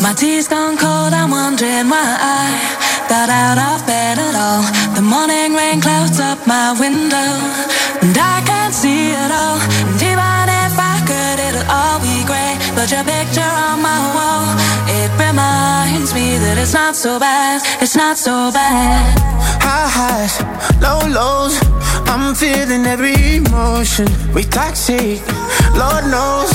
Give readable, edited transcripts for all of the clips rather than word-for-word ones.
My tea's gone cold, I'm wondering why I got out of bed at all. The morning rain clouds up my window, and I can't see it all. And even if I could, it'll all be grey. But your picture on my wall, it reminds me that it's not so bad, it's not so bad. High highs, low lows, I'm feeling every emotion. We toxic, Lord knows.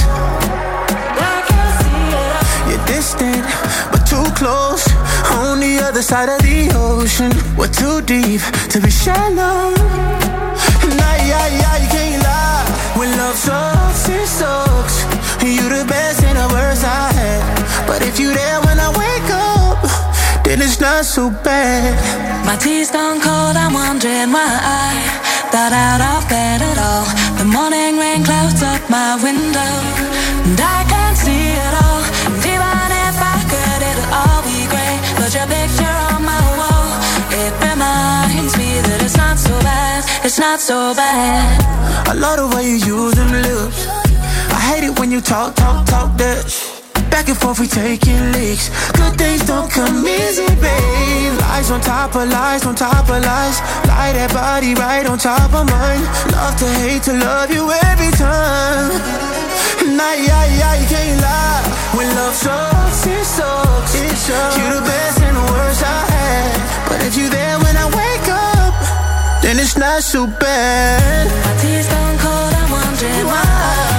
You're distant, but too close. On the other side of the ocean, we're too deep to be shallow. Nah, you can't lie. When love sucks, it sucks. You the best and the worst I had. But if you there when I wake up, then it's not so bad. My tea's gone cold, I'm wondering why I got out of bed at all. The morning rain clouds up my window, and I can't see it all. And even if I could, it'll all be grey. But your picture on my wall, it reminds me that it's not so bad, it's not so bad. I love the way you use them lips. I hate it when you talk that shit. Back and forth we taking leaks. Good things don't come easy, babe. Lies on top of lies, on top of lies. Lie that body right on top of mine. Love to hate to love you every time. Nah, you can't lie. When love sucks, it sucks. It sucks. You the best and the worst I had. But if you there when I wake up, then it's not so bad. My tea's gone cold, I'm wondering why.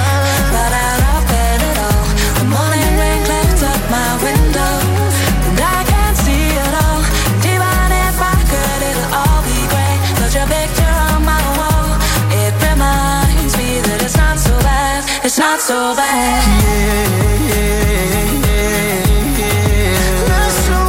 My window, and I can't see it all. And even if I could, it'll all be grey. But your picture on my wall, it reminds me that it's not so bad, it's not so bad. Not so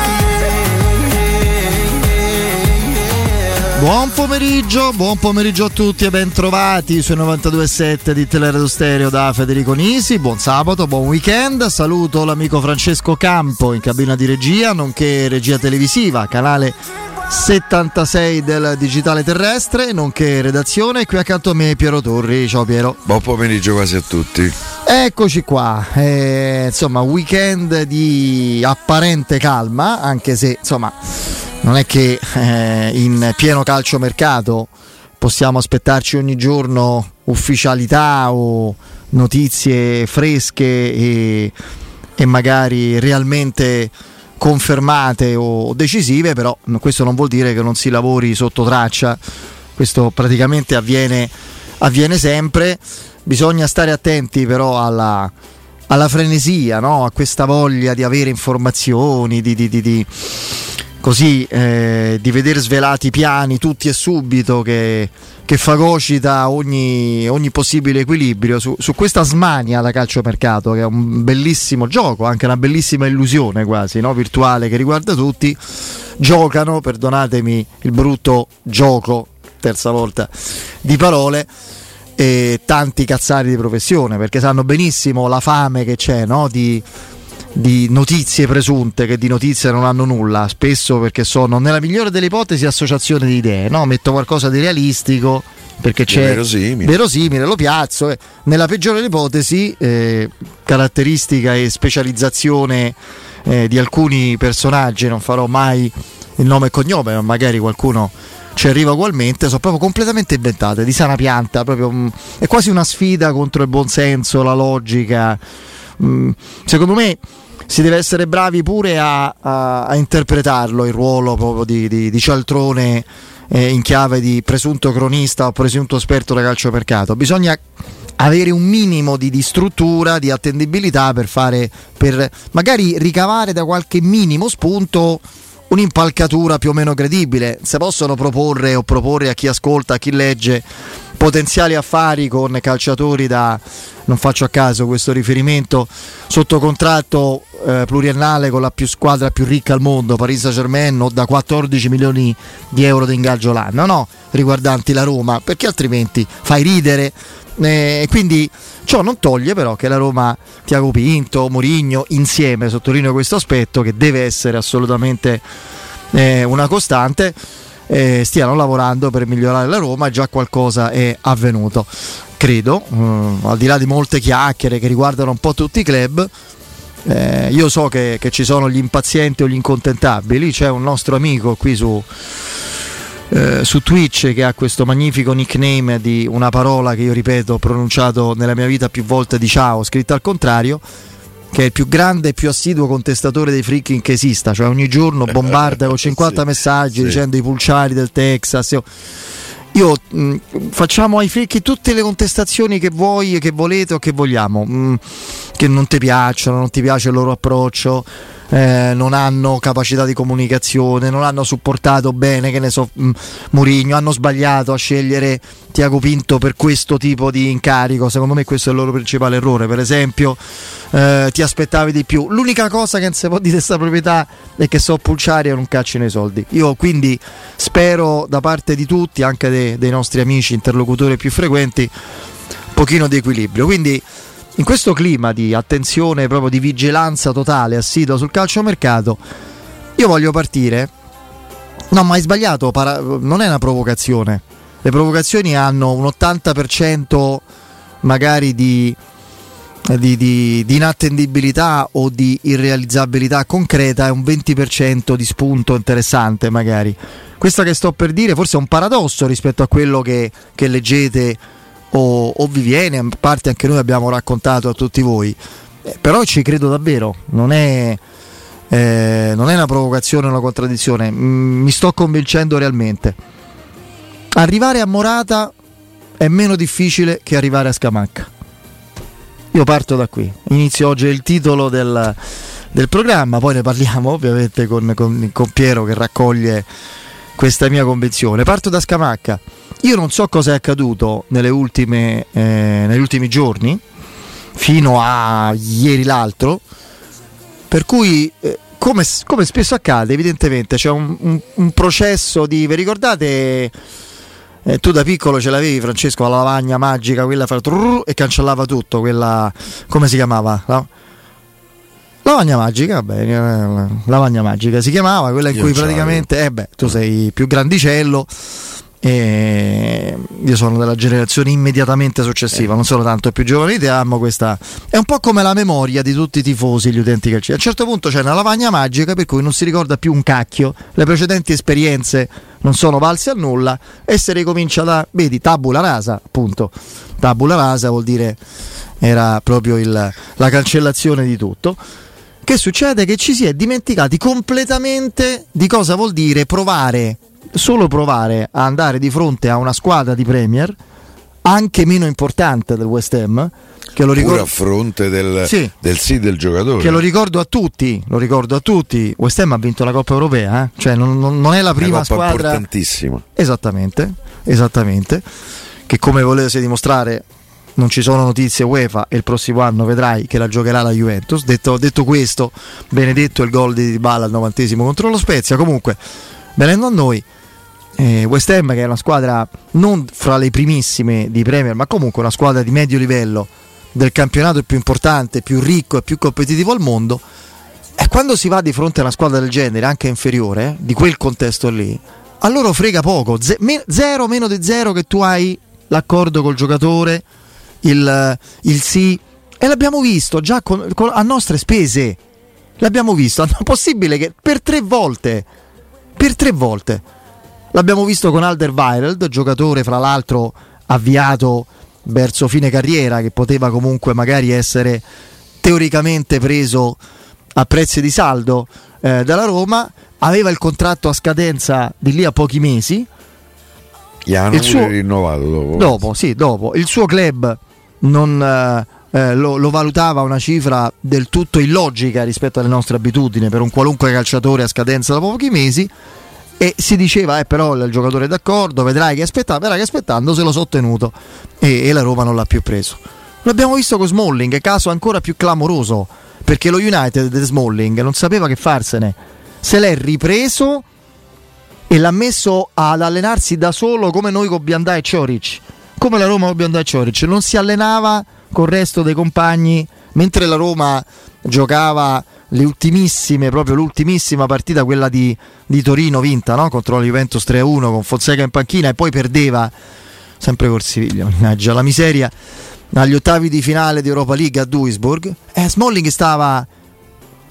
bad. Buon pomeriggio a tutti e ben trovati sui 92.7 di Teleradio Stereo da Federico Nisi. Buon sabato, buon weekend. Saluto l'amico Francesco Campo in cabina di regia, nonché regia televisiva, canale 76 del digitale terrestre, nonché redazione. Qui accanto a me Piero Torri. Ciao Piero. Buon pomeriggio quasi a tutti. Eccoci qua, insomma weekend di apparente calma, anche se insomma non è che in pieno calciomercato possiamo aspettarci ogni giorno ufficialità o notizie fresche e magari realmente confermate o decisive, però questo non vuol dire che non si lavori sotto traccia. Questo praticamente avviene sempre. Bisogna stare attenti però alla frenesia, no? A questa voglia di avere informazioni, di vedere svelati i piani tutti e subito, che fagocita ogni possibile equilibrio su questa smania da calciomercato, che è un bellissimo gioco, anche una bellissima illusione quasi, no? Virtuale, che riguarda tutti. Giocano, perdonatemi il brutto gioco, terza volta di parole, e tanti cazzari di professione, perché sanno benissimo la fame che c'è, no? di notizie presunte che di notizie non hanno nulla, spesso perché sono, nella migliore delle ipotesi, associazione di idee, no? Metto qualcosa di realistico perché c'è verosimile, lo piazzo, nella peggiore delle ipotesi caratteristica e specializzazione di alcuni personaggi, non farò mai il nome e cognome, ma magari qualcuno ci arriva ugualmente, sono proprio completamente inventate, di sana pianta, proprio, è quasi una sfida contro il buonsenso, la logica. Secondo me si deve essere bravi pure a interpretarlo, il ruolo proprio di cialtrone in chiave di presunto cronista o presunto esperto da calciomercato. Bisogna avere un minimo di struttura, di attendibilità per magari ricavare da qualche minimo spunto un'impalcatura più o meno credibile. Se possono proporre a chi ascolta, a chi legge, potenziali affari con calciatori non faccio a caso questo riferimento, sotto contratto pluriennale con la squadra più ricca al mondo, Paris Saint-Germain, o da 14 milioni di euro di ingaggio l'anno, no? Riguardanti la Roma, perché altrimenti fai ridere. Quindi ciò non toglie però che la Roma, Tiago Pinto, Mourinho insieme, sottolineo questo aspetto che deve essere assolutamente una costante, stiano lavorando per migliorare la Roma. Già qualcosa è avvenuto, credo, al di là di molte chiacchiere che riguardano un po' tutti i club. Io so che ci sono gli impazienti o gli incontentabili. C'è un nostro amico qui su Twitch che ha questo magnifico nickname di una parola che io ripeto, ho pronunciato nella mia vita più volte, di ciao, scritta al contrario, che è il più grande e più assiduo contestatore dei freaking che esista, cioè ogni giorno bombarda con 50 messaggi dicendo i pulciari del Texas. Io facciamo ai freaky tutte le contestazioni che vuoi, che volete o che vogliamo, che non ti piacciono, non ti piace il loro approccio, non hanno capacità di comunicazione, non hanno supportato bene, che ne so, Mourinho, hanno sbagliato a scegliere Tiago Pinto per questo tipo di incarico. Secondo me questo è il loro principale errore. Per esempio, ti aspettavi di più. L'unica cosa che non si può dire di questa proprietà è che so pulciari e non caccino i soldi. Io quindi spero da parte di tutti, anche dei nostri amici interlocutori più frequenti, un pochino di equilibrio. Quindi in questo clima di attenzione, proprio di vigilanza totale, assidua sul calciomercato, io voglio partire. No, ma hai sbagliato, non è una provocazione. Le provocazioni hanno un 80% magari di inattendibilità o di irrealizzabilità concreta e un 20% di spunto interessante magari. Questa che sto per dire forse è un paradosso rispetto a quello che leggete o vi viene, a parte anche noi abbiamo raccontato a tutti voi, però ci credo davvero, non è una provocazione o una contraddizione, mi sto convincendo realmente. Arrivare a Morata è meno difficile che arrivare a Scamacca. Io parto da qui, inizio oggi il titolo del programma, poi ne parliamo ovviamente con Piero che raccoglie questa mia convinzione. Parto da Scamacca. Io non so cosa è accaduto negli ultimi giorni, fino a ieri l'altro, per cui come spesso accade, evidentemente c'è un processo di... Vi ricordate, tu da piccolo ce l'avevi, Francesco, la lavagna magica, quella fa e cancellava tutto, quella, come si chiamava? No? Lavagna magica, vabbè, lavagna magica si chiamava, quella in cui praticamente tu sei più grandicello e io sono della generazione immediatamente successiva, non sono tanto più giovane di te, amo questa, è un po' come la memoria di tutti i tifosi, gli utenti calcistici. A un certo punto c'è una lavagna magica per cui non si ricorda più un cacchio, le precedenti esperienze non sono valse a nulla e si ricomincia da, vedi, tabula rasa, appunto. Tabula rasa vuol dire, era proprio la cancellazione di tutto. Che succede? Che ci si è dimenticati completamente di cosa vuol dire solo provare a andare di fronte a una squadra di Premier anche meno importante del West Ham, che lo ricordo, pure a fronte del del giocatore, che lo ricordo a tutti. West Ham ha vinto la Coppa Europea, cioè non è la prima una Coppa squadra importantissima, esattamente, che come volesse dimostrare non ci sono notizie UEFA e il prossimo anno vedrai che la giocherà la Juventus. Detto questo, benedetto il gol di Dybala al 90° contro lo Spezia. Comunque, venendo a noi, West Ham, che è una squadra non fra le primissime di Premier, ma comunque una squadra di medio livello del campionato più importante, più ricco e più competitivo al mondo, e quando si va di fronte a una squadra del genere, anche inferiore, di quel contesto lì, a loro frega poco, zero, meno di zero, che tu hai l'accordo col giocatore, il sì, e l'abbiamo visto già a nostre spese, l'abbiamo visto. È possibile che per tre volte l'abbiamo visto con Alderweireld, giocatore fra l'altro avviato verso fine carriera, che poteva comunque magari essere teoricamente preso a prezzi di saldo dalla Roma, aveva il contratto a scadenza di lì a pochi mesi, gli hanno rinnovato dopo il suo club non lo valutava una cifra del tutto illogica rispetto alle nostre abitudini per un qualunque calciatore a scadenza dopo pochi mesi, e si diceva però il giocatore è d'accordo, vedrai che aspettando se lo so tenuto, e la Roma non l'ha più preso. L'abbiamo visto con Smalling, caso ancora più clamoroso, perché lo United di Smalling non sapeva che farsene, se l'è ripreso e l'ha messo ad allenarsi da solo, come noi con Biandà e Cioric, come la Roma con Biandà e Cioric, non si allenava col resto dei compagni, mentre la Roma giocava l'ultimissima partita, quella di Torino vinta, no? Contro la Juventus 3-1 con Fonseca in panchina, e poi perdeva sempre col Siviglia, mannaggia la miseria, agli ottavi di finale di Europa League a Duisburg. Smalling stava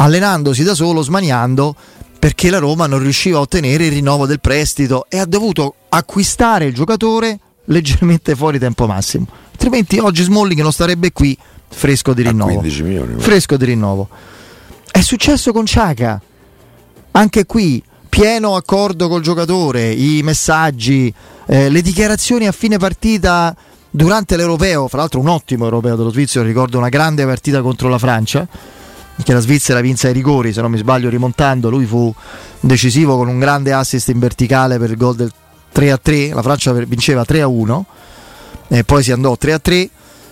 allenandosi da solo, smaniando, perché la Roma non riusciva a ottenere il rinnovo del prestito e ha dovuto acquistare il giocatore leggermente fuori tempo massimo, altrimenti oggi Smalling non starebbe qui fresco di rinnovo. 15 milioni. Fresco di rinnovo. È successo con Xhaka, anche qui pieno accordo col giocatore, i messaggi, le dichiarazioni a fine partita durante l'Europeo, fra l'altro un ottimo Europeo dello svizzero, ricordo una grande partita contro la Francia, che la Svizzera vinse ai rigori, se non mi sbaglio rimontando, lui fu decisivo con un grande assist in verticale per il gol del 3-3, la Francia vinceva 3-1 e poi si andò 3-3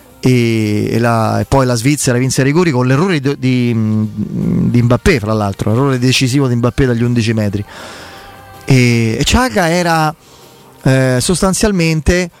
e poi la Svizzera vinse ai rigori con l'errore di Mbappé, fra l'altro, l'errore decisivo di Mbappé dagli 11 metri. E Xhaka era sostanzialmente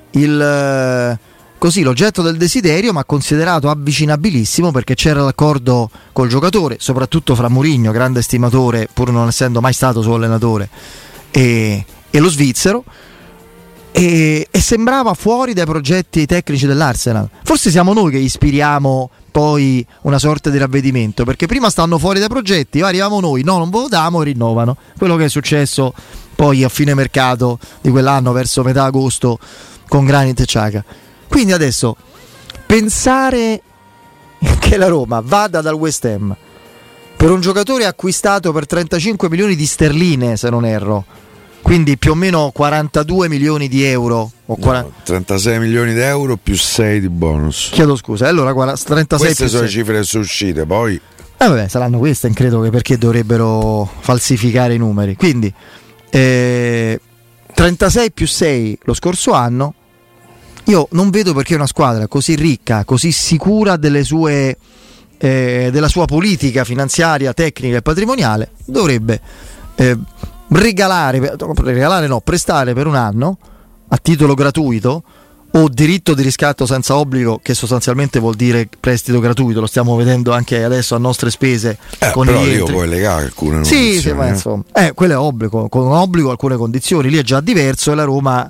l'oggetto del desiderio, ma considerato avvicinabilissimo perché c'era l'accordo col giocatore, soprattutto fra Mourinho, grande stimatore pur non essendo mai stato suo allenatore, e lo svizzero, e sembrava fuori dai progetti tecnici dell'Arsenal. Forse siamo noi che ispiriamo poi una sorta di ravvedimento, perché prima stanno fuori dai progetti, arriviamo noi, no, non votiamo e rinnovano, quello che è successo poi a fine mercato di quell'anno verso metà agosto con Granit e Xhaka. Quindi adesso pensare che la Roma vada dal West Ham per un giocatore acquistato per 35 milioni di sterline, se non erro, quindi più o meno 42 milioni di euro o 36 milioni di euro più 6 di bonus. Chiedo scusa, allora 36 queste sono 6. le cifre che sono uscite, poi vabbè, saranno queste, credo che perché dovrebbero falsificare i numeri. Quindi 36 più 6 lo scorso anno. Io non vedo perché una squadra così ricca, così sicura della sua politica finanziaria, tecnica e patrimoniale dovrebbe prestare per un anno a titolo gratuito o diritto di riscatto senza obbligo, che sostanzialmente vuol dire prestito gratuito, lo stiamo vedendo anche adesso a nostre spese con però i io puoi legare alcune sì, ma insomma, quello è obbligo, con un obbligo alcune condizioni, lì è già diverso e la Roma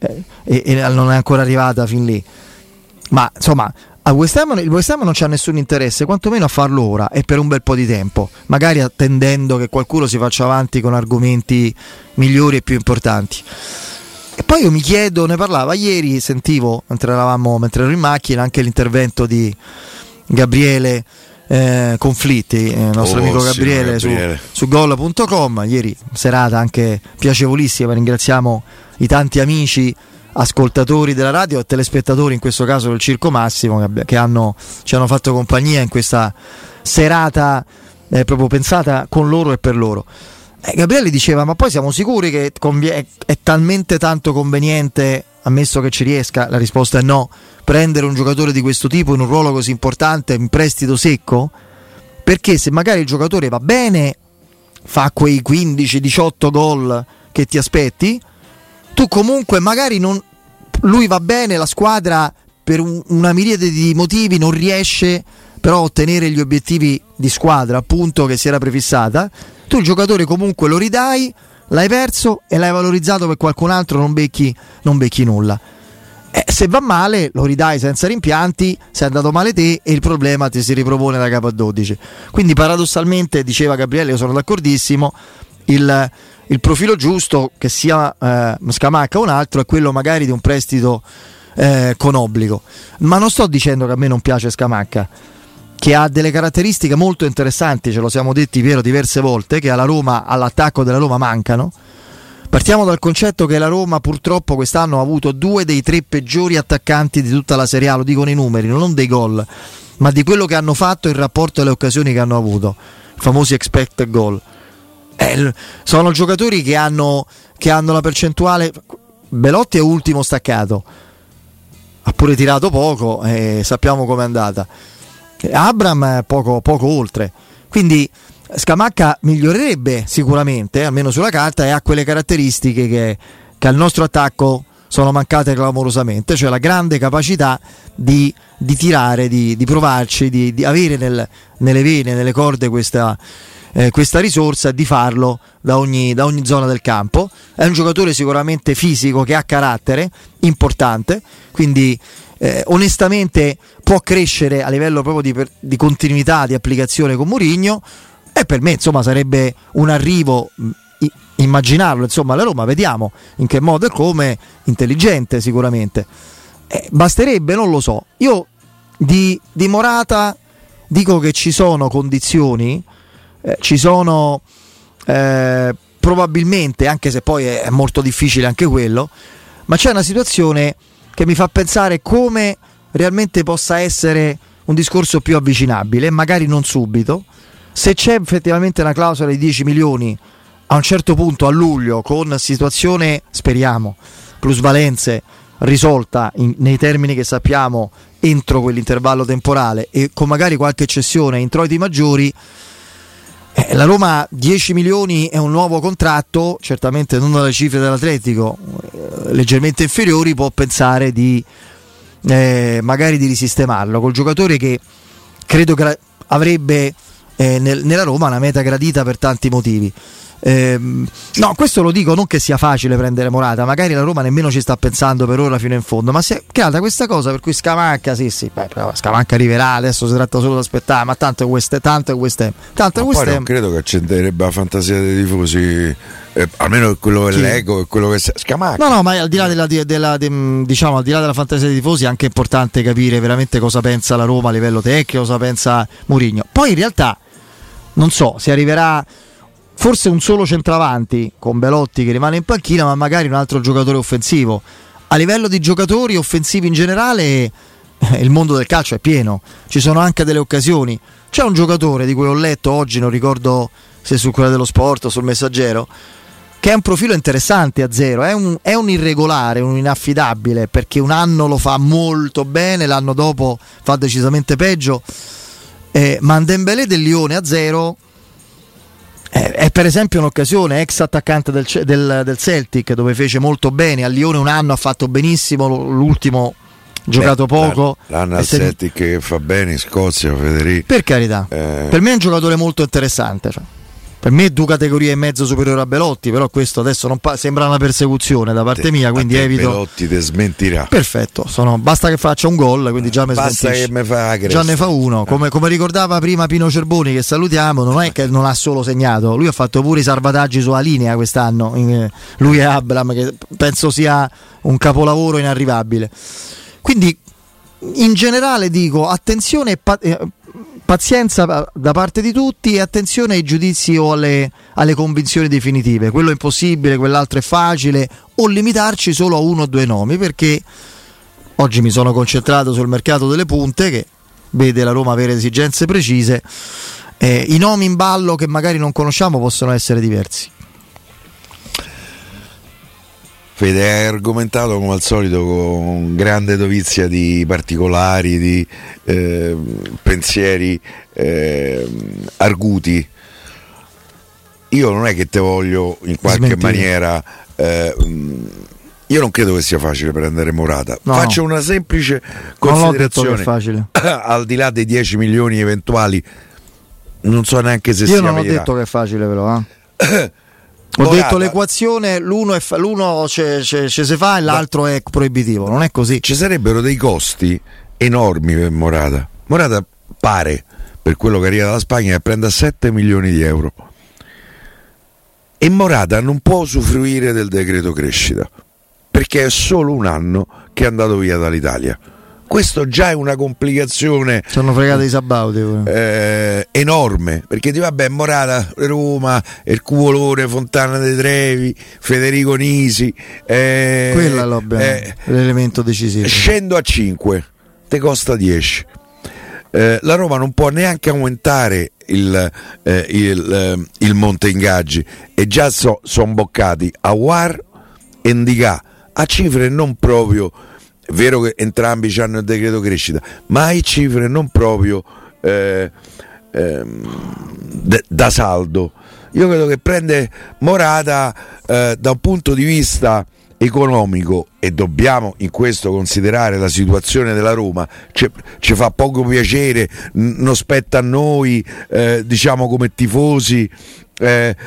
non è ancora arrivata fin lì, ma insomma il West Ham non c'ha nessun interesse, quantomeno a farlo ora e per un bel po' di tempo, magari attendendo che qualcuno si faccia avanti con argomenti migliori e più importanti. E poi io mi chiedo, ne parlava ieri, sentivo mentre ero in macchina anche l'intervento di Gabriele Conflitti, il nostro amico Gabriele. Su gol.com, ieri serata anche piacevolissima, ringraziamo i tanti amici ascoltatori della radio e telespettatori, in questo caso del Circo Massimo, che ci hanno fatto compagnia in questa serata proprio pensata con loro e per loro. Gabriele diceva, ma poi siamo sicuri che è talmente tanto conveniente, ammesso che ci riesca, la risposta è no, prendere un giocatore di questo tipo in un ruolo così importante, in prestito secco? Perché se magari il giocatore va bene, fa quei 15-18 gol che ti aspetti, tu comunque magari lui va bene, la squadra per una miriade di motivi non riesce però a ottenere gli obiettivi di squadra, appunto, che si era prefissata. Tu il giocatore comunque lo ridai, l'hai perso e l'hai valorizzato per qualcun altro, non becchi nulla. Se va male lo ridai senza rimpianti, se è andato male te e il problema ti si ripropone da capo a 12. Quindi paradossalmente, diceva Gabriele, io sono d'accordissimo, il profilo giusto, che sia Scamacca o un altro, è quello magari di un prestito con obbligo. Ma non sto dicendo che a me non piace Scamacca, che ha delle caratteristiche molto interessanti, ce lo siamo detti, Piero, diverse volte, che all'attacco della Roma mancano. Partiamo dal concetto che la Roma purtroppo quest'anno ha avuto 2 dei 3 peggiori attaccanti di tutta la Serie A, lo dicono i numeri, non dei gol, ma di quello che hanno fatto in rapporto alle occasioni che hanno avuto, i famosi expected goal. Sono giocatori che hanno la percentuale. Belotti è ultimo staccato, ha pure tirato poco, sappiamo com'è andata. Abraham poco oltre, quindi Scamacca migliorerebbe sicuramente, almeno sulla carta, e ha quelle caratteristiche che al nostro attacco sono mancate clamorosamente, cioè la grande capacità di tirare, di provarci, di avere nelle vene, nelle corde questa risorsa e di farlo da ogni zona del campo. È un giocatore sicuramente fisico, che ha carattere importante, quindi onestamente può crescere a livello proprio di continuità di applicazione con Mourinho, e per me insomma sarebbe un arrivo, immaginarlo insomma alla Roma, vediamo in che modo e come, intelligente sicuramente, basterebbe, non lo so. Io di Morata dico che ci sono condizioni, ci sono probabilmente, anche se poi è molto difficile anche quello, ma c'è una situazione che mi fa pensare come realmente possa essere un discorso più avvicinabile, magari non subito, se c'è effettivamente una clausola di 10 milioni a un certo punto a luglio, con situazione, speriamo, plusvalenze risolta nei termini che sappiamo entro quell'intervallo temporale, e con magari qualche cessione, introiti maggiori, la Roma 10 milioni è un nuovo contratto, certamente non dalle cifre dell'Atletico, leggermente inferiori, può pensare di magari di risistemarlo col giocatore che credo che avrebbe nella Roma una meta gradita per tanti motivi. No, questo lo dico non che sia facile prendere Morata, magari la Roma nemmeno ci sta pensando per ora fino in fondo, ma si è creata questa cosa per cui Scamacca, Scamacca arriverà, adesso si tratta solo di aspettare, ma tanto questo poi non credo che accenderebbe la fantasia dei tifosi, almeno quello che leggo e quello che Scamacca. No, ma al di là diciamo, al di là della fantasia dei tifosi è anche importante capire veramente cosa pensa la Roma a livello tecnico, cosa pensa Mourinho. Poi in realtà non so se arriverà forse un solo centravanti con Belotti che rimane in panchina, ma magari un altro giocatore offensivo. A livello di giocatori offensivi in generale il mondo del calcio è pieno, ci sono anche delle occasioni. C'è un giocatore di cui ho letto oggi, non ricordo se su quella dello Sport o sul Messaggero, che è un profilo interessante a zero, è un irregolare, un inaffidabile, perché un anno lo fa molto bene, l'anno dopo fa decisamente peggio, ma Dembélé del Lione a zero è per esempio un'occasione, ex attaccante del Celtic, dove fece molto bene, a Lione un anno ha fatto benissimo, l'ultimo giocato poco. L'anno al Celtic che fa bene in Scozia, Federico, per carità, per me è un giocatore molto interessante, cioè, per me è 2 categorie e mezzo superiore a Belotti, però questo adesso non sembra una persecuzione da parte mia, quindi evito. Belotti ti smentirà. Perfetto, basta che faccia un gol, quindi già mi smentisce. Già ne fa uno, come ricordava prima Pino Cerboni, che salutiamo, non è che non ha solo segnato, lui ha fatto pure i salvataggi sulla linea quest'anno, lui e Abram, che penso sia un capolavoro inarrivabile. Quindi in generale dico attenzione pazienza da parte di tutti, e attenzione ai giudizi o alle convinzioni definitive. Quello è impossibile, quell'altro è facile, o limitarci solo a 1 o 2 nomi, perché oggi mi sono concentrato sul mercato delle punte, che vede la Roma avere esigenze precise. I nomi in ballo che magari non conosciamo possono essere diversi. Fede, hai argomentato come al solito con grande dovizia di particolari, di pensieri arguti. Io non è che te voglio in qualche maniera, io non credo che sia facile prendere Morata. Faccio una semplice considerazione. Non ho detto che è facile. Al di là dei 10 milioni eventuali, non so neanche se sia io non vera. Ho detto che è facile, però ho Morata. detto l'equazione, l'uno ce si fa e l'altro è proibitivo, non è così. Ci sarebbero dei costi enormi per Morata. Morata pare, per quello che arriva dalla Spagna, che prenda 7 milioni di euro, e Morata non può usufruire del decreto crescita perché è solo un anno che è andato via dall'Italia. Questo già è una complicazione. Sono fregati i sabauti enorme, perché ti vabbè, Morata, Roma, il Cuvolone, Fontana dei Trevi, Federico Nisi, quella è l'elemento decisivo. Scendo a 5, te costa 10. La Roma non può neanche aumentare il monte ingaggi, e già sono boccati Aouar e Ndicà a cifre non proprio. È vero che entrambi hanno il decreto crescita, ma hai cifre non proprio da saldo. Io credo che prende Morata da un punto di vista economico, e dobbiamo in questo considerare la situazione della Roma, ci fa poco piacere, non spetta a noi, diciamo come tifosi,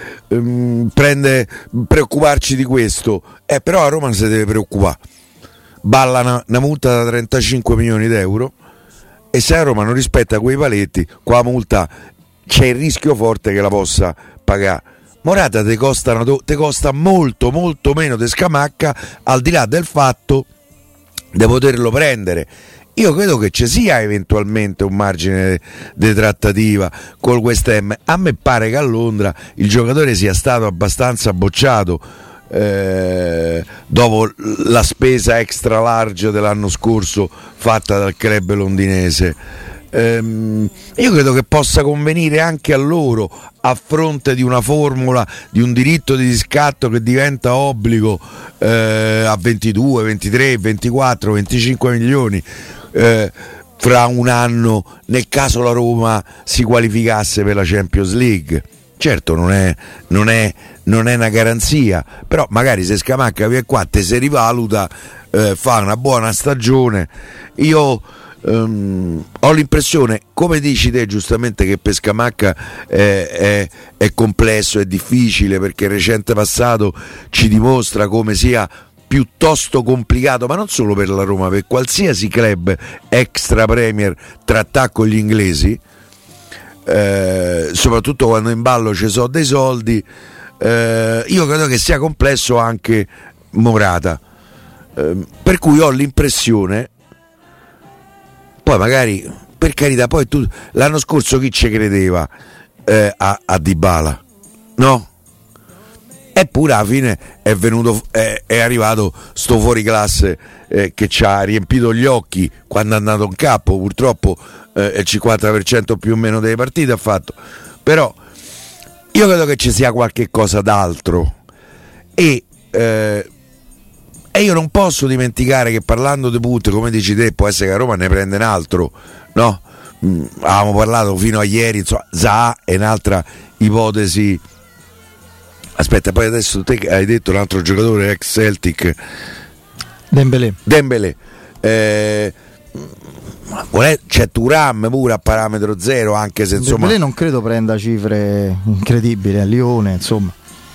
preoccuparci di questo, però a Roma si deve preoccupare. balla una multa da 35 milioni d'euro, e se la Roma non rispetta quei paletti, qua la multa c'è il rischio forte che la possa pagare. Morata te costa molto molto meno di Scamacca, al di là del fatto di poterlo prendere. Io credo che ci sia eventualmente un margine di trattativa col West Ham. A me pare che a Londra il giocatore sia stato abbastanza bocciato dopo la spesa extra large dell'anno scorso fatta dal club londinese. Io credo che possa convenire anche a loro, a fronte di una formula di un diritto di riscatto che diventa obbligo a 22, 23, 24, 25 milioni fra un anno, nel caso la Roma si qualificasse per la Champions League. Certo non è una garanzia, però magari se Scamacca viene qua, te si rivaluta, fa una buona stagione. Io ho l'impressione, come dici te giustamente, che per Scamacca è complesso, è difficile, perché il recente passato ci dimostra come sia piuttosto complicato, ma non solo per la Roma, per qualsiasi club extra Premier trattare con gli inglesi, soprattutto quando in ballo ci sono dei soldi. Io credo che sia complesso anche Morata, per cui ho l'impressione, poi magari, per carità, poi tu l'anno scorso chi ci credeva a Dybala, no? Eppure alla fine è arrivato sto fuoriclasse che ci ha riempito gli occhi quando è andato in campo. Purtroppo il 50% più o meno delle partite ha fatto, però io credo che ci sia qualche cosa d'altro, e io non posso dimenticare che, parlando di punti, come dici te, può essere che a Roma ne prende un altro, no? Avevamo parlato fino a ieri, insomma, Zaha è un'altra ipotesi. Aspetta, poi adesso te hai detto un altro giocatore ex Celtic, Dembélé. C'è Thuram pure a parametro zero, anche se insomma Dembélé non credo prenda cifre incredibili a Lione, insomma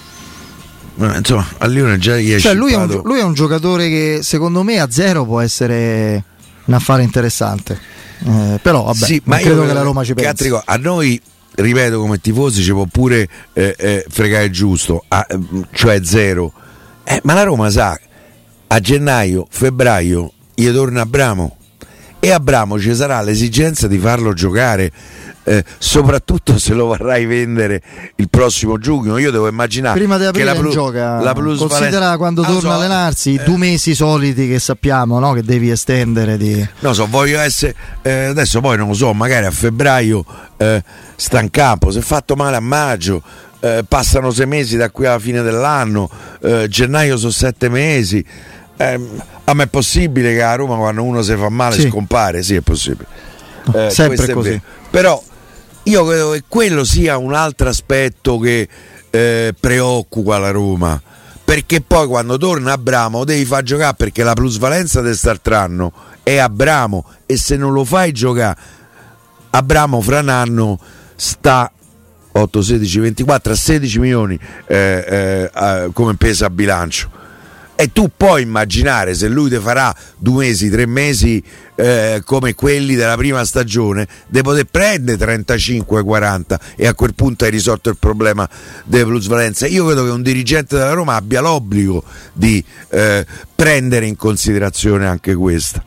a Lione già gli è lui è un giocatore che secondo me a zero può essere un affare interessante, però vabbè, sì, ma ma credo che la Roma ci pensi. A noi, ripeto, come tifosi ci può pure fregare giusto, cioè zero, ma la Roma sa, a gennaio, febbraio gli torna Abramo, e Abramo ci sarà l'esigenza di farlo giocare, soprattutto se lo vorrai vendere il prossimo giugno. Io devo immaginare prima di aprile che gioca, la considera quando torna a allenarsi i 2 mesi soliti che sappiamo, no? Che devi estendere voglio essere adesso, poi non lo so, magari a febbraio sta in campo, si è fatto male a maggio, passano 6 mesi da qui alla fine dell'anno, gennaio sono 7 mesi. A me è possibile che a Roma, quando uno si fa male, scompare? Sì, è possibile, sempre così. Però io credo che quello sia un altro aspetto che preoccupa la Roma, perché poi quando torna Abramo devi far giocare, perché la plusvalenza del quest'altro è Abramo, e se non lo fai giocare Abramo fra un anno sta 8, 16, 24 a 16 milioni come pesa a bilancio. E tu puoi immaginare, se lui te farà 2 mesi, 3 mesi come quelli della prima stagione, di poter prendere 35-40, e a quel punto hai risolto il problema delle plusvalenze. Io credo che un dirigente della Roma abbia l'obbligo di prendere in considerazione anche questa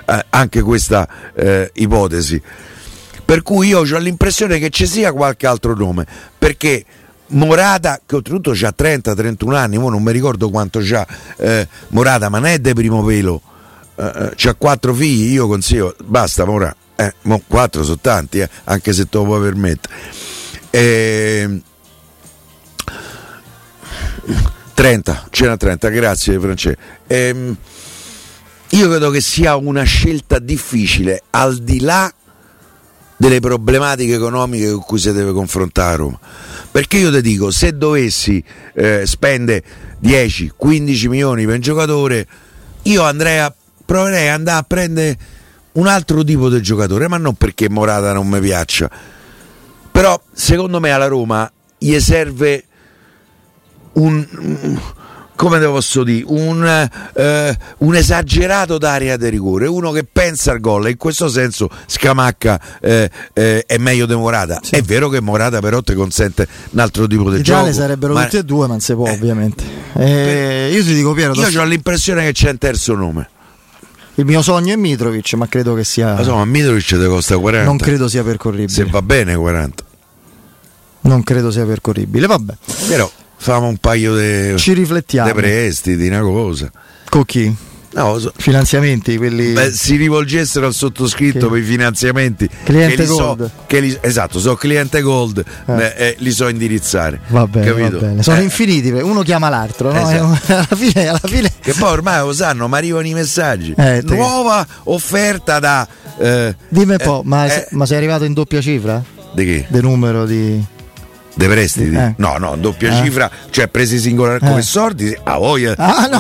ipotesi. Per cui io ho l'impressione che ci sia qualche altro nome, perché Morata, che oltretutto ha 30-31 anni, non mi ricordo quanto c'ha Morata, ma non è de primo pelo, c'ha 4 figli, io consiglio, basta Morata, 4 sono tanti, anche se te lo puoi permettere. 30, c'era 30, grazie Francesco. Io credo che sia una scelta difficile, al di là delle problematiche economiche con cui si deve confrontare Roma, perché io ti dico, se dovessi spendere 10-15 milioni per un giocatore, io proverei ad andare a prendere un altro tipo di giocatore, ma non perché Morata non mi piaccia, però secondo me alla Roma gli serve come te posso dire, un esagerato d'area di rigore, uno che pensa al gol, e in questo senso Scamacca è meglio di Morata. È vero che Morata però ti consente un altro tipo di gioco. Sarebbero tutti e due, ma non si può ovviamente. Io ti dico, Piero, io ho l'impressione che c'è un terzo nome. Il mio sogno è Mitrovic, ma credo che sia. Ma Mitrovic ti costa 40. Non credo sia percorribile. Se va bene 40. Non credo sia percorribile, vabbè. Però famo un paio di. Ci riflettiamo. Dei prestiti, una cosa. Con chi? No, finanziamenti, quelli. Si rivolgessero al sottoscritto per i finanziamenti. Cliente Gold. Esatto, sono cliente Gold, li so indirizzare. Va bene. Sono infiniti, uno chiama l'altro, no? Esatto. alla fine. Che poi ormai lo sanno, ma arrivano i messaggi. Nuova offerta da. Dimmi un po', ma sei arrivato in doppia cifra? Di che? Del numero di. Dei prestiti? No, doppia cifra, cioè presi singolari come sordi. Voglia.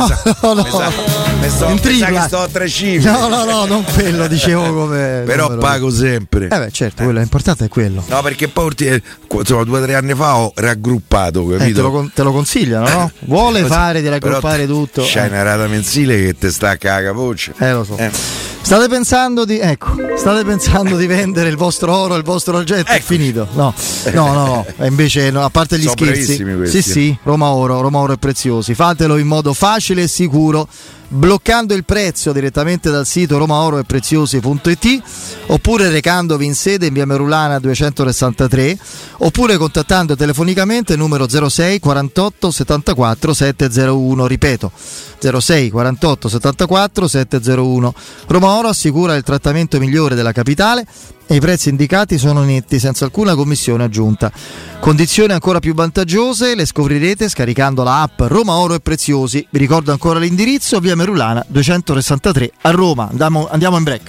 Mi sa che sto a 3 cifre. No, non quello, dicevo come. Però pago sempre. Certo, quello importante è quello. No, perché poi insomma 2 o 3 anni fa ho raggruppato, capito? Te lo consigliano, no? Vuole fare di raggruppare tutto. C'hai una rata mensile che te stacca la capoccia. Lo so. State pensando di vendere il vostro oro, il vostro oggetto? È finito? No. Invece a parte gli scherzi, sì, Roma Oro e Preziosi. Fatelo in modo facile e sicuro, bloccando il prezzo direttamente dal sito romaoroepreziosi.it, oppure recandovi in sede in via Merulana 263, oppure contattando telefonicamente il numero 06 48 74 701, ripeto 06 48 74 701. Roma Oro assicura il trattamento migliore della capitale e i prezzi indicati sono netti, senza alcuna commissione aggiunta. Condizioni ancora più vantaggiose le scoprirete scaricando la app Roma Oro e Preziosi. Vi ricordo ancora l'indirizzo: via Merulana 263 a Roma. Andiamo in break.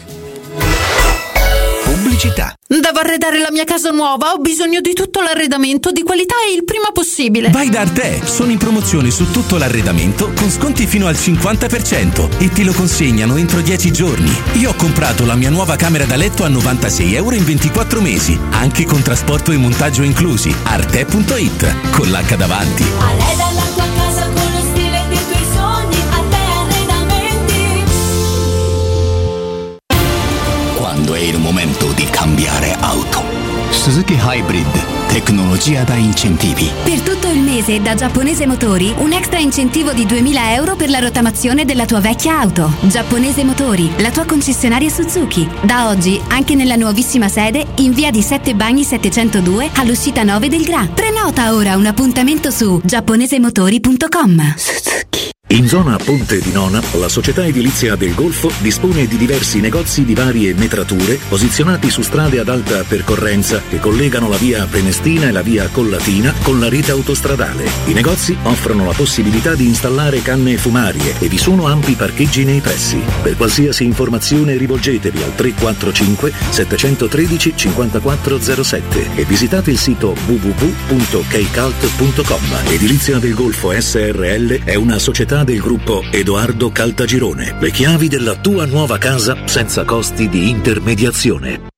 Pubblicità. Devo arredare la mia casa nuova, ho bisogno di tutto l'arredamento di qualità e il prima possibile. Vai da Arte, sono in promozione su tutto l'arredamento con sconti fino al 50% e ti lo consegnano entro 10 giorni. Io ho comprato la mia nuova camera da letto a €96 in 24 mesi, anche con trasporto e montaggio inclusi. Arte.it, con l'H davanti. Arreda la tua casa con lo stile dei tuoi sogni, Arte Arredamenti. Quando è il momento di cambiare auto. Suzuki Hybrid, tecnologia da incentivi. Per tutto il mese da Giapponese Motori un extra incentivo di €2000 per la rottamazione della tua vecchia auto. Giapponese Motori, la tua concessionaria Suzuki. Da oggi anche nella nuovissima sede in via di Sette Bagni 702 all'uscita 9 del Gra. Prenota ora un appuntamento su giapponesemotori.com. Suzuki. In zona Ponte di Nona, la società edilizia del Golfo dispone di diversi negozi di varie metrature posizionati su strade ad alta percorrenza che collegano la via Prenestina e la via Collatina con la rete autostradale. I negozi offrono la possibilità di installare canne fumarie e vi sono ampi parcheggi nei pressi. Per qualsiasi informazione rivolgetevi al 345 713 5407 e visitate il sito www.keicalt.com. Edilizia del Golfo SRL è una società del gruppo Edoardo Caltagirone. Le chiavi della tua nuova casa senza costi di intermediazione.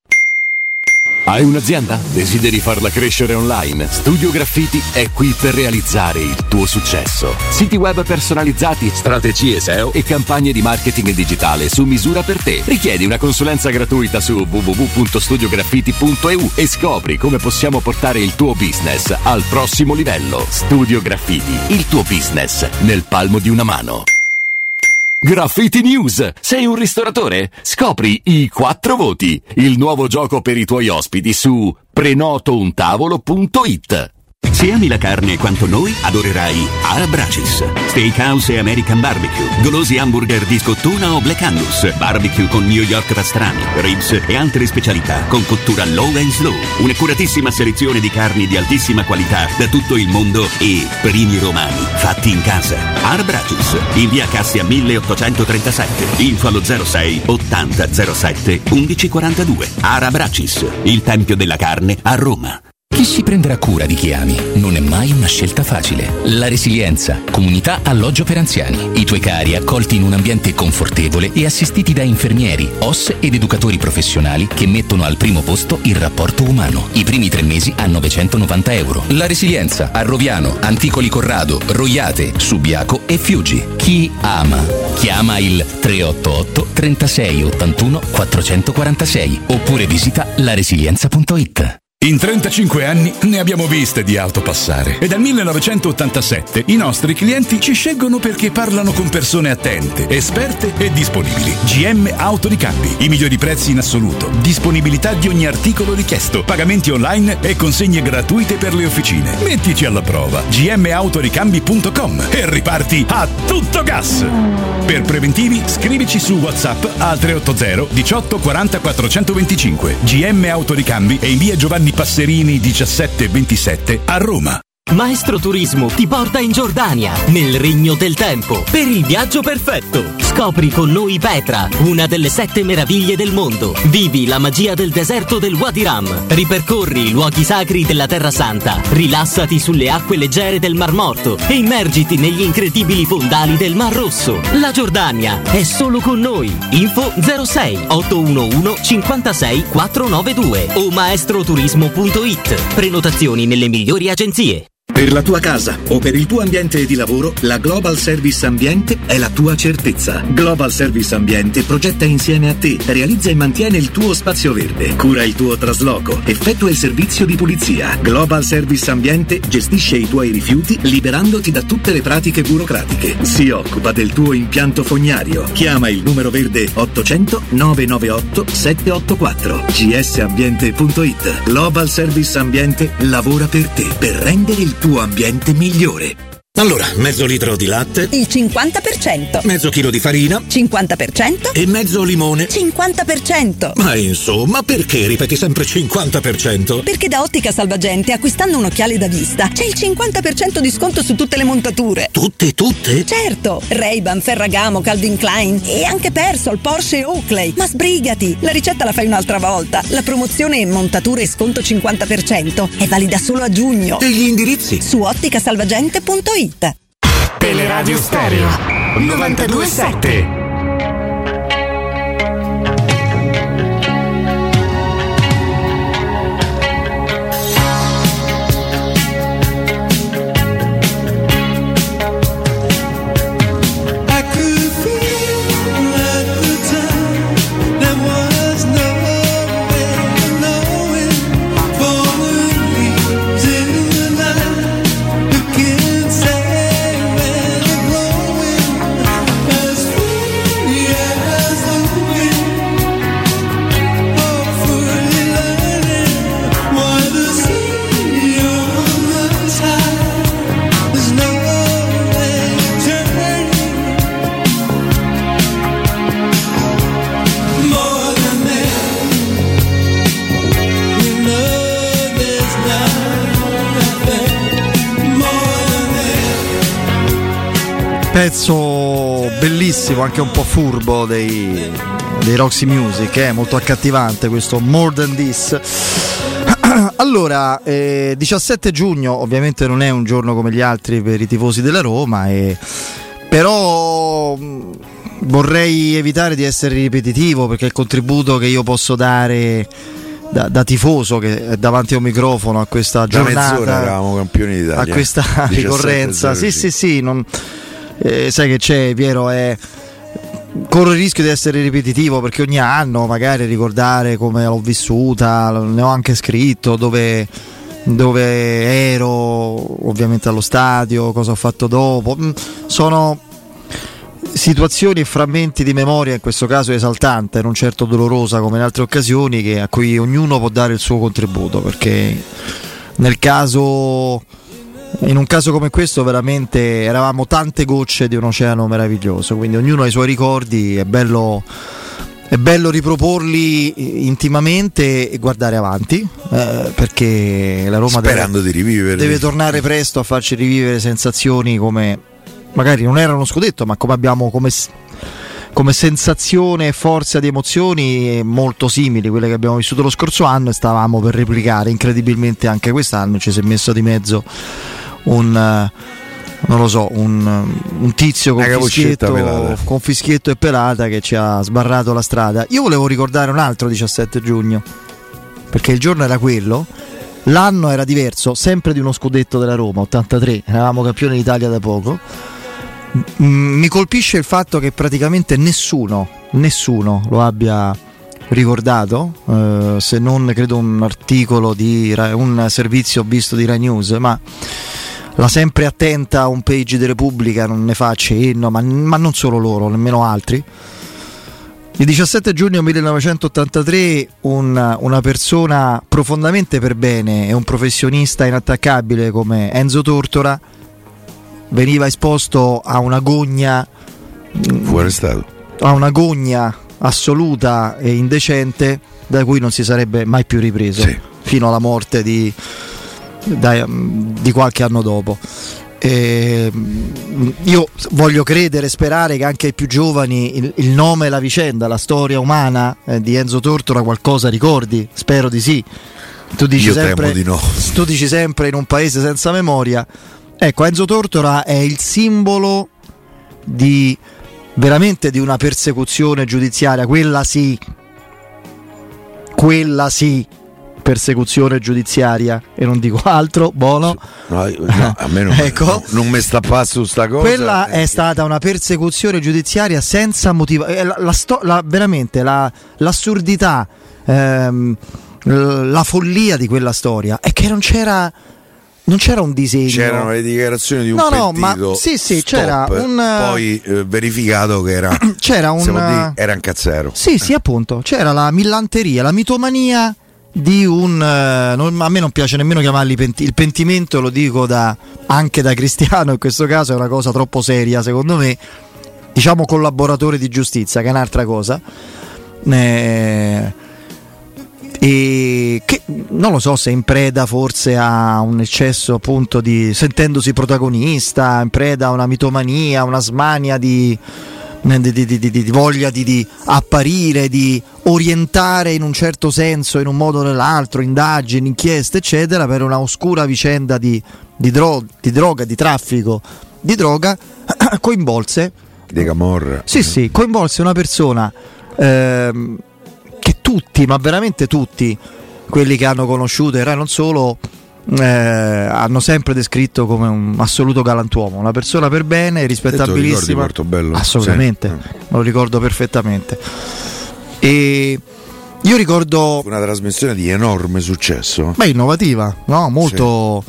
Hai un'azienda? Desideri farla crescere online? Studio Graffiti è qui per realizzare il tuo successo. Siti web personalizzati, strategie SEO e campagne di marketing digitale su misura per te. Richiedi una consulenza gratuita su www.studiograffiti.eu e scopri come possiamo portare il tuo business al prossimo livello. Studio Graffiti, il tuo business nel palmo di una mano. Graffiti News! Sei un ristoratore? Scopri i 4 voti, il nuovo gioco per i tuoi ospiti su prenotountavolo.it. Se ami la carne quanto noi, adorerai Arabracis, Steakhouse e American Barbecue, golosi hamburger di scottuna o Black Angus, barbecue con New York pastrami, ribs e altre specialità con cottura low and slow, un'accuratissima selezione di carni di altissima qualità da tutto il mondo e primi romani fatti in casa. Arabracis, in via Cassia 1837, info allo 06 80 07 1142. Arabracis, il tempio della carne a Roma. Chi si prenderà cura di chi ami? Non è mai una scelta facile. La Resilienza, comunità alloggio per anziani. I tuoi cari accolti in un ambiente confortevole e assistiti da infermieri, OS ed educatori professionali che mettono al primo posto il rapporto umano. I primi 3 mesi a €990. La Resilienza a Roviano, Anticoli Corrado, Roiate, Subiaco e Fiuggi. Chi ama? Chiama il 388 36 81 446 oppure visita laresilienza.it. In 35 anni ne abbiamo viste di auto passare e dal 1987 i nostri clienti ci scelgono perché parlano con persone attente, esperte e disponibili. GM Autoricambi, i migliori prezzi in assoluto, disponibilità di ogni articolo richiesto, pagamenti online e consegne gratuite per le officine. Mettiti alla prova. gmautoricambi.com e riparti a tutto gas. Per preventivi scrivici su WhatsApp al 380 18 40 425. GM Autoricambi e in via Giovanni Passerini 1727 a Roma. Maestro Turismo ti porta in Giordania, nel Regno del Tempo, per il viaggio perfetto. Scopri con noi Petra, una delle 7 meraviglie del mondo. Vivi la magia del deserto del Wadi Rum. Ripercorri i luoghi sacri della Terra Santa. Rilassati sulle acque leggere del Mar Morto e immergiti negli incredibili fondali del Mar Rosso. La Giordania è solo con noi. Info 06 811 56 492 o maestroturismo.it. Prenotazioni nelle migliori agenzie. Per la tua casa o per il tuo ambiente di lavoro, la Global Service Ambiente è la tua certezza. Global Service Ambiente progetta insieme a te, realizza e mantiene il tuo spazio verde, cura il tuo trasloco, effettua il servizio di pulizia. Global Service Ambiente gestisce i tuoi rifiuti liberandoti da tutte le pratiche burocratiche. Si occupa del tuo impianto fognario. Chiama il numero verde 800 998 784. gsambiente.it. Global Service Ambiente lavora per te, per rendere il tuo ambiente migliore. Allora, mezzo litro di latte, il 50%, mezzo chilo di farina, 50% e mezzo limone, 50%. Ma insomma, perché ripeti sempre 50%? Perché da Ottica Salvagente, acquistando un occhiale da vista, c'è il 50% di sconto su tutte le montature. Tutte? Certo, Ray-Ban, Ferragamo, Calvin Klein e anche Persol, Porsche e Oakley. Ma sbrigati, la ricetta la fai un'altra volta. La promozione montature e sconto 50% è valida solo a giugno. E gli indirizzi? Su otticasalvagente.it. Teleradio Stereo 92.7. Pezzo bellissimo, anche un po' furbo dei Roxy Music, molto accattivante questo More Than This. Allora, 17 giugno ovviamente non è un giorno come gli altri per i tifosi della Roma, però vorrei evitare di essere ripetitivo, perché il contributo che io posso dare da tifoso che è davanti a un microfono a questa giornata, da mezz'ora eravamo campioni d'Italia, a questa ricorrenza, sì, non, sai che c'è, Piero, corro il rischio di essere ripetitivo, perché ogni anno magari ricordare come l'ho vissuta, ne ho anche scritto, dove ero ovviamente allo stadio, cosa ho fatto dopo, sono situazioni e frammenti di memoria, in questo caso esaltante, non certo dolorosa come in altre occasioni, a cui ognuno può dare il suo contributo, perché in un caso come questo veramente eravamo tante gocce di un oceano meraviglioso, quindi ognuno ha i suoi ricordi, è bello riproporli intimamente e guardare avanti, perché la Roma deve tornare presto a farci rivivere sensazioni come magari non era uno scudetto, ma come come sensazione e forza di emozioni molto simili a quelle che abbiamo vissuto lo scorso anno, e stavamo per replicare incredibilmente anche quest'anno. Ci si è messo di mezzo un tizio con fischietto e pelata che ci ha sbarrato la strada. Io volevo ricordare un altro 17 giugno, perché il giorno era quello, l'anno era diverso, sempre di uno scudetto della Roma, 83, eravamo campioni d'Italia da poco. Mi colpisce il fatto che praticamente nessuno lo abbia ricordato, se non credo un articolo di un servizio visto di Rai News, ma la sempre attenta home page di Repubblica non ne fa cenno, ma non solo loro, nemmeno altri. Il 17 giugno 1983 una persona profondamente per bene e un professionista inattaccabile come Enzo Tortora veniva esposto a una gogna, fuori stato, a una gogna assoluta e indecente da cui non si sarebbe mai più ripreso, sì, fino alla morte di qualche anno dopo. Io voglio credere e sperare che anche ai più giovani il nome, la vicenda, la storia umana di Enzo Tortora qualcosa ricordi, spero di sì. Tu dici sempre, temo di no. Tu dici sempre in un paese senza memoria. Ecco, Enzo Tortora è il simbolo veramente di una persecuzione giudiziaria, quella sì, persecuzione giudiziaria, e non dico altro. Bono, no, a me ecco, non mi sta passando sta cosa. Quella è stata una persecuzione giudiziaria senza motivo. Veramente l'assurdità, la follia di quella storia è che non c'era un disegno. C'erano le dichiarazioni di un pentito. Ma sì, stop, c'era poi verificato che era era un cazzero. Sì, appunto, c'era la millanteria, la mitomania di a me non piace nemmeno chiamarli il pentimento, lo dico anche da cristiano, in questo caso è una cosa troppo seria secondo me, diciamo collaboratore di giustizia, che è un'altra cosa, e che non lo so se in preda forse a un eccesso appunto sentendosi protagonista, in preda a una mitomania, una smania di voglia di apparire, di orientare in un certo senso, in un modo o nell'altro, indagini, inchieste eccetera, per una oscura vicenda di droga, di traffico di droga, coinvolse di Camorra. Sì, coinvolse una persona che tutti, ma veramente tutti quelli che hanno conosciuto e non solo, hanno sempre descritto come un assoluto galantuomo, una persona per bene, rispettabilissima. Portobello? Assolutamente, sì. Me lo ricordo perfettamente. E io ricordo una trasmissione di enorme successo, innovativa, no? Molto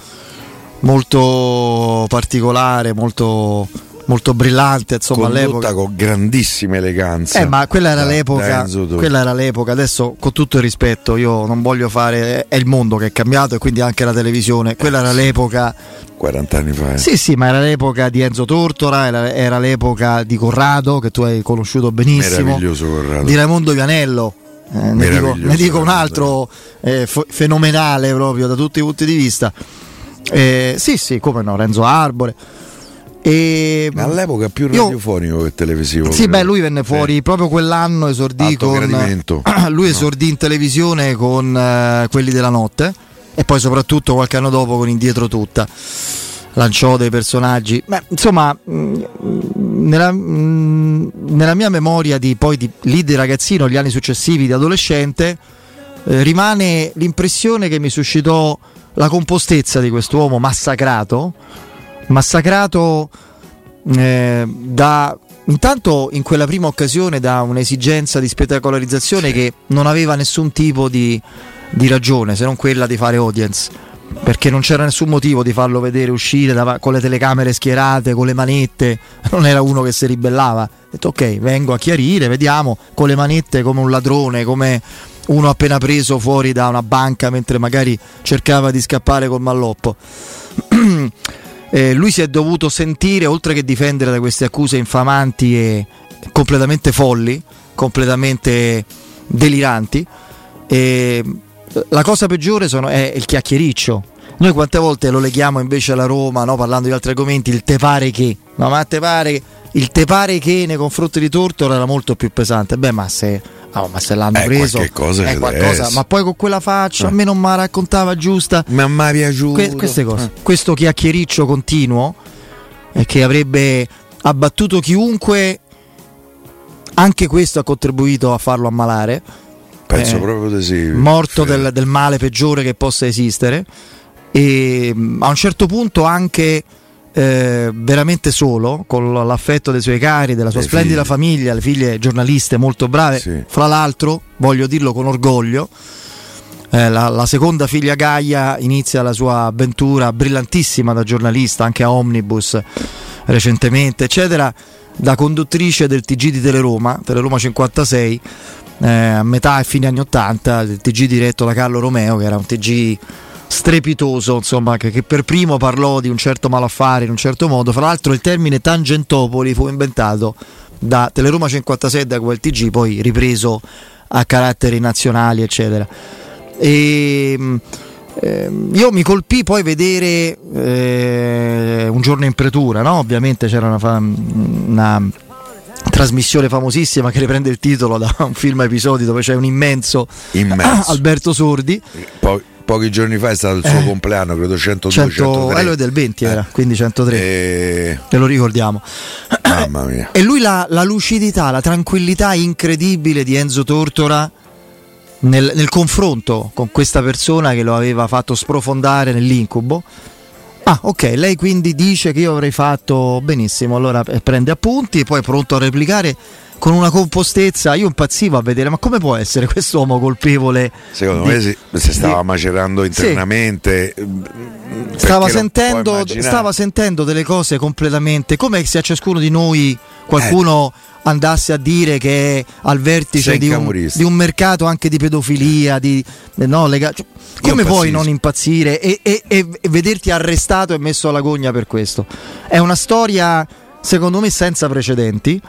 particolare, molto brillante, insomma, all'epoca con grandissima eleganza. Ma quella era l'epoca. Adesso, con tutto il rispetto, io non voglio fare, è il mondo che è cambiato e quindi anche la televisione. Quella era l'epoca 40 anni fa. Sì, ma era l'epoca di Enzo Tortora, era l'epoca di Corrado, che tu hai conosciuto benissimo. Meraviglioso Corrado. Di Raimondo Vianello. Ne dico un altro fenomenale proprio da tutti i punti di vista. Sì, come no, Renzo Arbore. All'epoca più radiofonico che televisivo. Sì, lui venne fuori proprio quell'anno, esordì in televisione con Quelli della Notte, e poi soprattutto qualche anno dopo con Indietro Tutta. Lanciò dei personaggi. Insomma, nella mia memoria lì di ragazzino, gli anni successivi di adolescente, rimane l'impressione che mi suscitò la compostezza di quest'uomo massacrato intanto in quella prima occasione da un'esigenza di spettacolarizzazione che non aveva nessun tipo di ragione, se non quella di fare audience, perché non c'era nessun motivo di farlo vedere uscire con le telecamere schierate, con le manette. Non era uno che si ribellava, ha detto ok, vengo a chiarire, vediamo, con le manette, come un ladrone, come uno appena preso fuori da una banca mentre magari cercava di scappare col malloppo. Lui si è dovuto sentire, oltre che difendere da queste accuse infamanti e completamente folli, completamente deliranti, la cosa peggiore è il chiacchiericcio. Noi quante volte lo leghiamo invece alla Roma, no? Parlando di altri argomenti, il te pare che, no, ma te pare che, il te pare che nei confronti di Tortora era molto più pesante. Beh, ma se l'hanno preso è qualcosa, ma poi con quella faccia a me non me la raccontava giusta, ma mi è piaciuto queste cose, questo chiacchiericcio continuo che avrebbe abbattuto chiunque, anche questo ha contribuito a farlo ammalare. Penso proprio di sì. Morto del male peggiore che possa esistere, e a un certo punto anche veramente solo, con l'affetto dei suoi cari, della sua splendida famiglia, le figlie giornaliste molto brave, fra l'altro voglio dirlo con orgoglio, la seconda figlia Gaia inizia la sua avventura brillantissima da giornalista anche a Omnibus recentemente, eccetera, da conduttrice del TG di Teleroma 56, a metà e fine anni 80, il TG diretto da Carlo Romeo, che era un TG strepitoso, insomma, che per primo parlò di un certo malaffare in un certo modo. Fra l'altro il termine Tangentopoli fu inventato da Teleroma 56, da quel TG, poi ripreso a caratteri nazionali, eccetera. E io mi colpì poi vedere Un giorno in pretura, no? Ovviamente c'era una trasmissione famosissima che riprende il titolo da un film a episodi dove c'è un immenso. Alberto Sordi. Poi pochi giorni fa è stato il suo compleanno, credo 102, lui del 20 era, quindi 103, te lo ricordiamo. Mamma mia. E lui la lucidità, la tranquillità incredibile di Enzo Tortora nel confronto con questa persona che lo aveva fatto sprofondare nell'incubo. Ok, lei quindi dice che io avrei fatto benissimo, allora prende appunti e poi è pronto a replicare con una compostezza. Io impazzivo a vedere, ma come può essere quest'uomo colpevole? Secondo me si stava macerando internamente. Stava sentendo delle cose completamente, come se a ciascuno di noi qualcuno andasse a dire che è al vertice di un mercato anche di pedofilia, come puoi non impazzire e vederti arrestato e messo alla gogna per questo? È una storia secondo me senza precedenti.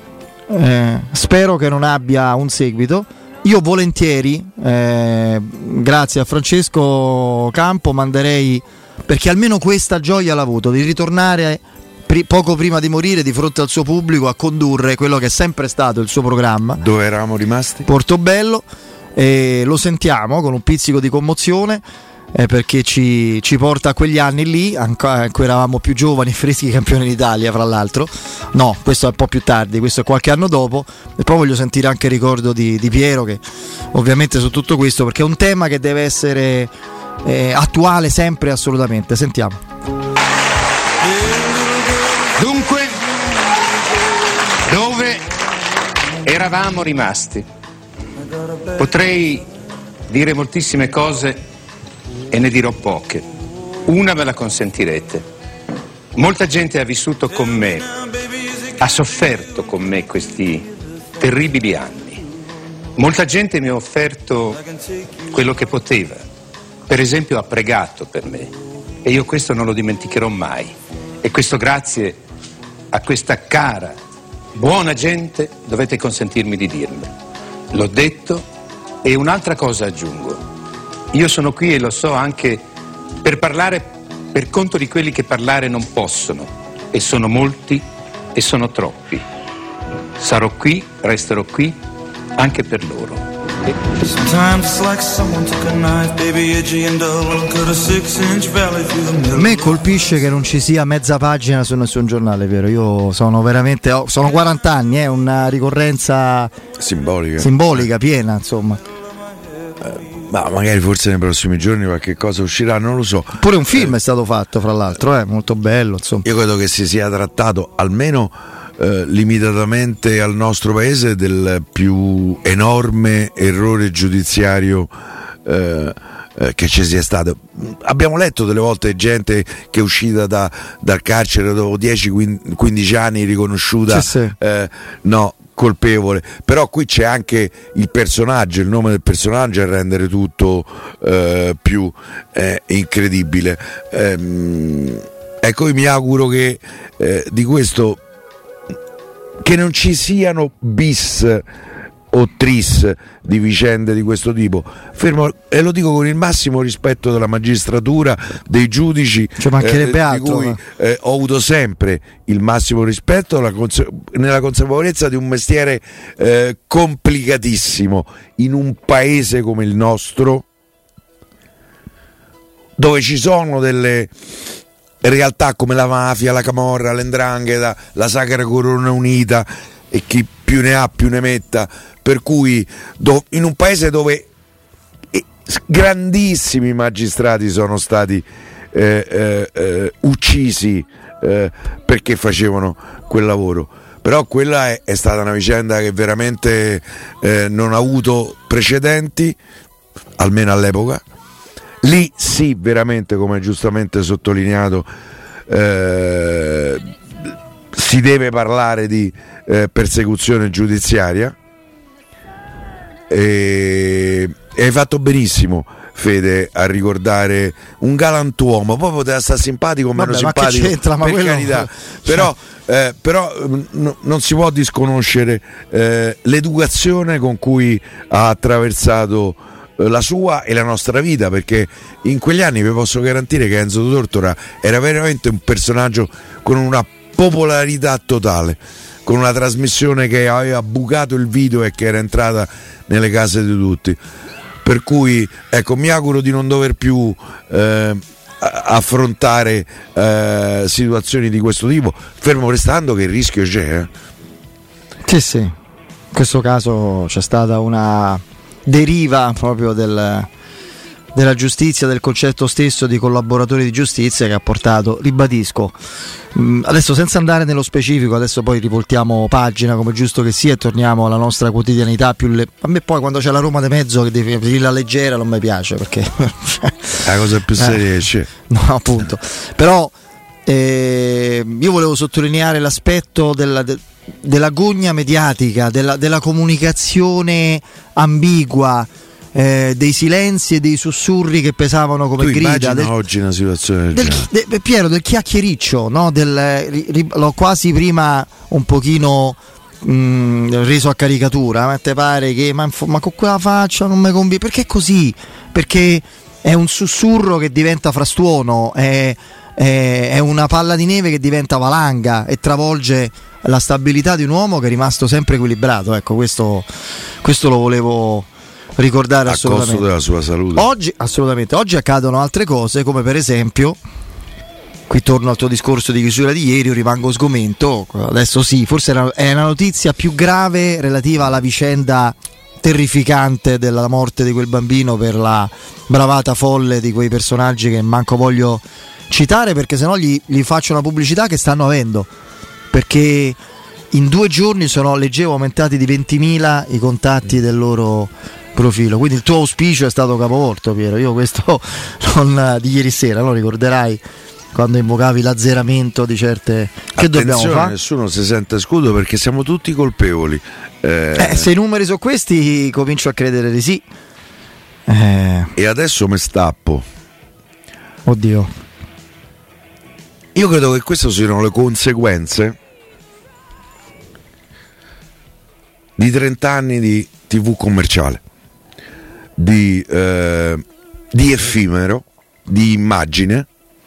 Spero che non abbia un seguito. Io volentieri, grazie a Francesco Campo, manderei, perché almeno questa gioia l'ha avuto, di ritornare poco prima di morire di fronte al suo pubblico a condurre quello che è sempre stato il suo programma. Dove eravamo rimasti? Portobello, e lo sentiamo con un pizzico di commozione, perché ci porta a quegli anni lì, ancora eravamo più giovani, freschi campioni d'Italia, fra l'altro. No, questo è un po' più tardi, questo è qualche anno dopo. E poi voglio sentire anche il ricordo di Piero, che ovviamente su tutto questo, perché è un tema che deve essere attuale sempre, assolutamente. Sentiamo. Dunque, dove eravamo rimasti? Potrei dire moltissime cose e ne dirò poche. Una me la consentirete. Molta gente ha vissuto con me, ha sofferto con me questi terribili anni. Molta gente mi ha offerto quello che poteva. Per esempio ha pregato per me e io questo non lo dimenticherò mai. E questo grazie a questa cara, buona gente dovete consentirmi di dirmelo. L'ho detto e un'altra cosa aggiungo. Io sono qui e lo so anche per parlare per conto di quelli che parlare non possono, e sono molti e sono troppi. Sarò qui, resterò qui anche per loro. A me colpisce che non ci sia mezza pagina su nessun giornale, vero? Io sono veramente, sono 40 anni, è una ricorrenza simbolica piena, insomma. Ma magari forse nei prossimi giorni qualche cosa uscirà, non lo so. Pure un film è stato fatto, fra l'altro, molto bello, insomma. Io credo che si sia trattato almeno limitatamente al nostro paese del più enorme errore giudiziario che ci sia stato. Abbiamo letto delle volte gente che è uscita dal carcere dopo 10-15 anni riconosciuta no, colpevole, però qui c'è anche il personaggio, il nome del personaggio a rendere tutto più incredibile. Ecco, io mi auguro che di questo, che non ci siano bis o tris di vicende di questo tipo, fermo, e lo dico con il massimo rispetto della magistratura, dei giudici, mancherebbe di altro, cui ho avuto sempre il massimo rispetto, nella consapevolezza di un mestiere complicatissimo in un paese come il nostro, dove ci sono delle realtà come la mafia, la camorra, l''ndrangheta, la Sacra Corona Unita e chi più ne ha più ne metta, per cui in un paese dove grandissimi magistrati sono stati uccisi perché facevano quel lavoro. Però quella è stata una vicenda che veramente non ha avuto precedenti, almeno all'epoca. Lì sì, veramente, come giustamente sottolineato, si deve parlare di persecuzione giudiziaria, e hai fatto benissimo, Fede, a ricordare un galantuomo. Poi poteva stare simpatico, meno simpatico, ma per quello... carità, però non si può disconoscere l'educazione con cui ha attraversato la sua e la nostra vita, perché in quegli anni vi posso garantire che Enzo Tortora era veramente un personaggio con una popolarità totale, con una trasmissione che aveva bucato il video e che era entrata nelle case di tutti, per cui ecco, mi auguro di non dover più affrontare situazioni di questo tipo, fermo restando che il rischio c'è. Sì, in questo caso c'è stata una deriva proprio della giustizia, del concetto stesso di collaboratori di giustizia, che ha portato, ribadisco, adesso senza andare nello specifico, adesso poi rivoltiamo pagina come giusto che sia e torniamo alla nostra quotidianità a me poi quando c'è la Roma di mezzo che devi aprirla leggera non mi piace, perché la cosa più seria c'è. No, appunto. Però io volevo sottolineare l'aspetto della gogna mediatica, della comunicazione ambigua, dei silenzi e dei sussurri che pesavano come grida. Oggi una situazione Piero, del chiacchiericcio, no? L'ho quasi prima un pochino reso a caricatura, ma te pare che ma con quella faccia non mi conviene, perché è così? Perché è un sussurro che diventa frastuono, è una palla di neve che diventa valanga e travolge la stabilità di un uomo che è rimasto sempre equilibrato. Ecco, questo lo volevo ricordare, a assolutamente, costo della sua salute. Oggi accadono altre cose, come per esempio, qui torno al tuo discorso di chiusura di ieri, io rimango sgomento, adesso sì, forse è la notizia più grave relativa alla vicenda terrificante della morte di quel bambino per la bravata folle di quei personaggi che manco voglio citare, perché sennò gli faccio una pubblicità che stanno avendo, perché in 2 giorni leggevo aumentati di 20.000 i contatti del loro profilo, quindi il tuo auspicio è stato capovolto, Piero. Io questo di ieri sera, lo ricorderai, quando invocavi l'azzeramento di certe... Che dobbiamo fare? Nessuno si sente scudo, perché siamo tutti colpevoli. Se i numeri sono questi, comincio a credere di sì. E adesso mi stappo. Oddio. Io credo che queste siano le conseguenze di 30 anni di TV commerciale, di effimero, di immagine,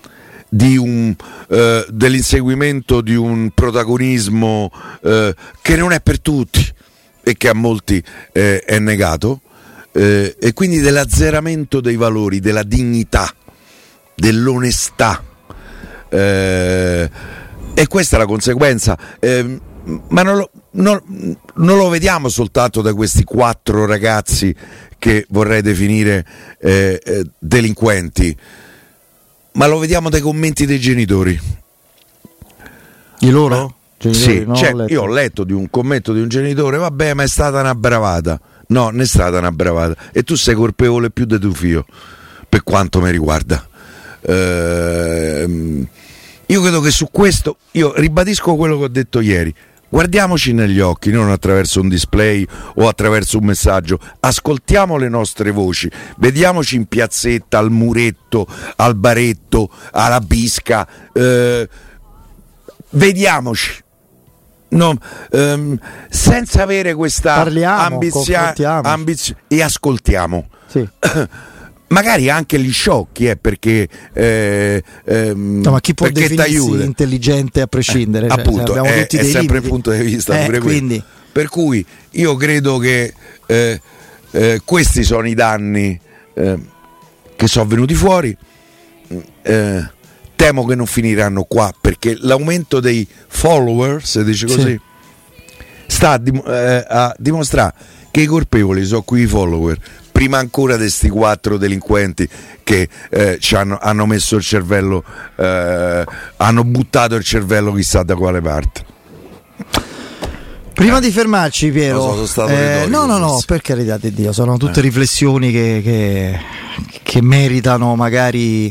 dell'inseguimento di un protagonismo che non è per tutti e che a molti è negato, e quindi dell'azzeramento dei valori, della dignità, dell'onestà. E questa è la conseguenza, ma non lo vediamo soltanto da questi 4 ragazzi che vorrei definire delinquenti, ma lo vediamo dai commenti dei genitori. Di loro? Sì, io ho letto di un commento di un genitore: vabbè, ma è stata una bravata. No, non è stata una bravata, e tu sei colpevole più di tuo figlio, per quanto mi riguarda. Io credo che su questo, io ribadisco quello che ho detto ieri: guardiamoci negli occhi, non attraverso un display o attraverso un messaggio, ascoltiamo le nostre voci, vediamoci in piazzetta, al muretto, al baretto, alla bisca, vediamoci senza avere questa ambizione e ascoltiamo. Sì. Magari anche gli sciocchi, perché ma chi può definirsi intelligente a prescindere? Appunto, cioè, è sempre il punto di vista. Quindi. Per cui io credo che questi sono i danni che sono venuti fuori. Temo che non finiranno qua, perché l'aumento dei follower, se dice così, sì, sta a dimostrare che i colpevoli sono qui i follower, prima ancora di sti 4 delinquenti che hanno messo il cervello, hanno buttato il cervello chissà da quale parte. Prima di fermarci, Piero, sono stato retorico, no, per carità di Dio, sono tutte riflessioni che meritano magari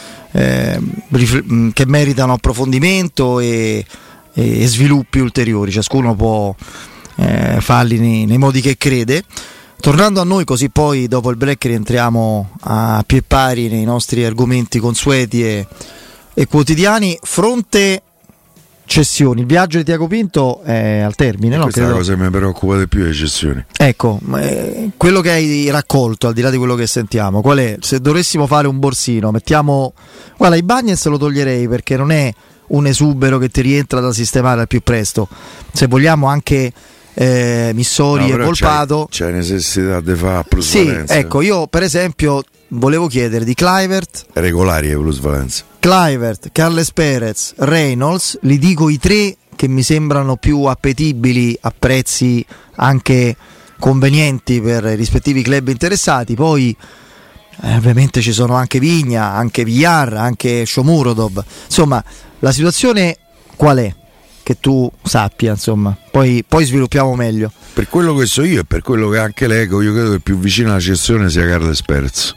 che meritano approfondimento e sviluppi ulteriori. Ciascuno può farli nei modi che crede. Tornando a noi, così poi dopo il break rientriamo a piè pari nei nostri argomenti consueti e quotidiani. Fronte cessioni, il viaggio di Tiago Pinto è al termine, no? Questa è la cosa che mi preoccupa di più, le cessioni. Ecco, quello che hai raccolto, al di là di quello che sentiamo, qual è? Se dovessimo fare un borsino, guarda, Ibañez lo toglierei perché non è un esubero che ti rientra da sistemare al più presto. Se vogliamo anche Missori e Volpato, c'è necessità di fare Sì, plusvalenza. ecco, io per esempio volevo chiedere di Kluivert, regolari e plusvalenza. Kluivert, Carles Perez, Reynolds, li dico i 3 che mi sembrano più appetibili a prezzi anche convenienti per i rispettivi club interessati. Poi ovviamente ci sono anche Vigna, anche Villar, anche Shomurodov. Insomma, la situazione qual è? Che tu sappia, insomma, poi sviluppiamo meglio. Per quello che so io e per quello che anche leggo, io credo che più vicino alla cessione sia Carles Perez,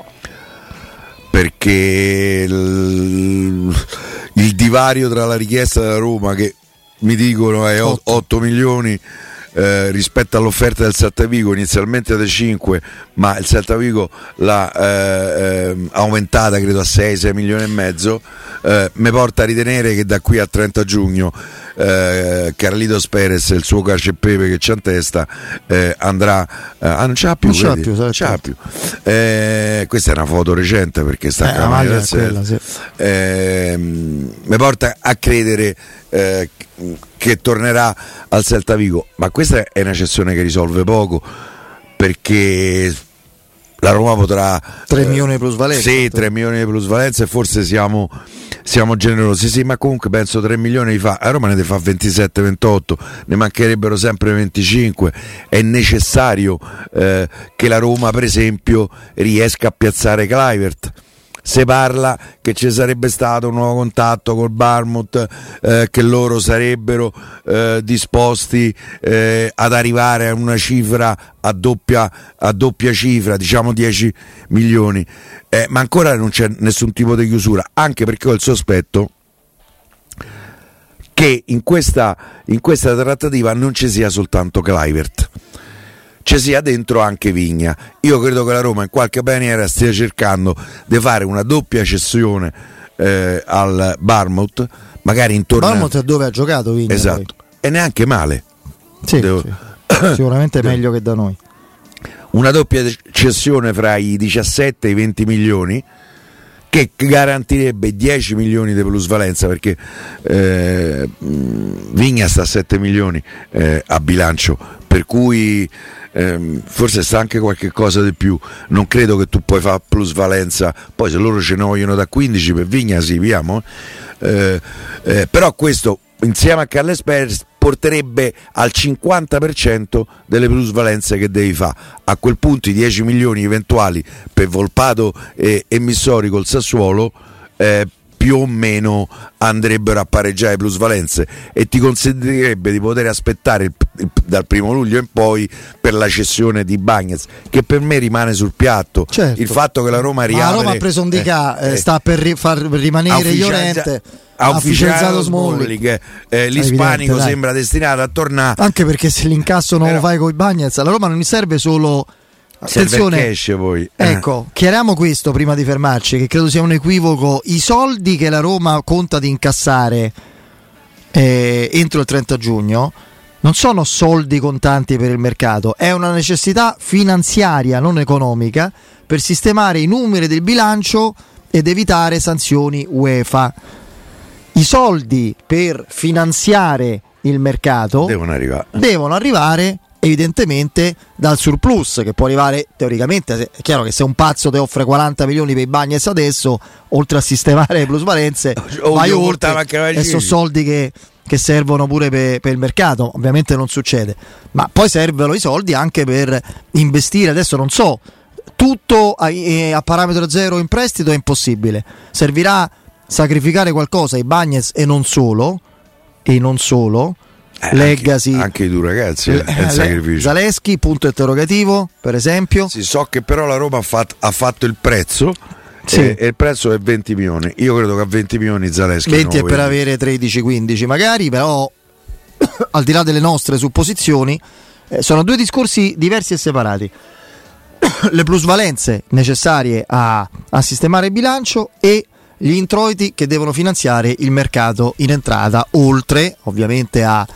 perché il divario tra la richiesta della Roma, che mi dicono è 8 milioni, rispetto all'offerta del Celta Vigo, inizialmente da 5, ma il Celta Vigo l'ha aumentata credo a 6 milioni e mezzo, mi porta a ritenere che da qui al 30 giugno Carlitos Perez e il suo cacio e pepe che c'ha in testa andrà non ce l'ha più, questa è una foto recente perché sta a maglia quella, sì. Mi porta a credere che tornerà al Celta Vigo, ma questa è una cessione che risolve poco, perché la Roma potrà 3 milioni di plusvalenza. Sì, 3 milioni di plusvalenza, e forse siamo generosi, sì, ma comunque penso 3 milioni li fa, a Roma ne fa 27-28, ne mancherebbero sempre 25. È necessario che la Roma, per esempio, riesca a piazzare Kluivert. Se parla che ci sarebbe stato un nuovo contatto col Bournemouth, che loro sarebbero disposti ad arrivare a una cifra a doppia cifra, diciamo 10 milioni, ma ancora non c'è nessun tipo di chiusura, anche perché ho il sospetto che in questa trattativa non ci sia soltanto Kluivert, ci sia dentro anche Vigna. Io credo che la Roma in qualche maniera stia cercando di fare una doppia cessione al Bournemouth, magari intorno Bournemouth dove ha giocato Vigna, esatto, e neanche male, sì. Sicuramente meglio che da noi. Una doppia cessione fra i 17 e i 20 milioni che garantirebbe 10 milioni di plusvalenza, perché Vigna sta a 7 milioni a bilancio, per cui forse sta anche qualche cosa di più. Non credo che tu puoi fare plusvalenza, poi se loro ce ne vogliono da 15 per Vigna sì, vediamo, però questo insieme a Carles Perez porterebbe al 50% delle plusvalenze che devi fare. A quel punto i 10 milioni eventuali per Volpato e Missori col Sassuolo più o meno andrebbero a pareggiare plusvalenze, e ti consentirebbe di poter aspettare dal 1 luglio in poi per la cessione di Ibañez, che per me rimane sul piatto. Certo. Il fatto che la Roma riapre, la Roma ha preso un Dica, sta per far rimanere Llorente, ha ufficializzato Smalling, l'ispanico sembra destinato a tornare, anche perché se l'incasso non lo fai con Ibañez, alla Roma non gli serve solo. Attenzione, cash, poi. Ecco, chiariamo questo prima di fermarci, che credo sia un equivoco. I soldi che la Roma conta di incassare entro il 30 giugno non sono soldi contanti per il mercato, è una necessità finanziaria, non economica, per sistemare i numeri del bilancio ed evitare sanzioni UEFA. I soldi per finanziare il mercato devono arrivare evidentemente dal surplus, che può arrivare teoricamente. È chiaro che se un pazzo ti offre 40 milioni per i Bagnets adesso, oltre a sistemare le plusvalenze, vai oltre, e sono soldi che servono pure per il mercato. Ovviamente non succede, ma poi servono i soldi anche per investire. Adesso non so, tutto a parametro zero in prestito è impossibile, servirà sacrificare qualcosa ai Bagnets e non solo Legacy, anche i due ragazzi è sacrificio. Zaleschi, punto interrogativo, per esempio. Sì, so che però la Roma ha fatto il prezzo. Sì. E il prezzo è 20 milioni. Io credo che a 20 milioni Zaleschi 20 è per avere 13-15 magari, però al di là delle nostre supposizioni sono due discorsi diversi e separati. Le plusvalenze necessarie a sistemare il bilancio e gli introiti che devono finanziare il mercato in entrata, oltre ovviamente a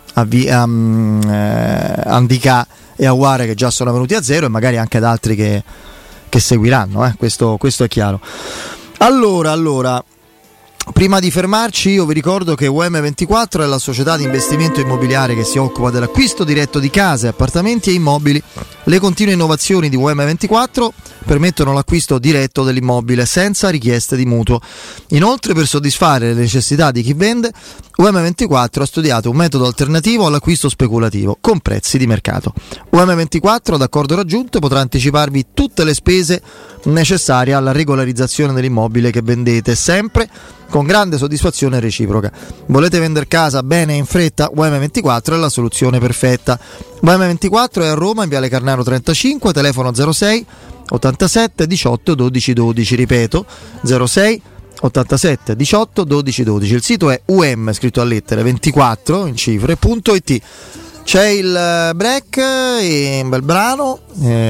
Andicà e Aouar, che già sono venuti a zero, e magari anche ad altri che seguiranno, questo è chiaro. Allora, prima di fermarci, io vi ricordo che UM24 è la società di investimento immobiliare che si occupa dell'acquisto diretto di case, appartamenti e immobili. Le continue innovazioni di UM24 permettono l'acquisto diretto dell'immobile senza richieste di mutuo. Inoltre, per soddisfare le necessità di chi vende, UM24 ha studiato un metodo alternativo all'acquisto speculativo con prezzi di mercato. UM24, ad accordo raggiunto, potrà anticiparvi tutte le spese necessarie alla regolarizzazione dell'immobile che vendete, sempre con grande soddisfazione reciproca. Volete vendere casa bene e in fretta? UM24 è la soluzione perfetta. UM24 è a Roma, in Viale Carnaro 35, telefono 06 87 18 12 12, ripeto 06 87 18 12 12. Il sito è scritto a lettere 24 in cifre.it. C'è il break e un bel brano,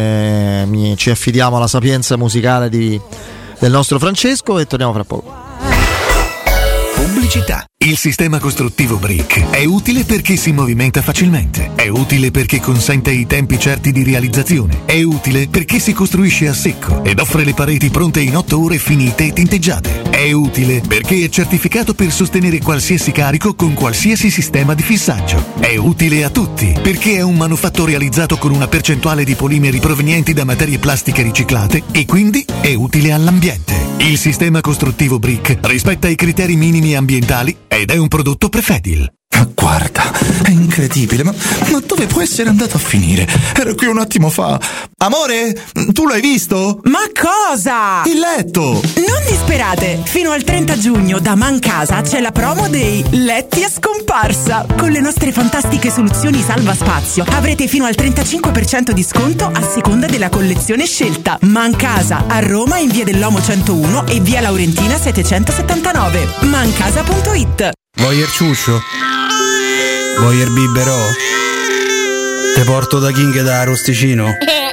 ci affidiamo alla sapienza musicale del nostro Francesco e torniamo fra poco. Pubblicità. Il sistema costruttivo Brick è utile perché si movimenta facilmente, è utile perché consente i tempi certi di realizzazione, è utile perché si costruisce a secco ed offre le pareti pronte in 8 ore finite e tinteggiate, è utile perché è certificato per sostenere qualsiasi carico con qualsiasi sistema di fissaggio, è utile a tutti perché è un manufatto realizzato con una percentuale di polimeri provenienti da materie plastiche riciclate e quindi è utile all'ambiente. Il sistema costruttivo Brick rispetta i criteri minimi ambientali ed è un prodotto Prefedil. Guarda, è incredibile, ma dove può essere andato a finire? Ero qui un attimo fa. Amore, tu l'hai visto? Ma cosa? Il letto! Non disperate! Fino al 30 giugno da Mancasa c'è la promo dei letti a scomparsa. Con le nostre fantastiche soluzioni salva spazio avrete fino al 35% di sconto a seconda della collezione scelta. Mancasa, a Roma in via dell'Omo 101 e via Laurentina 779. Mancasa.it. Vuoi il ciuscio? Vuoi il biberò? Te porto da King dell'Arrosticino.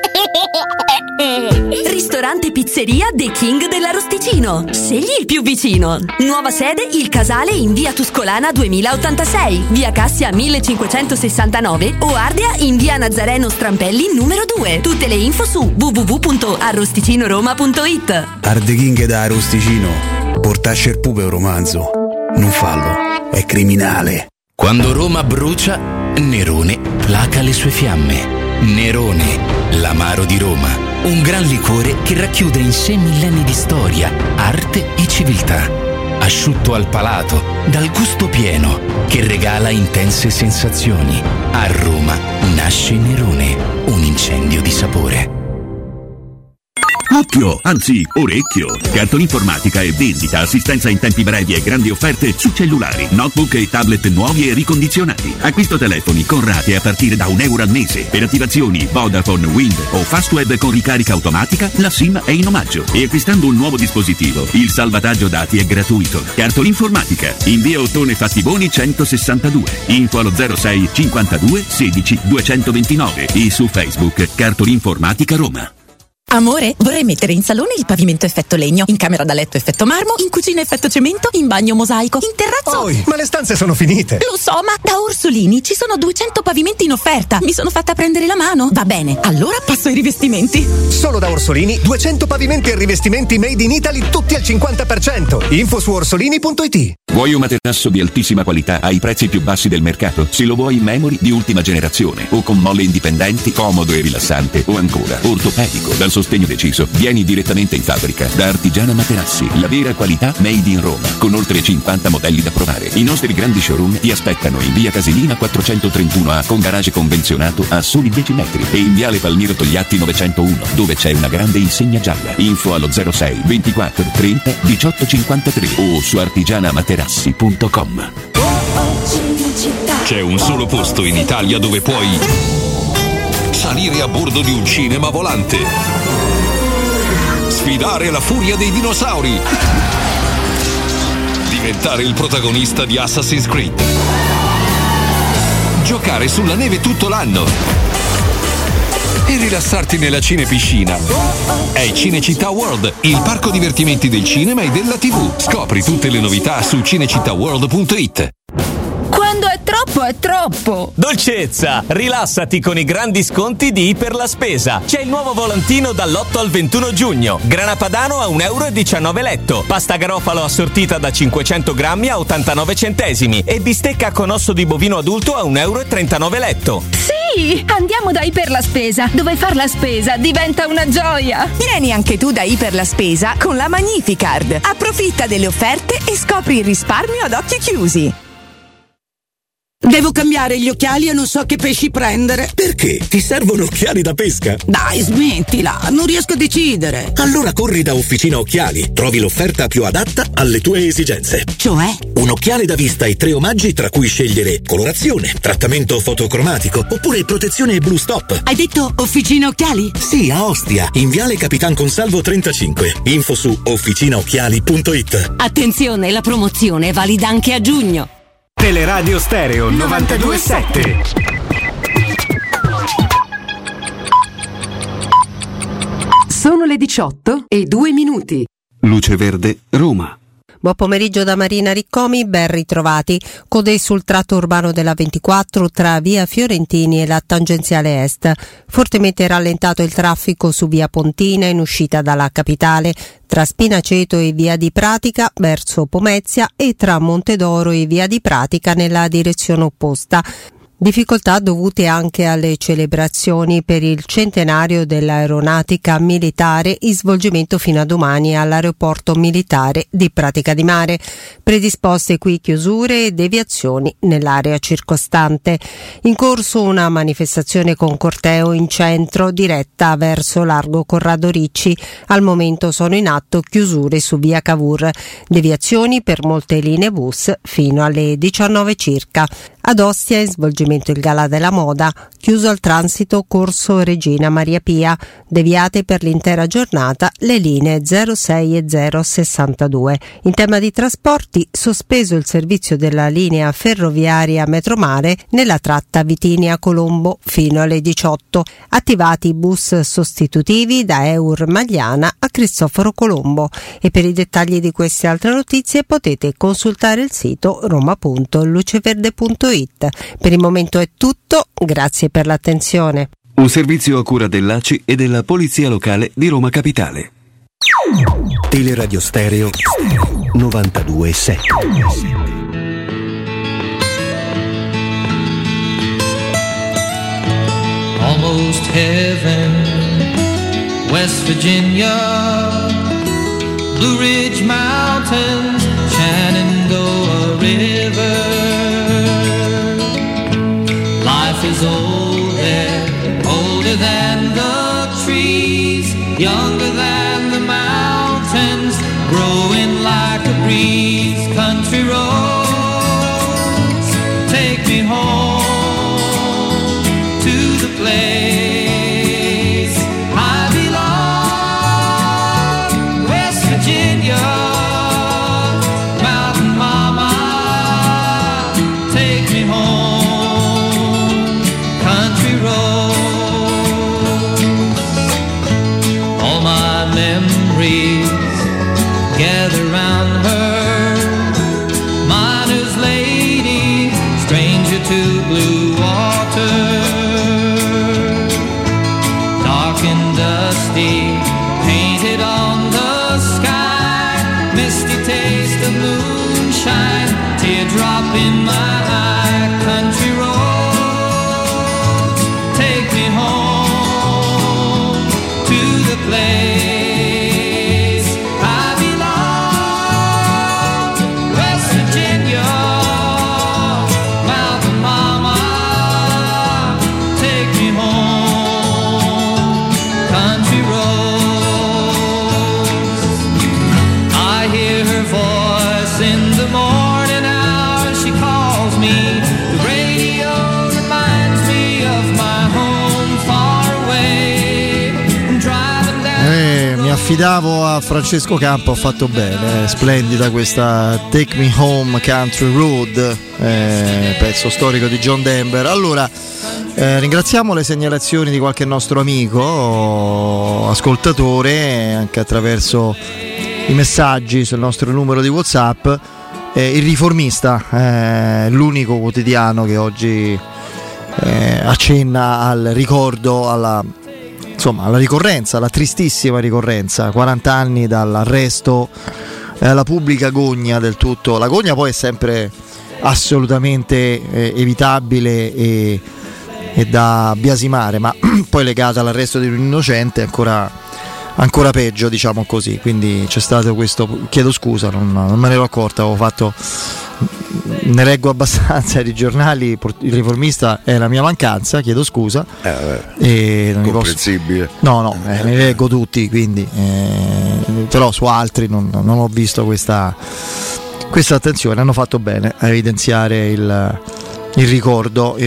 Ristorante Pizzeria The King dell'Arrosticino. Scegli il più vicino. Nuova sede Il Casale in via Tuscolana 2086, via Cassia 1569 o Ardea in via Nazareno Strampelli numero 2. Tutte le info su www.arrosticinoroma.it. Arde King dell'Arrosticino. Portasce il pupe un romanzo. Non fallo, è criminale. Quando Roma brucia, Nerone placa le sue fiamme. Nerone, l'amaro di Roma, un gran liquore che racchiude in sé millenni di storia, arte e civiltà. Asciutto al palato, dal gusto pieno, che regala intense sensazioni. A Roma nasce Nerone, un incendio di sapore. Occhio, anzi orecchio. Cartolinformatica e vendita, assistenza in tempi brevi e grandi offerte su cellulari, notebook e tablet nuovi e ricondizionati. Acquisto telefoni con rate a partire da €1 al mese. Per attivazioni Vodafone, Wind o Fastweb con ricarica automatica, la SIM è in omaggio. E acquistando un nuovo dispositivo, il salvataggio dati è gratuito. Cartolinformatica, in via Ottone Fattiboni 162. Info allo 06 52 16 229 e su Facebook Cartolinformatica Roma. Amore, vorrei mettere in salone il pavimento effetto legno, in camera da letto effetto marmo, in cucina effetto cemento, in bagno mosaico, in terrazzo... Poi, ma le stanze sono finite! Lo so, ma da Orsolini ci sono 200 pavimenti in offerta. Mi sono fatta prendere la mano. Va bene, allora passo ai rivestimenti. Solo da Orsolini 200 pavimenti e rivestimenti made in Italy, tutti al 50%. Info su orsolini.it. Vuoi un materasso di altissima qualità ai prezzi più bassi del mercato? Se lo vuoi in memory di ultima generazione o con molle indipendenti, comodo e rilassante, o ancora ortopedico dal sostegno deciso, vieni direttamente in fabbrica da Artigiana Materassi, la vera qualità made in Roma, con oltre 50 modelli da provare. I nostri grandi showroom ti aspettano in via Casilina 431A con garage convenzionato a soli 10 metri e in viale Palmiro Togliatti 901 dove c'è una grande insegna gialla. Info allo 06 24 30 18 53 o su artigianamaterassi.com. C'è un solo posto in Italia dove puoi salire a bordo di un cinema volante, sfidare la furia dei dinosauri, diventare il protagonista di Assassin's Creed, giocare sulla neve tutto l'anno e rilassarti nella cinepiscina. È Cinecittà World, il parco divertimenti del cinema e della TV. Scopri tutte le novità su cinecittàworld.it. Quando è troppo, è troppo! Dolcezza! Rilassati con i grandi sconti di Iper la Spesa. C'è il nuovo volantino dall'8 al 21 giugno. Grana padano a €1,19 letto. Pasta garofalo assortita da 500 grammi a 89 centesimi. E bistecca con osso di bovino adulto a €1,39 letto. Sì! Andiamo da Iper la Spesa, dove far la spesa diventa una gioia! Vieni anche tu da Iper la Spesa con la Magnificard. Approfitta delle offerte e scopri il risparmio ad occhi chiusi. Devo cambiare gli occhiali e non so che pesci prendere. Perché? Ti servono occhiali da pesca? Dai, smettila, non riesco a decidere. Allora corri da Officina Occhiali. Trovi l'offerta più adatta alle tue esigenze. Cioè? Un occhiale da vista e 3 omaggi tra cui scegliere colorazione, trattamento fotocromatico oppure protezione Blue Stop. Hai detto Officina Occhiali? Sì, a Ostia, in viale Capitan Consalvo 35. Info su officinaocchiali.it. Attenzione, la promozione è valida anche a giugno. Teleradio Stereo 92.7. Sono le 18:02. Luce Verde, Roma. Buon pomeriggio da Marina Riccomi, ben ritrovati. Code sul tratto urbano della 24 tra via Fiorentini e la tangenziale est. Fortemente rallentato il traffico su via Pontina in uscita dalla capitale, tra Spinaceto e via di Pratica verso Pomezia e tra Montedoro e via di Pratica nella direzione opposta. Difficoltà dovute anche alle celebrazioni per il centenario dell'aeronautica militare in svolgimento fino a domani all'aeroporto militare di Pratica di Mare. Predisposte qui chiusure e deviazioni nell'area circostante. In corso una manifestazione con corteo in centro diretta verso largo Corrado Ricci. Al momento sono in atto chiusure su via Cavour. Deviazioni per molte linee bus fino alle 19 circa. Ad Ostia in svolgimento il Gala della Moda, chiuso al transito corso Regina Maria Pia, deviate per l'intera giornata le linee 06 e 062. In tema di trasporti, sospeso il servizio della linea ferroviaria Metromare nella tratta Vitinia-Colombo fino alle 18. Attivati i bus sostitutivi da Eur Magliana a Cristoforo Colombo. E per i dettagli di queste altre notizie potete consultare il sito roma.luceverde.it. Per il momento è tutto, grazie per l'attenzione. Un servizio a cura dell'ACI e della Polizia Locale di Roma Capitale. Teleradio Stereo 92.7. Almost heaven, West Virginia, Blue Ridge Mountains, Shenandoah River. Life is old there, older than the trees, younger than the mountains, growing like a breeze. Country roads, take me home to the place I belong, West Virginia. all my memories gather round her. Miner's lady, stranger to blue water, dark and dusty, painted on the sky, misty taste of moonshine, teardrop in my eye, country roads, take me home to the place I belong, West Virginia, Mountain Mama, take me home, country roads. I hear her voice in the morning hour, she calls me, the radio reminds me of my home far away, I'm driving down. Mi affidavo a Francesco Campo, ho fatto bene, splendida questa Take Me Home Country Road, pezzo storico di John Denver. Allora, ringraziamo le segnalazioni di qualche nostro amico, ascoltatore, anche attraverso i messaggi sul nostro numero di WhatsApp. Il Riformista, l'unico quotidiano che oggi accenna al ricordo, alla ricorrenza, alla tristissima ricorrenza, 40 anni dall'arresto, la pubblica gogna del tutto. La gogna poi è sempre assolutamente evitabile e da biasimare, ma poi legata all'arresto di un innocente è ancora peggio, diciamo così. Quindi c'è stato questo, chiedo scusa, non me ne ero accorta, ne leggo abbastanza i giornali, il Riformista è la mia mancanza, chiedo scusa. E non comprensibile. Ne leggo tutti, quindi però su altri non ho visto questa attenzione. Hanno fatto bene a evidenziare il ricordo.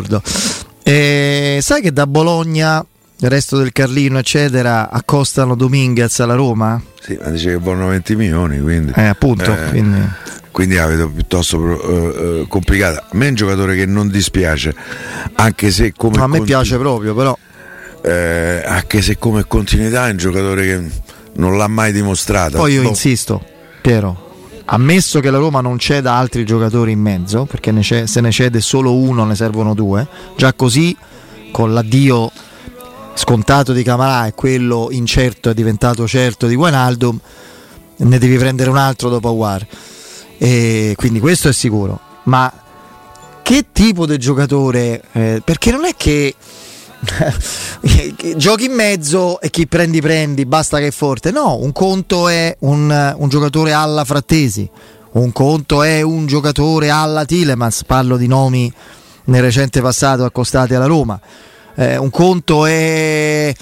Sai che da Bologna, il resto del Carlino eccetera, accostano Dominguez alla Roma? Sì, ma dice che vogliono 20 milioni, quindi appunto, quindi la vedo piuttosto complicata. A me è un giocatore che non dispiace, anche se come a me piace proprio, però anche se come continuità è un giocatore che non l'ha mai dimostrato. Poi io insisto, Piero, ammesso che la Roma non ceda altri giocatori in mezzo, perché se ne cede solo uno ne servono due, già così con l'addio scontato di Camarà e quello incerto è diventato certo di Wijnaldum, ne devi prendere un altro dopo Aouar, e quindi questo è sicuro. Ma che tipo di giocatore? Perché non è che giochi in mezzo e chi prendi basta che è forte. No, un conto è un giocatore alla Frattesi, un conto è un giocatore alla Tielemans, parlo di nomi nel recente passato accostati alla Roma. Un conto è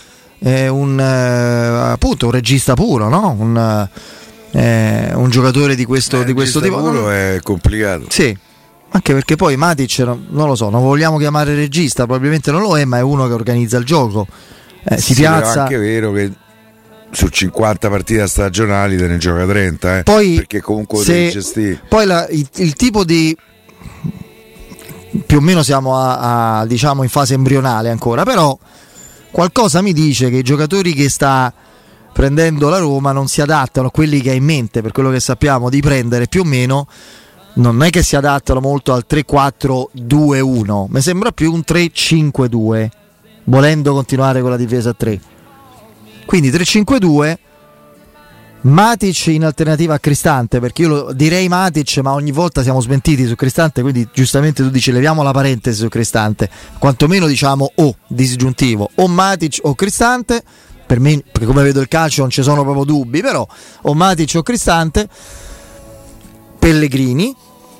un regista puro, no? Un giocatore di questo tipo puro è complicato. Sì, anche perché poi Matic non lo so, non vogliamo chiamare regista, probabilmente non lo è, ma è uno che organizza il gioco, si piazza. È anche vero che su 50 partite stagionali te ne gioca 30, poi, perché comunque devi gestire. Poi il tipo di, più o meno siamo diciamo in fase embrionale ancora, però qualcosa mi dice che i giocatori che sta prendendo la Roma non si adattano a quelli che ha in mente, per quello che sappiamo di prendere più o meno. Non è che si adattano molto al 3-4-2-1, mi sembra più un 3-5-2, volendo continuare con la difesa a 3. Quindi 3-5-2, Matic in alternativa a Cristante, perché io lo direi Matic, ma ogni volta siamo smentiti su Cristante, quindi giustamente tu dici leviamo la parentesi su Cristante, quantomeno diciamo disgiuntivo, o Matic o Cristante. Per me, perché come vedo il calcio non ci sono proprio dubbi, però o Matic o Cristante. Pellegrini,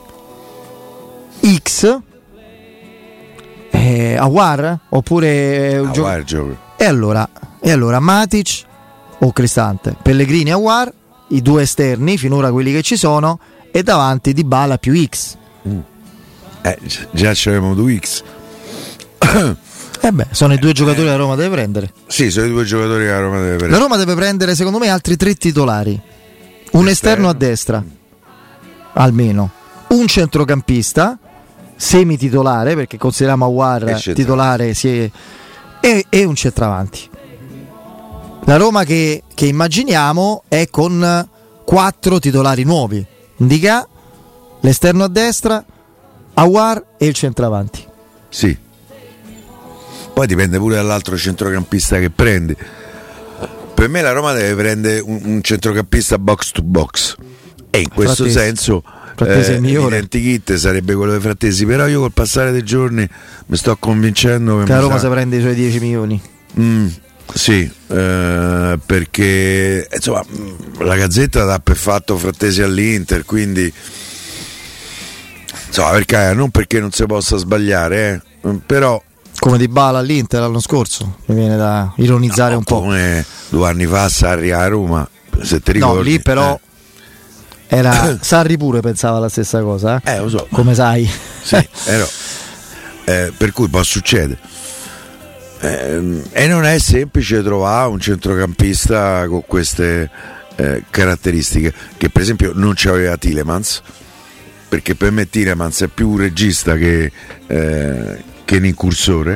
X, Aouar, oppure Aouar e allora Matic o Cristante, Pellegrini, Aouar, i due esterni finora quelli che ci sono, e davanti Dybala più X. Già c'avevamo due X. Sono i due giocatori che la Roma deve prendere. Sì, sono i due giocatori che la Roma deve prendere. La Roma deve prendere secondo me altri 3 titolari, un esterno a destra almeno, un centrocampista semi-titolare, perché consideriamo Aouar titolare, e un centravanti. La Roma che immaginiamo è con 4 titolari nuovi: Ndicà, l'esterno a destra, Aouar e il centravanti. Sì. Poi dipende pure dall'altro centrocampista che prendi. Per me la Roma deve prendere un centrocampista box to box, e in questo senso l'identikit sarebbe quello dei Frattesi. Però io col passare dei giorni mi sto convincendo che la Roma si prende i suoi 10 milioni. Sì, perché insomma la Gazzetta dà per fatto Frattesi all'Inter, quindi insomma, non perché non si possa sbagliare, però come Dybala all'Inter l'anno scorso, mi viene da ironizzare un po'. Come 2 anni fa Sarri a Roma, se ti ricordi. No, lì però era Sarri pure pensava la stessa cosa, lo so. Come sai. Sì, però per cui può succedere. E non è semplice trovare un centrocampista con queste caratteristiche, che per esempio non c'aveva Tielemans, perché per me Tielemans è più un regista che un incursore.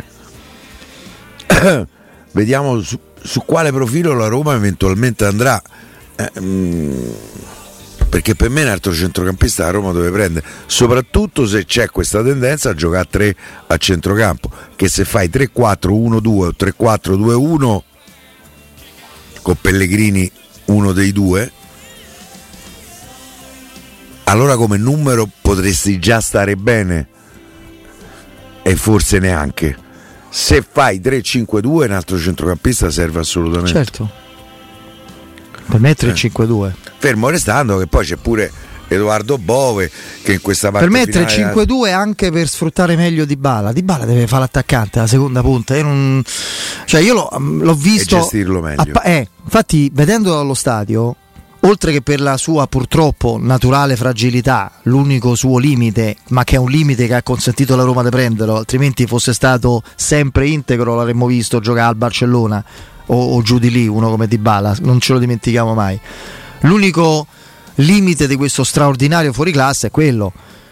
Vediamo su quale profilo la Roma eventualmente andrà, perché per me un altro centrocampista la Roma deve prendere, soprattutto se c'è questa tendenza a giocare a 3 a centrocampo, che se fai 3-4-1-2 o 3-4-2-1 con Pellegrini uno dei due, allora come numero potresti già stare bene, e forse neanche. Se fai 3-5-2 un altro centrocampista serve assolutamente. Certo, per me è 3-5-2. Fermo restando che poi c'è pure Edoardo Bove che in questa parte per me è 3-5-2 anche per sfruttare meglio Dybala. Dybala deve fare l'attaccante, la seconda punta. Io l'ho visto e gestirlo meglio. Infatti vedendolo allo stadio, oltre che per la sua purtroppo naturale fragilità, l'unico suo limite, ma che è un limite che ha consentito alla Roma di prenderlo, altrimenti fosse stato sempre integro l'avremmo visto giocare al Barcellona o giù di lì, uno come Dybala, non ce lo dimentichiamo mai. L'unico limite di questo straordinario fuoriclasse è quello.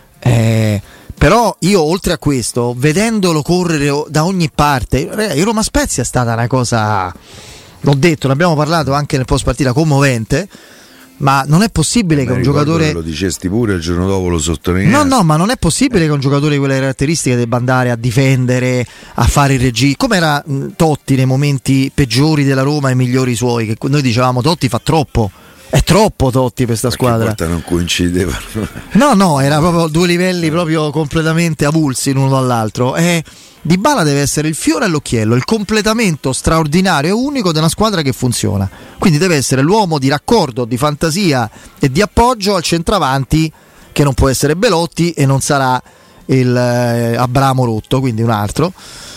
Però io oltre a questo, vedendolo correre da ogni parte, il Roma Spezia è stata una cosa, l'ho detto, ne abbiamo parlato anche nel post partita, commovente. Ma non è possibile che un giocatore, lo dicesti pure il giorno dopo, lo sottolineai. No, ma non è possibile che un giocatore di quelle caratteristiche debba andare a difendere, a fare il regista, come era Totti nei momenti peggiori della Roma e migliori suoi, che noi dicevamo Totti fa troppo. È troppo Totti per questa squadra. Non coincidevano. No, era proprio 2 livelli proprio completamente avulsi l'uno dall'altro. Dybala deve essere il fiore all'occhiello, il completamento straordinario e unico di una squadra che funziona. Quindi deve essere l'uomo di raccordo, di fantasia e di appoggio al centravanti, che non può essere Belotti e non sarà il Abramo rotto, quindi un altro.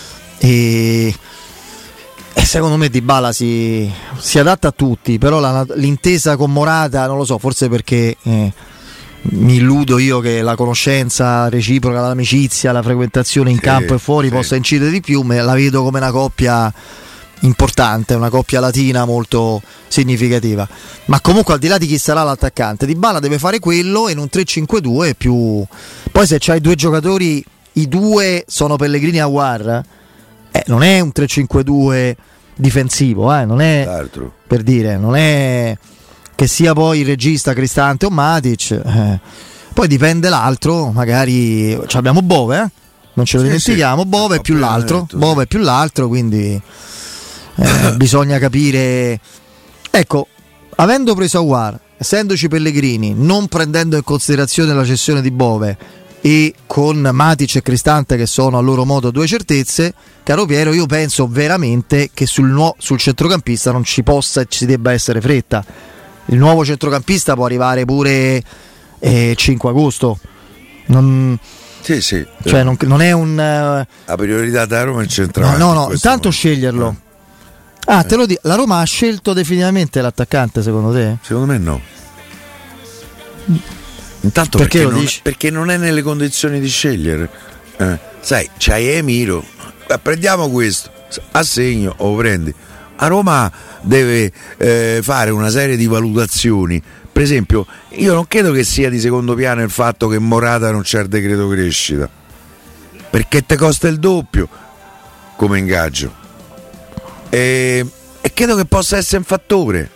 E secondo me Dybala si adatta a tutti, però l'intesa con Morata non lo so, forse perché mi illudo io che la conoscenza reciproca, l'amicizia, la frequentazione in campo e fuori possa incidere di più, ma la vedo come una coppia importante, una coppia latina molto significativa. Ma comunque al di là di chi sarà l'attaccante, Dybala deve fare quello in un 3-5-2 più. Poi se c'hai 2 giocatori, i 2 sono Pellegrini e Aouar, non è un 3-5-2 difensivo, non è per dire, non è che sia poi il regista Cristante o Matic, poi dipende l'altro, magari abbiamo Bove, non ce lo dimentichiamo, Bove è più l'altro, Bove è più l'altro, quindi bisogna capire, ecco, avendo preso Aouar, essendoci Pellegrini, non prendendo in considerazione la cessione di Bove e con Matic e Cristante che sono a loro modo 2 certezze, caro Piero, io penso veramente che sul centrocampista non ci possa e ci debba essere fretta. Il nuovo centrocampista può arrivare pure 5 agosto. Sì. Cioè non è un la priorità da Roma è il centravanti. No, intanto sceglierlo. Te lo dico, la Roma ha scelto definitivamente l'attaccante, secondo te? Secondo me no. Intanto perché non è nelle condizioni di scegliere. Sai, c'hai Emiro, prendiamo questo, assegno o lo prendi. A Roma deve fare una serie di valutazioni. Per esempio, io non credo che sia di secondo piano il fatto che Morata non c'è il decreto crescita, perché te costa il doppio come ingaggio, e credo che possa essere un fattore.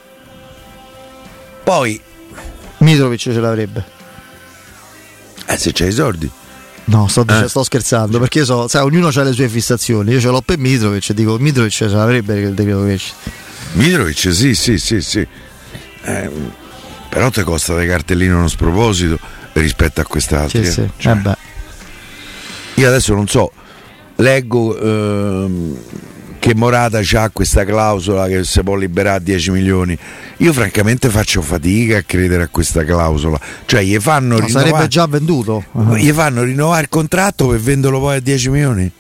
Poi Mitrovic ce l'avrebbe. Se c'hai i soldi. No, sto scherzando, perché sai, ognuno ha le sue fissazioni. Io ce l'ho per Mitrovic e dico Mitrovic ce l'avrebbe il decreto crescita. Mitrovic sì. Però ti costa dei cartellini uno sproposito rispetto a quest'altro. Sì. Cioè, io adesso non so, leggo che Morata c'ha questa clausola che si può liberare 10 milioni. Io francamente faccio fatica a credere a questa clausola. Cioè gli fanno rinnovare, sarebbe già venduto. Gli fanno rinnovare il contratto per venderlo poi a 10 milioni.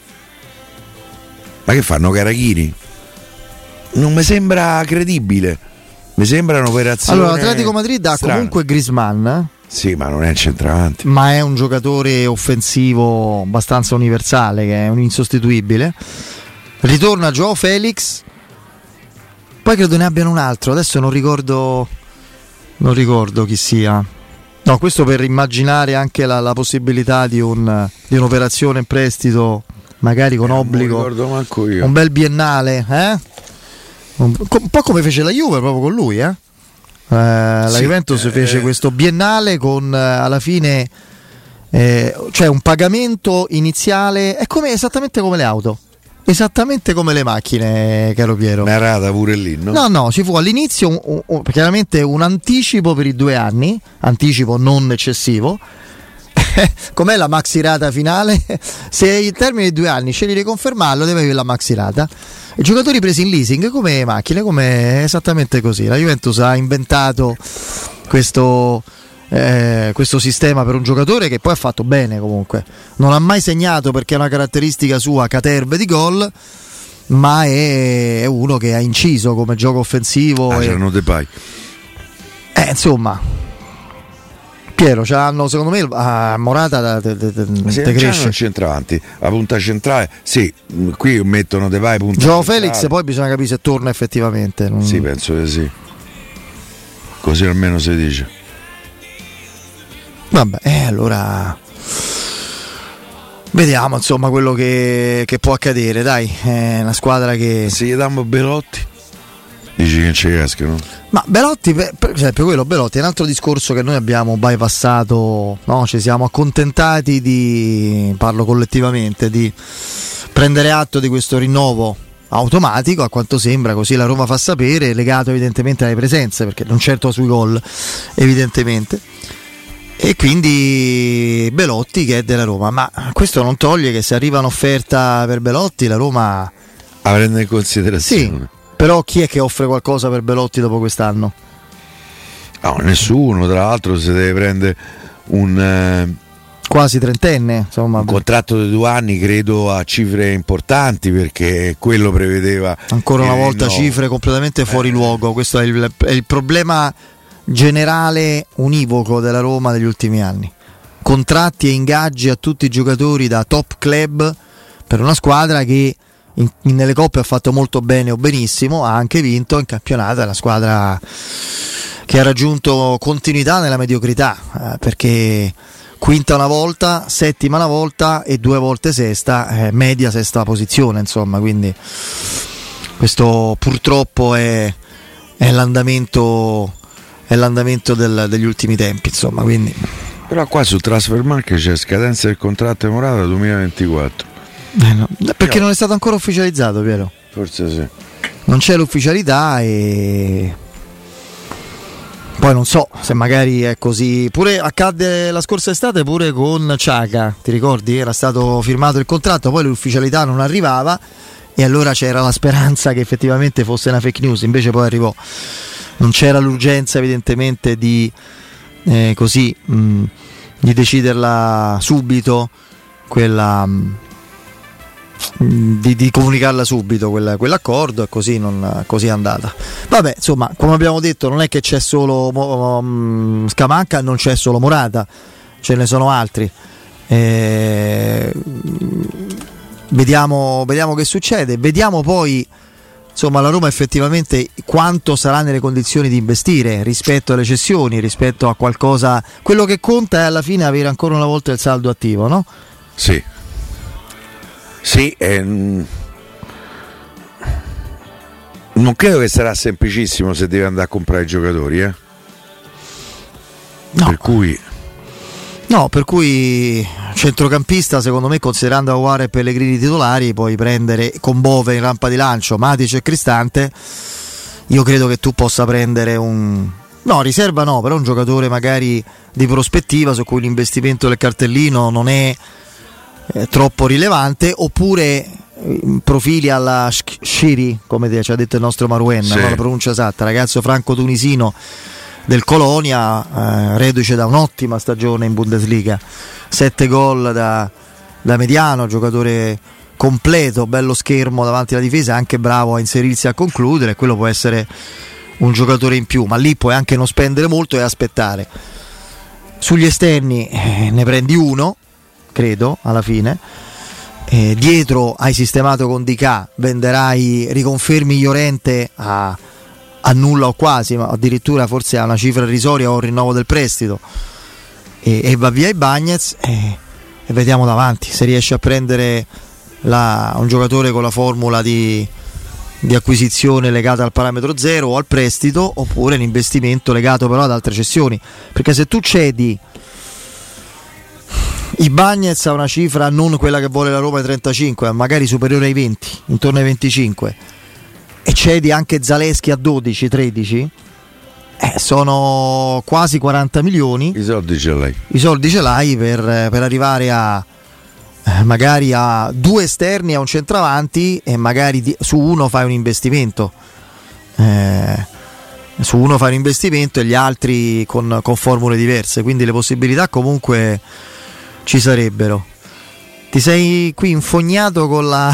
Ma che fanno, Carachini? Non mi sembra credibile. Mi sembra un'operazione. Allora l'Atletico Madrid ha strana. Comunque Griezmann. Sì, ma non è centravanti. Ma è un giocatore offensivo abbastanza universale, che è un insostituibile. Ritorna Joao Felix. Poi credo ne abbiano un altro. Adesso non ricordo chi sia. No, questo per immaginare anche la possibilità di un'operazione in prestito, magari con obbligo. Non ricordo manco io. Un bel biennale, un po' come fece la Juve proprio con lui, la Juventus fece questo biennale con alla fine cioè un pagamento iniziale, è esattamente come le auto, esattamente come le macchine, caro Piero. Una rata pure lì, no? No, ci fu all'inizio chiaramente un anticipo per i 2 anni, anticipo non eccessivo. Com'è la maxirata finale? Se in termini di 2 anni scegli di confermarlo, deve avere la maxirata. I giocatori presi in leasing come macchine, come esattamente così. La Juventus ha inventato questo sistema per un giocatore che poi ha fatto bene comunque. Non ha mai segnato perché è una caratteristica sua caterve di gol, ma è uno che ha inciso come gioco offensivo. C'erano Depay. Insomma. Piero, c'hanno secondo me Morata te cresce. Centravanti, la punta centrale, sì, qui mettono De Vai punta Joao centrale. Felix poi bisogna capire se torna effettivamente. Sì, penso che sì. Così almeno si dice. Vabbè, allora vediamo insomma quello che può accadere, dai, è una squadra che... Se gli diamo Belotti, dici che ci riescono? Ma Belotti, per esempio, Belotti è un altro discorso che noi abbiamo bypassato, no? Ci siamo accontentati parlo collettivamente, di prendere atto di questo rinnovo automatico, a quanto sembra, così la Roma fa sapere, legato evidentemente alle presenze, perché non certo sui gol, evidentemente. E quindi Belotti che è della Roma, ma questo non toglie che se arriva un'offerta per Belotti la Roma la prende in considerazione. Sì. Però chi è che offre qualcosa per Belotti dopo quest'anno? No, nessuno, tra l'altro si deve prendere un quasi trentenne, insomma. Un contratto di 2 anni, credo a cifre importanti, perché quello prevedeva ancora una volta cifre completamente fuori luogo. Questo è il problema generale univoco della Roma degli ultimi anni. Contratti e ingaggi a tutti i giocatori da top club per una squadra che nelle coppe ha fatto molto bene o benissimo, ha anche vinto in campionato, è la squadra che ha raggiunto continuità nella mediocrità, perché quinta una volta, settima una volta e 2 volte sesta, media sesta posizione, insomma, quindi questo purtroppo è l'andamento degli ultimi tempi, insomma, quindi. Però qua su Transfermarkt c'è scadenza del contratto di Morata 2024. No, perché non è stato ancora ufficializzato, Piero? Forse sì. Non c'è l'ufficialità e poi non so se magari è così. Pure accadde la scorsa estate pure con Xhaka, ti ricordi? Era stato firmato il contratto, poi l'ufficialità non arrivava e allora c'era la speranza che effettivamente fosse una fake news, invece poi arrivò. Non c'era l'urgenza evidentemente di deciderla subito, quella di comunicarla subito quell'accordo, e così è andata. Vabbè, insomma, come abbiamo detto, non è che c'è solo Scamacca, non c'è solo Morata, ce ne sono altri. Vediamo che succede, vediamo poi insomma la Roma effettivamente quanto sarà nelle condizioni di investire rispetto alle cessioni, rispetto a qualcosa. Quello che conta è alla fine avere ancora una volta il saldo attivo, no? Sì, Non credo che sarà semplicissimo se deve andare a comprare i giocatori, No. Per cui centrocampista, secondo me, considerando Aouar e Pellegrini titolari, puoi prendere con Bove in rampa di lancio, Matic e Cristante. Io credo che tu possa prendere riserva no, però un giocatore magari di prospettiva su cui l'investimento del cartellino non è troppo rilevante, oppure profili alla Shiri, come ci ha detto il nostro Maruen, sì. La pronuncia esatta, ragazzo franco-tunisino del Colonia, reduce da un'ottima stagione in Bundesliga, 7 gol da mediano, giocatore completo, bello schermo davanti alla difesa, anche bravo a inserirsi e a concludere. Quello può essere un giocatore in più, ma lì puoi anche non spendere molto e aspettare. Sugli esterni ne prendi uno, credo, alla fine. Dietro hai sistemato con Dicà, riconfermi Llorente a nulla o quasi, ma addirittura forse a una cifra irrisoria o un rinnovo del prestito, e va via Ibañez e vediamo davanti se riesce a prendere un giocatore con la formula di acquisizione legata al parametro zero o al prestito, oppure l'investimento legato però ad altre cessioni, perché se tu cedi Ibañez a una cifra non quella che vuole la Roma ai 35, magari superiore ai 20, intorno ai 25, e cedi anche Zaleschi a 12-13, sono quasi 40 milioni. I soldi ce l'hai per arrivare a magari a 2 esterni e a un centravanti, e magari su uno fai un investimento, e gli altri con formule diverse, quindi le possibilità comunque ci sarebbero. Ti sei qui infognato con la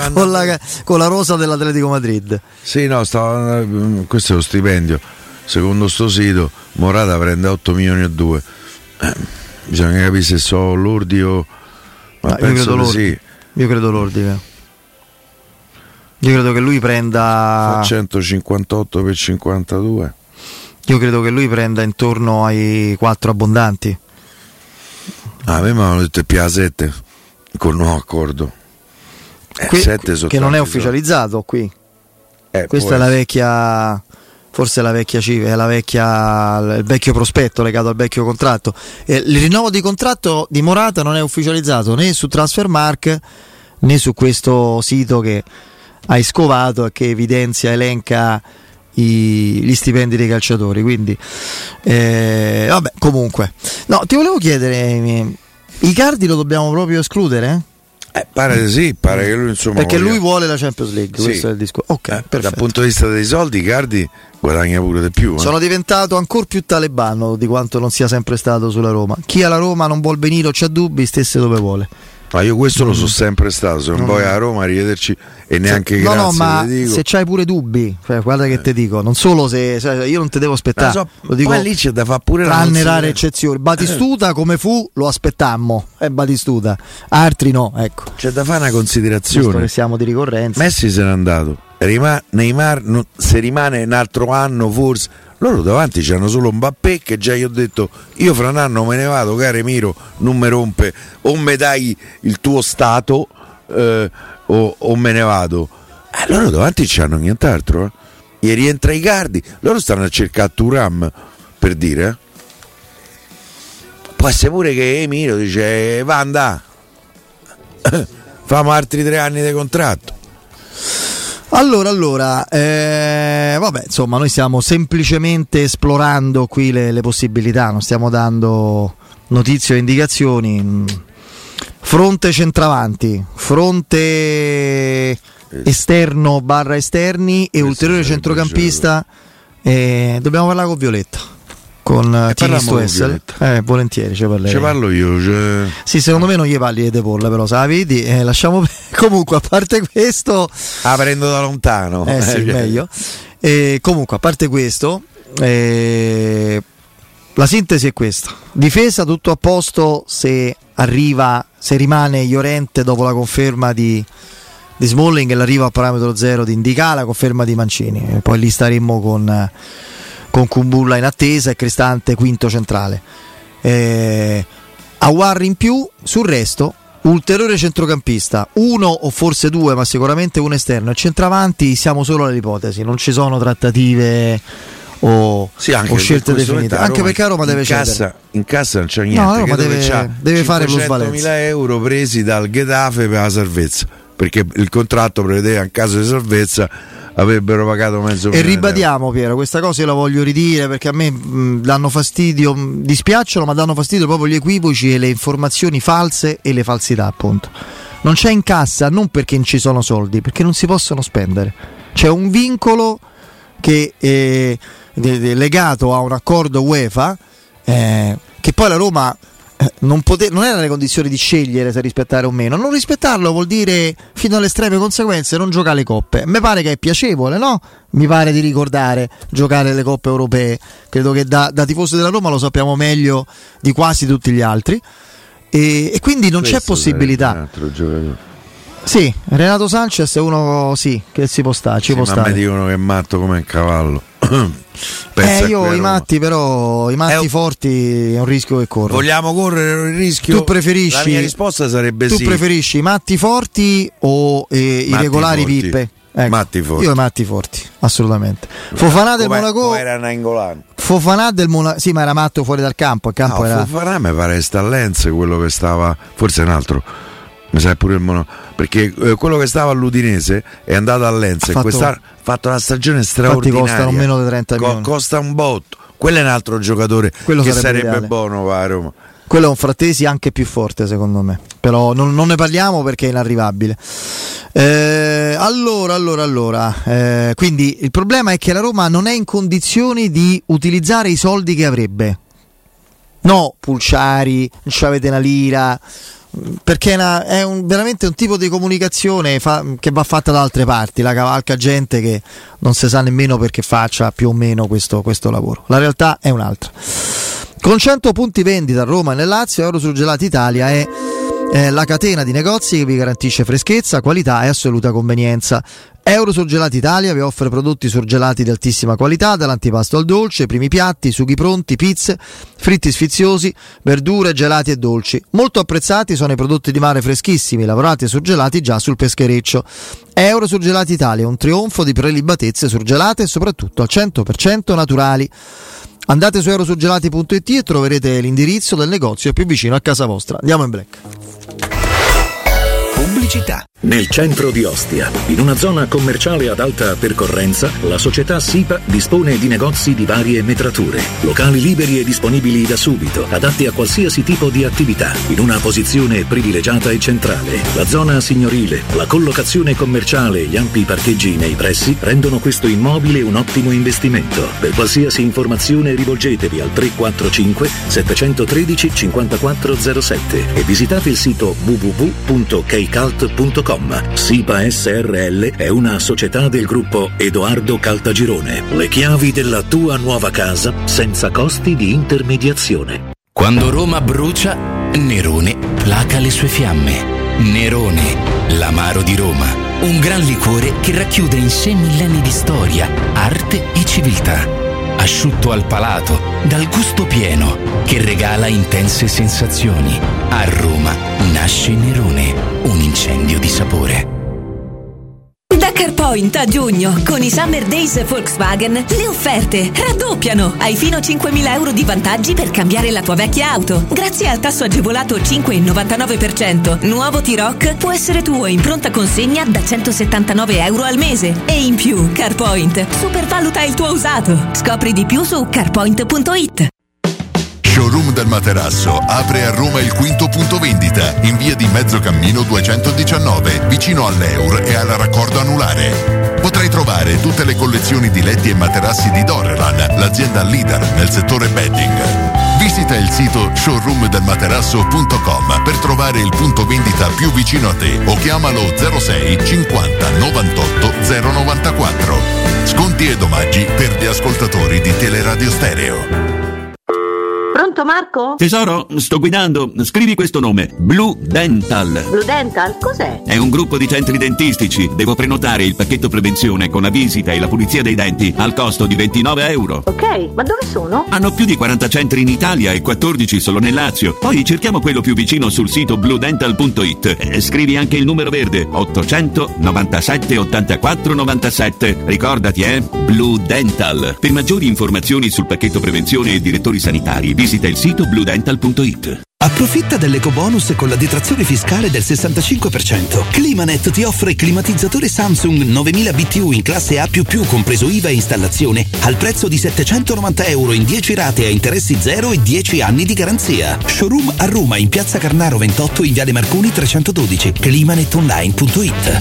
rosa dell'Atletico Madrid? Sì, no, questo è lo stipendio. Secondo sto sito Morata prende 8 milioni e 2. Bisogna capire se so lordi o... Ma penso che sì. Io credo lordi. Io credo che lui prenda 158 per 52. Io credo che lui prenda intorno ai 4 abbondanti. A me mi hanno detto più a 7 col nuovo accordo. 7 che non è ufficializzato qui. Questa è la vecchia, forse la vecchia cifra, il vecchio prospetto legato al vecchio contratto. Il rinnovo di contratto di Morata non è ufficializzato né su Transfermarkt né su questo sito che hai scovato e che elenca gli stipendi dei calciatori, quindi vabbè, comunque no, ti volevo chiedere, Icardi lo dobbiamo proprio escludere? Pare di sì, pare che lui insomma perché lui vuole la Champions League, sì. Questo è il discorso. Ok, dal punto di vista dei soldi Icardi guadagna pure di più. Sono diventato ancora più talebano di quanto non sia sempre stato sulla Roma. Chi alla Roma non vuol venire o c'ha dubbi, stesse dove vuole. Ma io questo lo so sempre stato, se non vuoi a Roma arrivederci e neanche grazie. No, ma dico. Se c'hai pure dubbi, guarda che te dico, non solo se io non te devo aspettare, lo dico, poi lì c'è da fare pure tranne rare eccezioni. Batistuta come fu, lo aspettammo, è Batistuta, altri no, ecco. C'è da fare una considerazione. Visto che siamo di ricorrenza. Messi se n'è andato, Neymar se rimane un altro anno forse. Loro davanti c'hanno solo Mbappé, che già io ho detto, io fra un anno me ne vado, caro Miro, non mi rompe, o me dai il tuo stato o me ne vado. Loro davanti c'hanno nient'altro. Gli rientra Icardi, loro stanno a cercare Thuram, per dire. Può essere pure che Miro dice va andà, famo altri 3 anni di contratto. Allora, vabbè, insomma, noi stiamo semplicemente esplorando qui le possibilità, non stiamo dando notizie o indicazioni. Fronte centravanti, fronte esterno / esterni e ulteriore centrocampista. Dobbiamo parlare con Violetta. Con Tini Stoessel, volentieri ci parlo io. Sì, secondo me non gli parli di deporla, però se la vedi, lasciamo. Comunque, a parte questo, prendo da lontano. Sì, meglio. Comunque, a parte questo, la sintesi è questa: difesa tutto a posto se rimane Llorente dopo la conferma di Smalling e l'arrivo a parametro zero di Ndicà, la conferma di Mancini, e poi lì staremmo con Kumbulla in attesa e Cristante quinto centrale. Aouar in più, sul resto ulteriore centrocampista, uno o forse due, ma sicuramente un esterno e centravanti, siamo solo all'ipotesi, non ci sono trattative o scelte definite, anche perché a Roma deve cedere. In cassa non c'è niente, no, Roma deve fare plusvalenza. 500.000 euro presi dal Getafe per la salvezza, perché il contratto prevedeva in caso di salvezza avrebbero pagato mezzo milione. E ribadiamo, Piero, questa cosa io la voglio ridire perché a me danno fastidio, dispiacciono, ma danno fastidio proprio gli equivoci e le informazioni false e le falsità, appunto. Non c'è in cassa non perché non ci sono soldi, perché non si possono spendere. C'è un vincolo che è legato a un accordo UEFA che poi la Roma non era nelle condizioni di scegliere se rispettare o meno. Non rispettarlo vuol dire fino alle estreme conseguenze non giocare le coppe. Mi pare che è piacevole, no? Mi pare di ricordare giocare le coppe europee. Credo che da tifosi della Roma lo sappiamo meglio di quasi tutti gli altri e quindi non c'è possibilità. Sì, Renato Sanchez è uno che si può stare, ci può stare. Ma mi dicono che è matto come un cavallo. Io i matti forti è un rischio che corro. Vogliamo correre il rischio? Tu preferisci? La mia risposta sarebbe sì. Tu preferisci i matti forti o i regolari forti. Pippe? Ecco, matti forti. Io i matti forti, assolutamente. Fofanà del Monaco. Era Nainggolan. Fofanà del Monaco. Sì, ma era matto fuori dal campo. Era... Fofanà mi pare sta a Lens, quello che stava, forse è un altro. Mi sa pure il Monaco, perché quello che stava all'Udinese è andato a Lens e quest'anno ha fatto una stagione straordinaria. Infatti costano meno di 30 milioni. Costa un botto. Quello è un altro giocatore che sarebbe buono per la Roma. Quello è un Frattesi anche più forte secondo me, però non ne parliamo perché è inarrivabile. Allora, quindi il problema è che la Roma non è in condizioni di utilizzare i soldi che avrebbe. No, Pulciari, non ci avete una lira, perché è veramente un tipo di comunicazione che va fatta da altre parti, la cavalca gente che non si sa nemmeno perché faccia più o meno questo lavoro. La realtà è un'altra. Con 100 punti vendita a Roma e nel Lazio, Eurosurgelati Italia è la catena di negozi che vi garantisce freschezza, qualità e assoluta convenienza. Eurosurgelati Italia vi offre prodotti surgelati di altissima qualità, dall'antipasto al dolce, primi piatti, sughi pronti, pizze, fritti sfiziosi, verdure, gelati e dolci. Molto apprezzati sono i prodotti di mare freschissimi, lavorati e surgelati già sul peschereccio. Eurosurgelati Italia, un trionfo di prelibatezze surgelate e soprattutto al 100% naturali. Andate su eurosurgelati.it e troverete l'indirizzo del negozio più vicino a casa vostra. Andiamo in break. Pubblicità. Nel centro di Ostia, in una zona commerciale ad alta percorrenza, la società SIPA dispone di negozi di varie metrature, locali liberi e disponibili da subito, adatti a qualsiasi tipo di attività, in una posizione privilegiata e centrale. La zona signorile, la collocazione commerciale e gli ampi parcheggi nei pressi rendono questo immobile un ottimo investimento. Per qualsiasi informazione rivolgetevi al 345 713 5407 e visitate il sito www.kcalt.com. SIPA SRL è una società del gruppo Edoardo Caltagirone. Le chiavi della tua nuova casa senza costi di intermediazione. Quando Roma brucia, Nerone placa le sue fiamme. Nerone, l'amaro di Roma. Un gran liquore che racchiude in sé millenni di storia, arte e civiltà. Asciutto al palato, dal gusto pieno, che regala intense sensazioni. A Roma nasce Nerone, un incendio di sapore. Da CarPoint a giugno, con i Summer Days Volkswagen, le offerte raddoppiano. Hai fino a 5.000 euro di vantaggi per cambiare la tua vecchia auto. Grazie al tasso agevolato 5,99%, nuovo T-Roc può essere tuo in pronta consegna da 179 euro al mese. E in più, CarPoint supervaluta il tuo usato. Scopri di più su carpoint.it. Showroom del Materasso apre a Roma il quinto punto vendita in via di Mezzocammino 219, vicino all'Eur e al raccordo anulare. Potrai trovare tutte le collezioni di letti e materassi di Dorelan, l'azienda leader nel settore bedding. Visita il sito showroomdelmaterasso.com per trovare il punto vendita più vicino a te o chiamalo 06 50 98 094. Sconti ed omaggi per gli ascoltatori di Teleradio Stereo. Pronto? Pronto Marco? Tesoro, sto guidando. Scrivi questo nome: Blue Dental. Blue Dental? Cos'è? È un gruppo di centri dentistici. Devo prenotare il pacchetto prevenzione con la visita e la pulizia dei denti al costo di €29. Ok, ma dove sono? Hanno più di 40 centri in Italia e 14 solo nel Lazio. Poi cerchiamo quello più vicino sul sito bluedental.it. Scrivi anche il numero verde: 800 97 84 97. Ricordati, Blue Dental. Per maggiori informazioni sul pacchetto prevenzione e direttori sanitari, visita il sito bluedental.it. Approfitta dell'ecobonus con la detrazione fiscale del 65%. Climanet ti offre climatizzatore Samsung 9000 BTU in classe A++, compreso IVA e installazione, al prezzo di €790 in 10 rate a interessi zero e 10 anni di garanzia. Showroom a Roma in Piazza Carnaro 28 in Viale Marconi 312. climanetonline.it.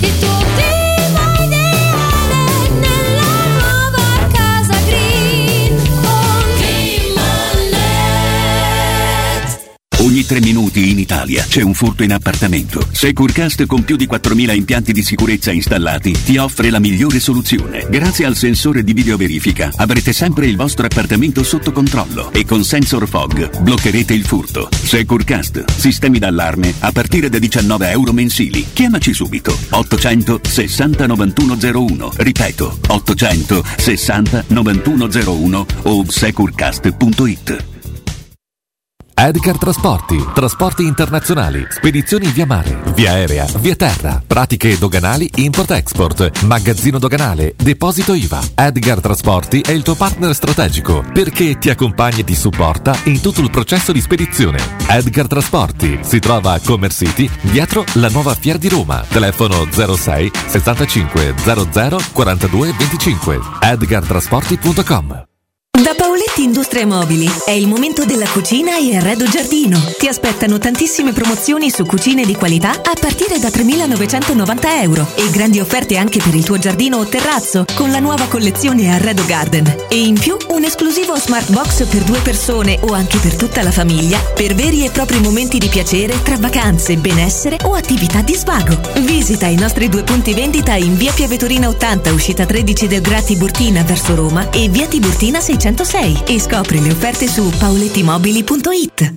Ogni 3 minuti in Italia c'è un furto in appartamento. Securcast, con più di 4.000 impianti di sicurezza installati, ti offre la migliore soluzione. Grazie al sensore di videoverifica avrete sempre il vostro appartamento sotto controllo e con Sensor Fog bloccherete il furto. Securcast, sistemi d'allarme a partire da €19 mensili. Chiamaci subito. 860 9101. Ripeto, 860 9101 o securcast.it. Edgar Trasporti, trasporti internazionali, spedizioni via mare, via aerea, via terra, pratiche doganali import-export, magazzino doganale, deposito IVA. Edgar Trasporti è il tuo partner strategico perché ti accompagna e ti supporta in tutto il processo di spedizione. Edgar Trasporti si trova a Commerce City, dietro la nuova Fiera di Roma. Telefono 06 65 00 42 25. edgartrasporti.com. Da Paoletti Industrie Mobili è il momento della cucina e arredo giardino. Ti aspettano tantissime promozioni su cucine di qualità a partire da €3.990 e grandi offerte anche per il tuo giardino o terrazzo con la nuova collezione Arredo Garden. E in più un esclusivo smart box per 2 persone o anche per tutta la famiglia per veri e propri momenti di piacere tra vacanze, benessere o attività di svago. Visita i nostri 2 punti vendita in via Piavetorina 80, uscita 13 del Gra Tiburtina verso Roma e via Tiburtina 606 e scopri le offerte su paolettimobili.it.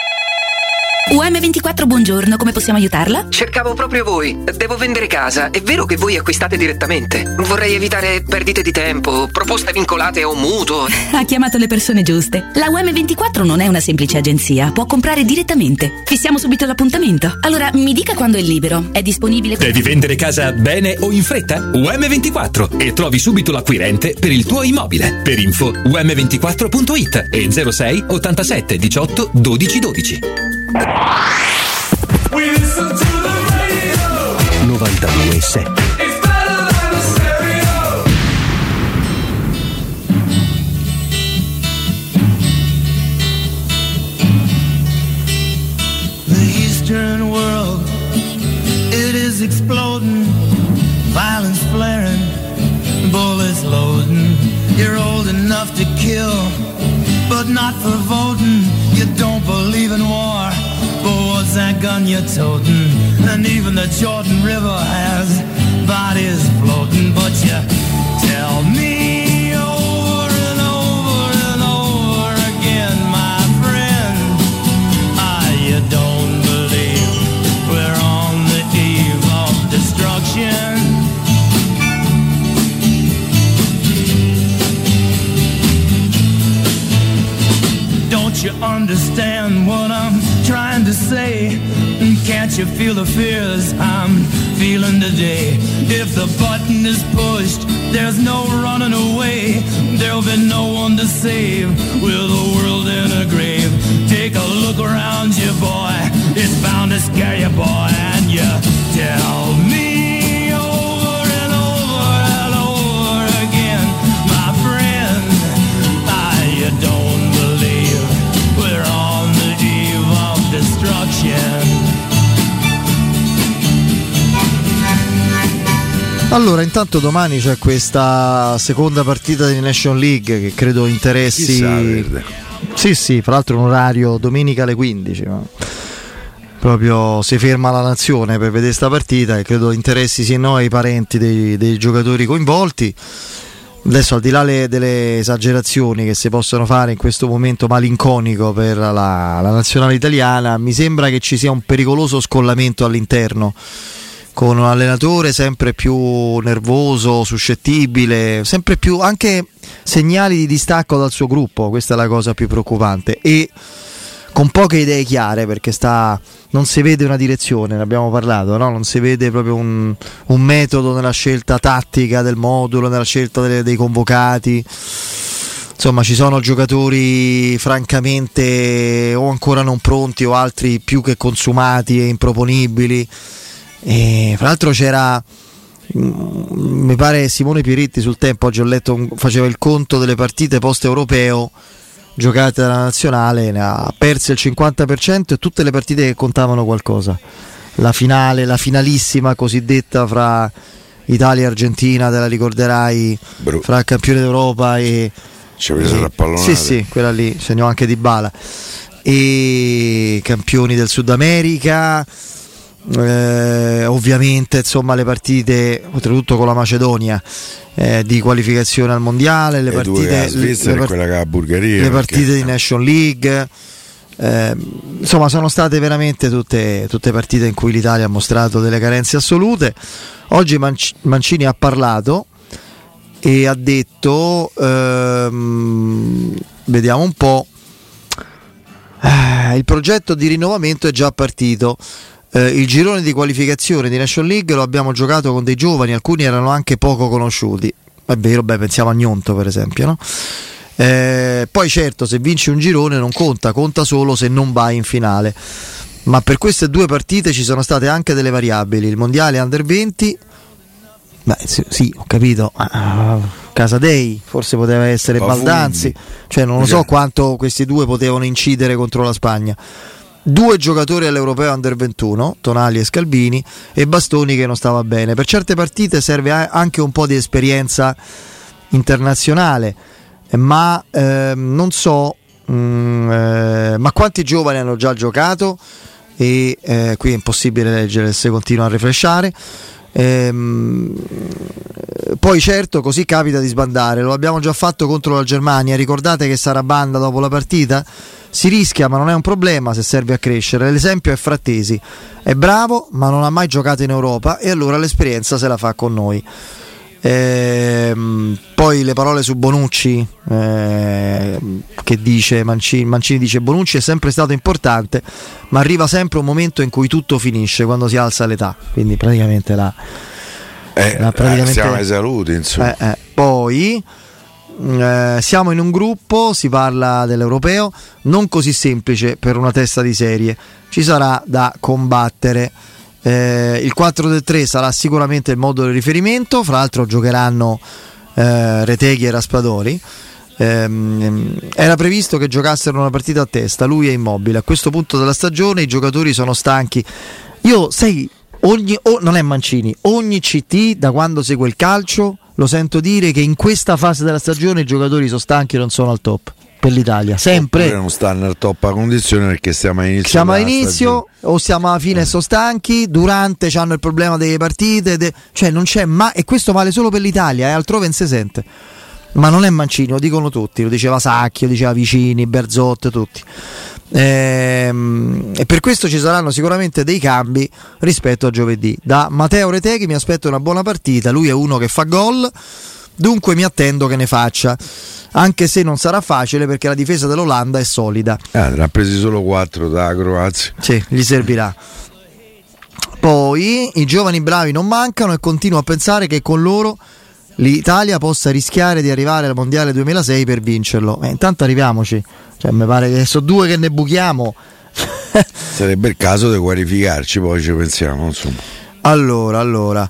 UM24, buongiorno, come possiamo aiutarla? Cercavo proprio voi. Devo vendere casa. È vero che voi acquistate direttamente? Vorrei evitare perdite di tempo, proposte vincolate o mutuo. Ha chiamato le persone giuste. La UM24 non è una semplice agenzia, può comprare direttamente. Fissiamo subito l'appuntamento. Allora, mi dica quando è libero. È disponibile? Devi vendere casa bene o in fretta? UM24 e trovi subito l'acquirente per il tuo immobile. Per info um24.it e 06 87 18 12 12. 92.7. Eastern world, it is exploding, violence flaring, bullets loading. You're old enough to kill, but not for voting. You don't believe in war, but what's that gun you're toting? And even the Jordan River has bodies floating, but you tell me over and over and over again, my friend, you don't believe we're on the eve of destruction. Don't you understand what I'm trying to say? Can't you feel the fears I'm feeling today? If the button is pushed, there's no running away. There'll be no one to save with the world in a grave. Take a look around you, boy. It's bound to scare you, boy. And you tell me over and over and over again, my friend, you don't believe we're on the eve of destruction. Allora, intanto domani c'è questa seconda partita di Nation League che credo interessi. Sì, fra l'altro un orario domenica alle 15. No? Proprio si ferma la nazione per vedere sta partita e credo interessi sia noi i parenti dei giocatori coinvolti. Adesso, al di là delle esagerazioni che si possono fare in questo momento malinconico per la nazionale italiana, mi sembra che ci sia un pericoloso scollamento all'interno, con un allenatore sempre più nervoso, suscettibile, sempre più anche segnali di distacco dal suo gruppo. Questa è la cosa più preoccupante, e con poche idee chiare, perché non si vede una direzione, ne abbiamo parlato, no? Non si vede proprio un metodo nella scelta tattica del modulo, nella scelta dei convocati. Insomma, ci sono giocatori francamente o ancora non pronti o altri più che consumati e improponibili. E fra l'altro c'era, mi pare, Simone Pieritti sul Tempo, oggi ho letto, faceva il conto delle partite post europeo giocate dalla nazionale, ne ha perse il 50%, e tutte le partite che contavano qualcosa. La finale, la finalissima cosiddetta fra Italia e Argentina, te la ricorderai, fra campione d'Europa e ci ha preso la pallonata. Sì, quella lì, segnò anche Dybala, e campioni del Sud America. Ovviamente, insomma, le partite, oltretutto con la Macedonia, di qualificazione al mondiale, le partite, le partite di Nation League, insomma, sono state veramente tutte partite in cui l'Italia ha mostrato delle carenze assolute. Oggi Mancini ha parlato e ha detto, vediamo un po', il progetto di rinnovamento è già partito. Il girone di qualificazione di Nation League lo abbiamo giocato con dei giovani, alcuni erano anche poco conosciuti. È vero, pensiamo a Gnonto per esempio, no? Poi certo, se vinci un girone non conta solo se non vai in finale. Ma per queste due partite ci sono state anche delle variabili. Il mondiale Under 20, sì, ho capito, Casadei, forse poteva essere Baldanzi, cioè non lo so quanto questi due potevano incidere contro la Spagna. 2 giocatori all'Europeo Under 21, Tonali e Scalvini, e Bastoni che non stava bene. Per certe partite serve anche un po' di esperienza internazionale, ma non so, ma quanti giovani hanno già giocato, e qui è impossibile leggere se continua a refreshare. Poi certo, così capita di sbandare, lo abbiamo già fatto contro la Germania, ricordate che Sarabanda dopo la partita? Si rischia, ma non è un problema se serve a crescere. L'esempio è Frattesi, è bravo ma non ha mai giocato in Europa, e allora l'esperienza se la fa con noi. Poi le parole su Bonucci, che dice Mancini dice: Bonucci è sempre stato importante, ma arriva sempre un momento in cui tutto finisce, quando si alza l'età. Quindi praticamente siamo ai saluti, insomma. Poi siamo in un gruppo, si parla dell'Europeo, non così semplice per una testa di serie, ci sarà da combattere. Il 4-3 sarà sicuramente il modo di riferimento, fra l'altro giocheranno Reteghi e Raspadori. Era previsto che giocassero una partita a testa, lui è Immobile. A questo punto della stagione i giocatori sono stanchi. Non è Mancini, ogni CT da quando segue il calcio lo sento dire che in questa fase della stagione i giocatori sono stanchi e non sono al top per l'Italia, sempre. Oppure non stanno al top a condizione perché siamo all'inizio. Siamo all'inizio o siamo alla fine e sono stanchi, durante c'hanno il problema delle partite, cioè non c'è mai, e questo vale solo per l'Italia, altrove non si sente. Ma non è Mancini, lo dicono tutti, lo diceva Sacchi, lo diceva Vicini, Berzot, tutti. E per questo ci saranno sicuramente dei cambi rispetto a giovedì. Da Matteo Reteghi mi aspetto una buona partita, lui è uno che fa gol, dunque mi attendo che ne faccia, anche se non sarà facile perché la difesa dell'Olanda è solida. Ne ha presi solo 4 da Croazia. Sì, gli servirà. Poi i giovani bravi non mancano, e continuo a pensare che con loro l'Italia possa rischiare di arrivare al Mondiale 2006 per vincerlo. Intanto arriviamoci, cioè, mi pare che sono 2 che ne buchiamo. Sarebbe il caso di qualificarci, poi ci pensiamo, insomma. Allora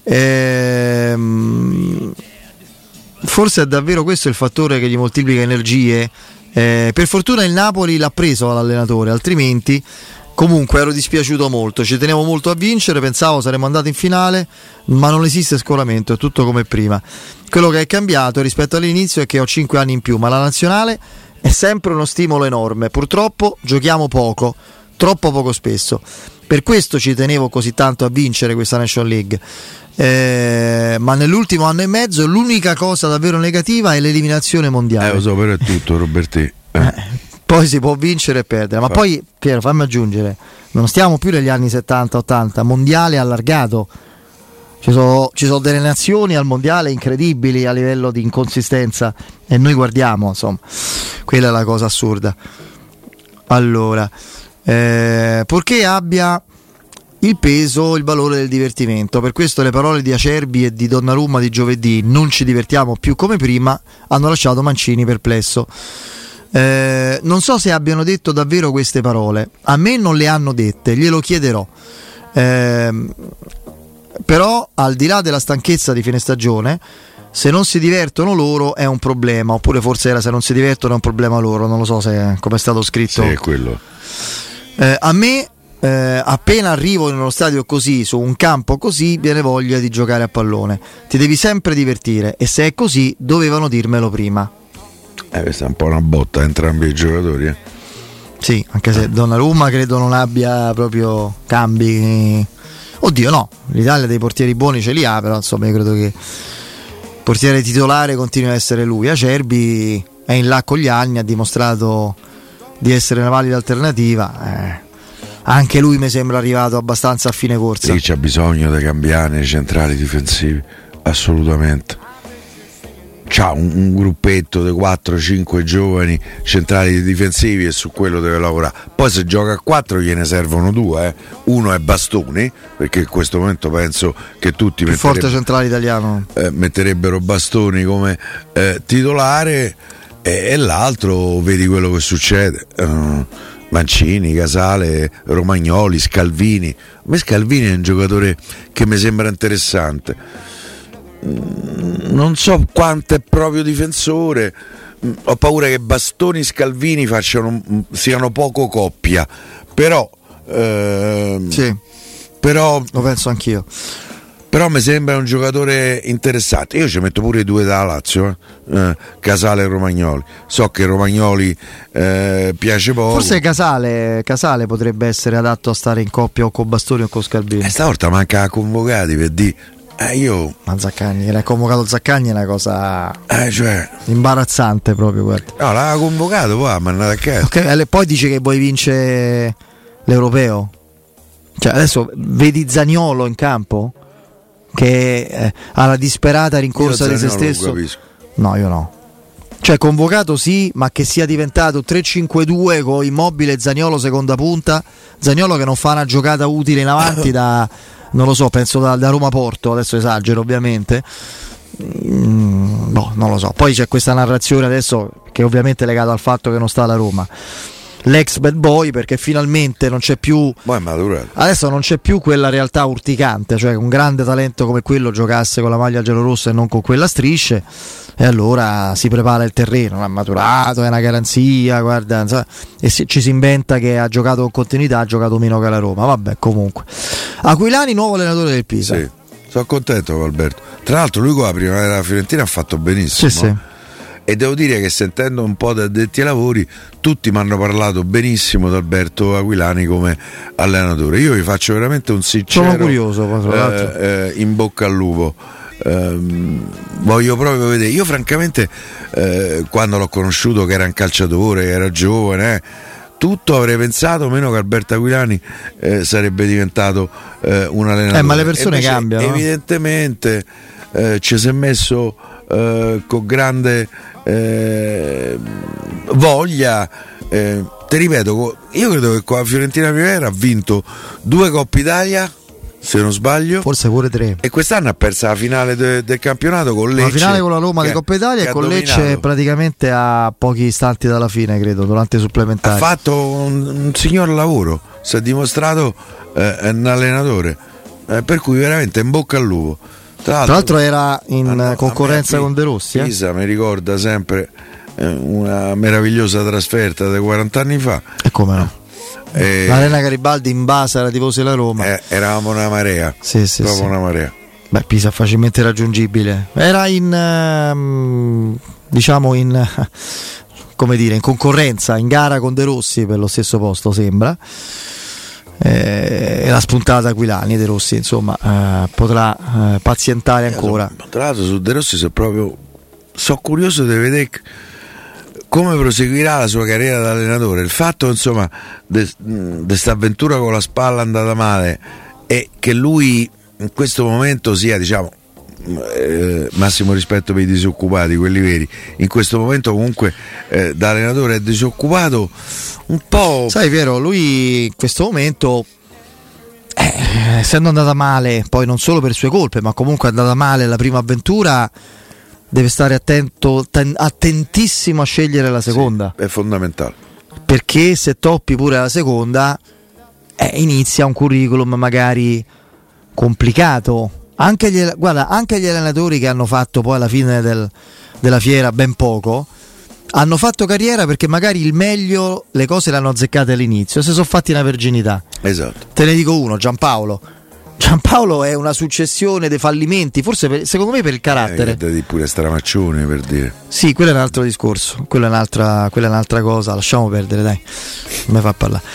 forse è davvero questo il fattore che gli moltiplica energie. Per fortuna il Napoli l'ha preso l'allenatore, altrimenti comunque ero dispiaciuto molto, ci tenevo molto a vincere, pensavo saremmo andati in finale, ma non esiste scolamento, è tutto come prima. Quello che è cambiato rispetto all'inizio è che ho 5 anni in più, ma la nazionale è sempre uno stimolo enorme. Purtroppo giochiamo poco, troppo poco spesso. Per questo ci tenevo così tanto a vincere questa Nation League. ma nell'ultimo anno e mezzo l'unica cosa davvero negativa è l'eliminazione mondiale. Lo so, però è tutto, Roberti. Poi si può vincere e perdere, ma poi Piero, fammi aggiungere, non stiamo più negli anni 70-80, mondiale allargato, ci sono delle nazioni al mondiale incredibili a livello di inconsistenza e noi guardiamo, insomma, quella è la cosa assurda. Allora, purché abbia il peso, il valore del divertimento, per questo le parole di Acerbi e di Donnarumma di giovedì, non ci divertiamo più come prima, hanno lasciato Mancini perplesso. Non so se abbiano detto davvero queste parole, a me non le hanno dette, glielo chiederò, però al di là della stanchezza di fine stagione, se non si divertono loro è un problema, oppure forse era se non si divertono è un problema loro, non lo so se come è stato scritto. Sì, è quello. A me appena arrivo in uno stadio così, su un campo così, viene voglia di giocare a pallone, ti devi sempre divertire, e se è così dovevano dirmelo prima. Questa è un po' una botta a entrambi i giocatori. Sì, anche se Donnarumma credo non abbia proprio cambi. Oddio, no, l'Italia dei portieri buoni ce li ha, però insomma io credo che il portiere titolare continui a essere lui. Acerbi è in là con gli anni, ha dimostrato di essere una valida alternativa. Anche lui mi sembra arrivato abbastanza a fine corsa. Sì, c'ha bisogno di cambiare nei centrali difensivi, assolutamente. C'ha un gruppetto di 4-5 giovani centrali difensivi e su quello deve lavorare. Poi se gioca a 4 gliene servono 2, uno è Bastoni, perché in questo momento penso che tutti più forte centrale italiano metterebbero Bastoni come titolare, e l'altro vedi quello che succede. Mancini, Casale, Romagnoli, Scalvini. A me Scalvini è un giocatore che mi sembra interessante. Non so quanto è proprio difensore, ho paura che Bastoni e Scalvini siano poco coppia, però sì, però lo penso anch'io. Però mi sembra un giocatore interessante. Io ci metto pure i due dalla Lazio, Casale e Romagnoli. So che Romagnoli piace poco. Forse Casale potrebbe essere adatto a stare in coppia o con Bastoni o con Scalvini. Stavolta manca convocati per dire. Ma Zaccagni, l'ha convocato Zaccagni, è una cosa cioè imbarazzante proprio, guarda. No, l'ha convocato, poi ha mandato a casa. Okay, poi dice che vuoi vincere l'Europeo. Cioè adesso vedi Zaniolo in campo che ha la disperata rincorsa di se stesso. No, io no. Cioè convocato sì, ma che sia diventato 3-5-2 con Immobile e Zaniolo seconda punta. Zaniolo che non fa una giocata utile in avanti da, non lo so, penso da Roma Porto, adesso esagero ovviamente. No, non lo so. Poi c'è questa narrazione adesso che ovviamente è legata al fatto che non sta alla Roma. L'ex bad boy, perché finalmente non c'è più, adesso non c'è più quella realtà urticante, cioè un grande talento come quello giocasse con la maglia giallorossa e non con quella a strisce, e allora si prepara il terreno, è maturato, è una garanzia, guarda, e ci si inventa che ha giocato con continuità, ha giocato meno che la Roma. Vabbè, comunque Aquilani nuovo allenatore del Pisa. Sì, sono contento con Alberto, tra l'altro lui con la primavera della Fiorentina ha fatto benissimo. Sì. E devo dire che sentendo un po' da addetti ai lavori tutti mi hanno parlato benissimo di Alberto Aquilani come allenatore. Io vi faccio veramente un sincero, sono curioso, in bocca al lupo. Voglio proprio vedere. Io francamente quando l'ho conosciuto, che era un calciatore, che era giovane, tutto avrei pensato meno che Alberto Aquilani sarebbe diventato un allenatore. Ma le persone cambiano, evidentemente ci si è messo con grande voglia. Ti ripeto, io credo che con la Fiorentina Primavera ha vinto 2 Coppe Italia, se non sbaglio, forse pure 3, e quest'anno ha perso la finale del campionato con Lecce, la finale con la Roma di Coppa Italia, e con Lecce praticamente a pochi istanti dalla fine, credo, durante i supplementari. Ha fatto un signor lavoro, si è dimostrato un allenatore, per cui veramente in bocca al lupo. Tra l'altro era in concorrenza con De Rossi. Pisa mi ricorda sempre una meravigliosa trasferta dei 40 anni fa. E come no? L'Arena Garibaldi in base alla tifosi della Roma. Eravamo una marea. Sì, una marea. Beh, Pisa facilmente raggiungibile. Era in come dire, in concorrenza, in gara con De Rossi per lo stesso posto, sembra. la spuntata da Aquilani. De Rossi insomma potrà pazientare ancora. Tra l'altro su De Rossi sono curioso di vedere come proseguirà la sua carriera da allenatore. Il fatto insomma di questa avventura con la spalla andata male e che lui in questo momento sia, diciamo, massimo rispetto per i disoccupati, quelli veri, in questo momento comunque da allenatore è disoccupato un po'. Sai, Piero, lui in questo momento essendo andata male, poi non solo per sue colpe, ma comunque è andata male la prima avventura, deve stare attentissimo a scegliere la seconda. Sì, è fondamentale, perché se toppi pure la seconda inizia un curriculum magari complicato. Anche gli allenatori che hanno fatto poi alla fine della fiera ben poco hanno fatto carriera perché magari il meglio le cose le hanno azzeccate all'inizio, se sono fatti una verginità. Esatto. Te ne dico uno, Giampaolo è una successione di fallimenti, forse secondo me per il carattere. Di pure Stramaccione, per dire. Sì, quello è un altro discorso, quella è un'altra cosa, lasciamo perdere, dai, non mi fa parlare.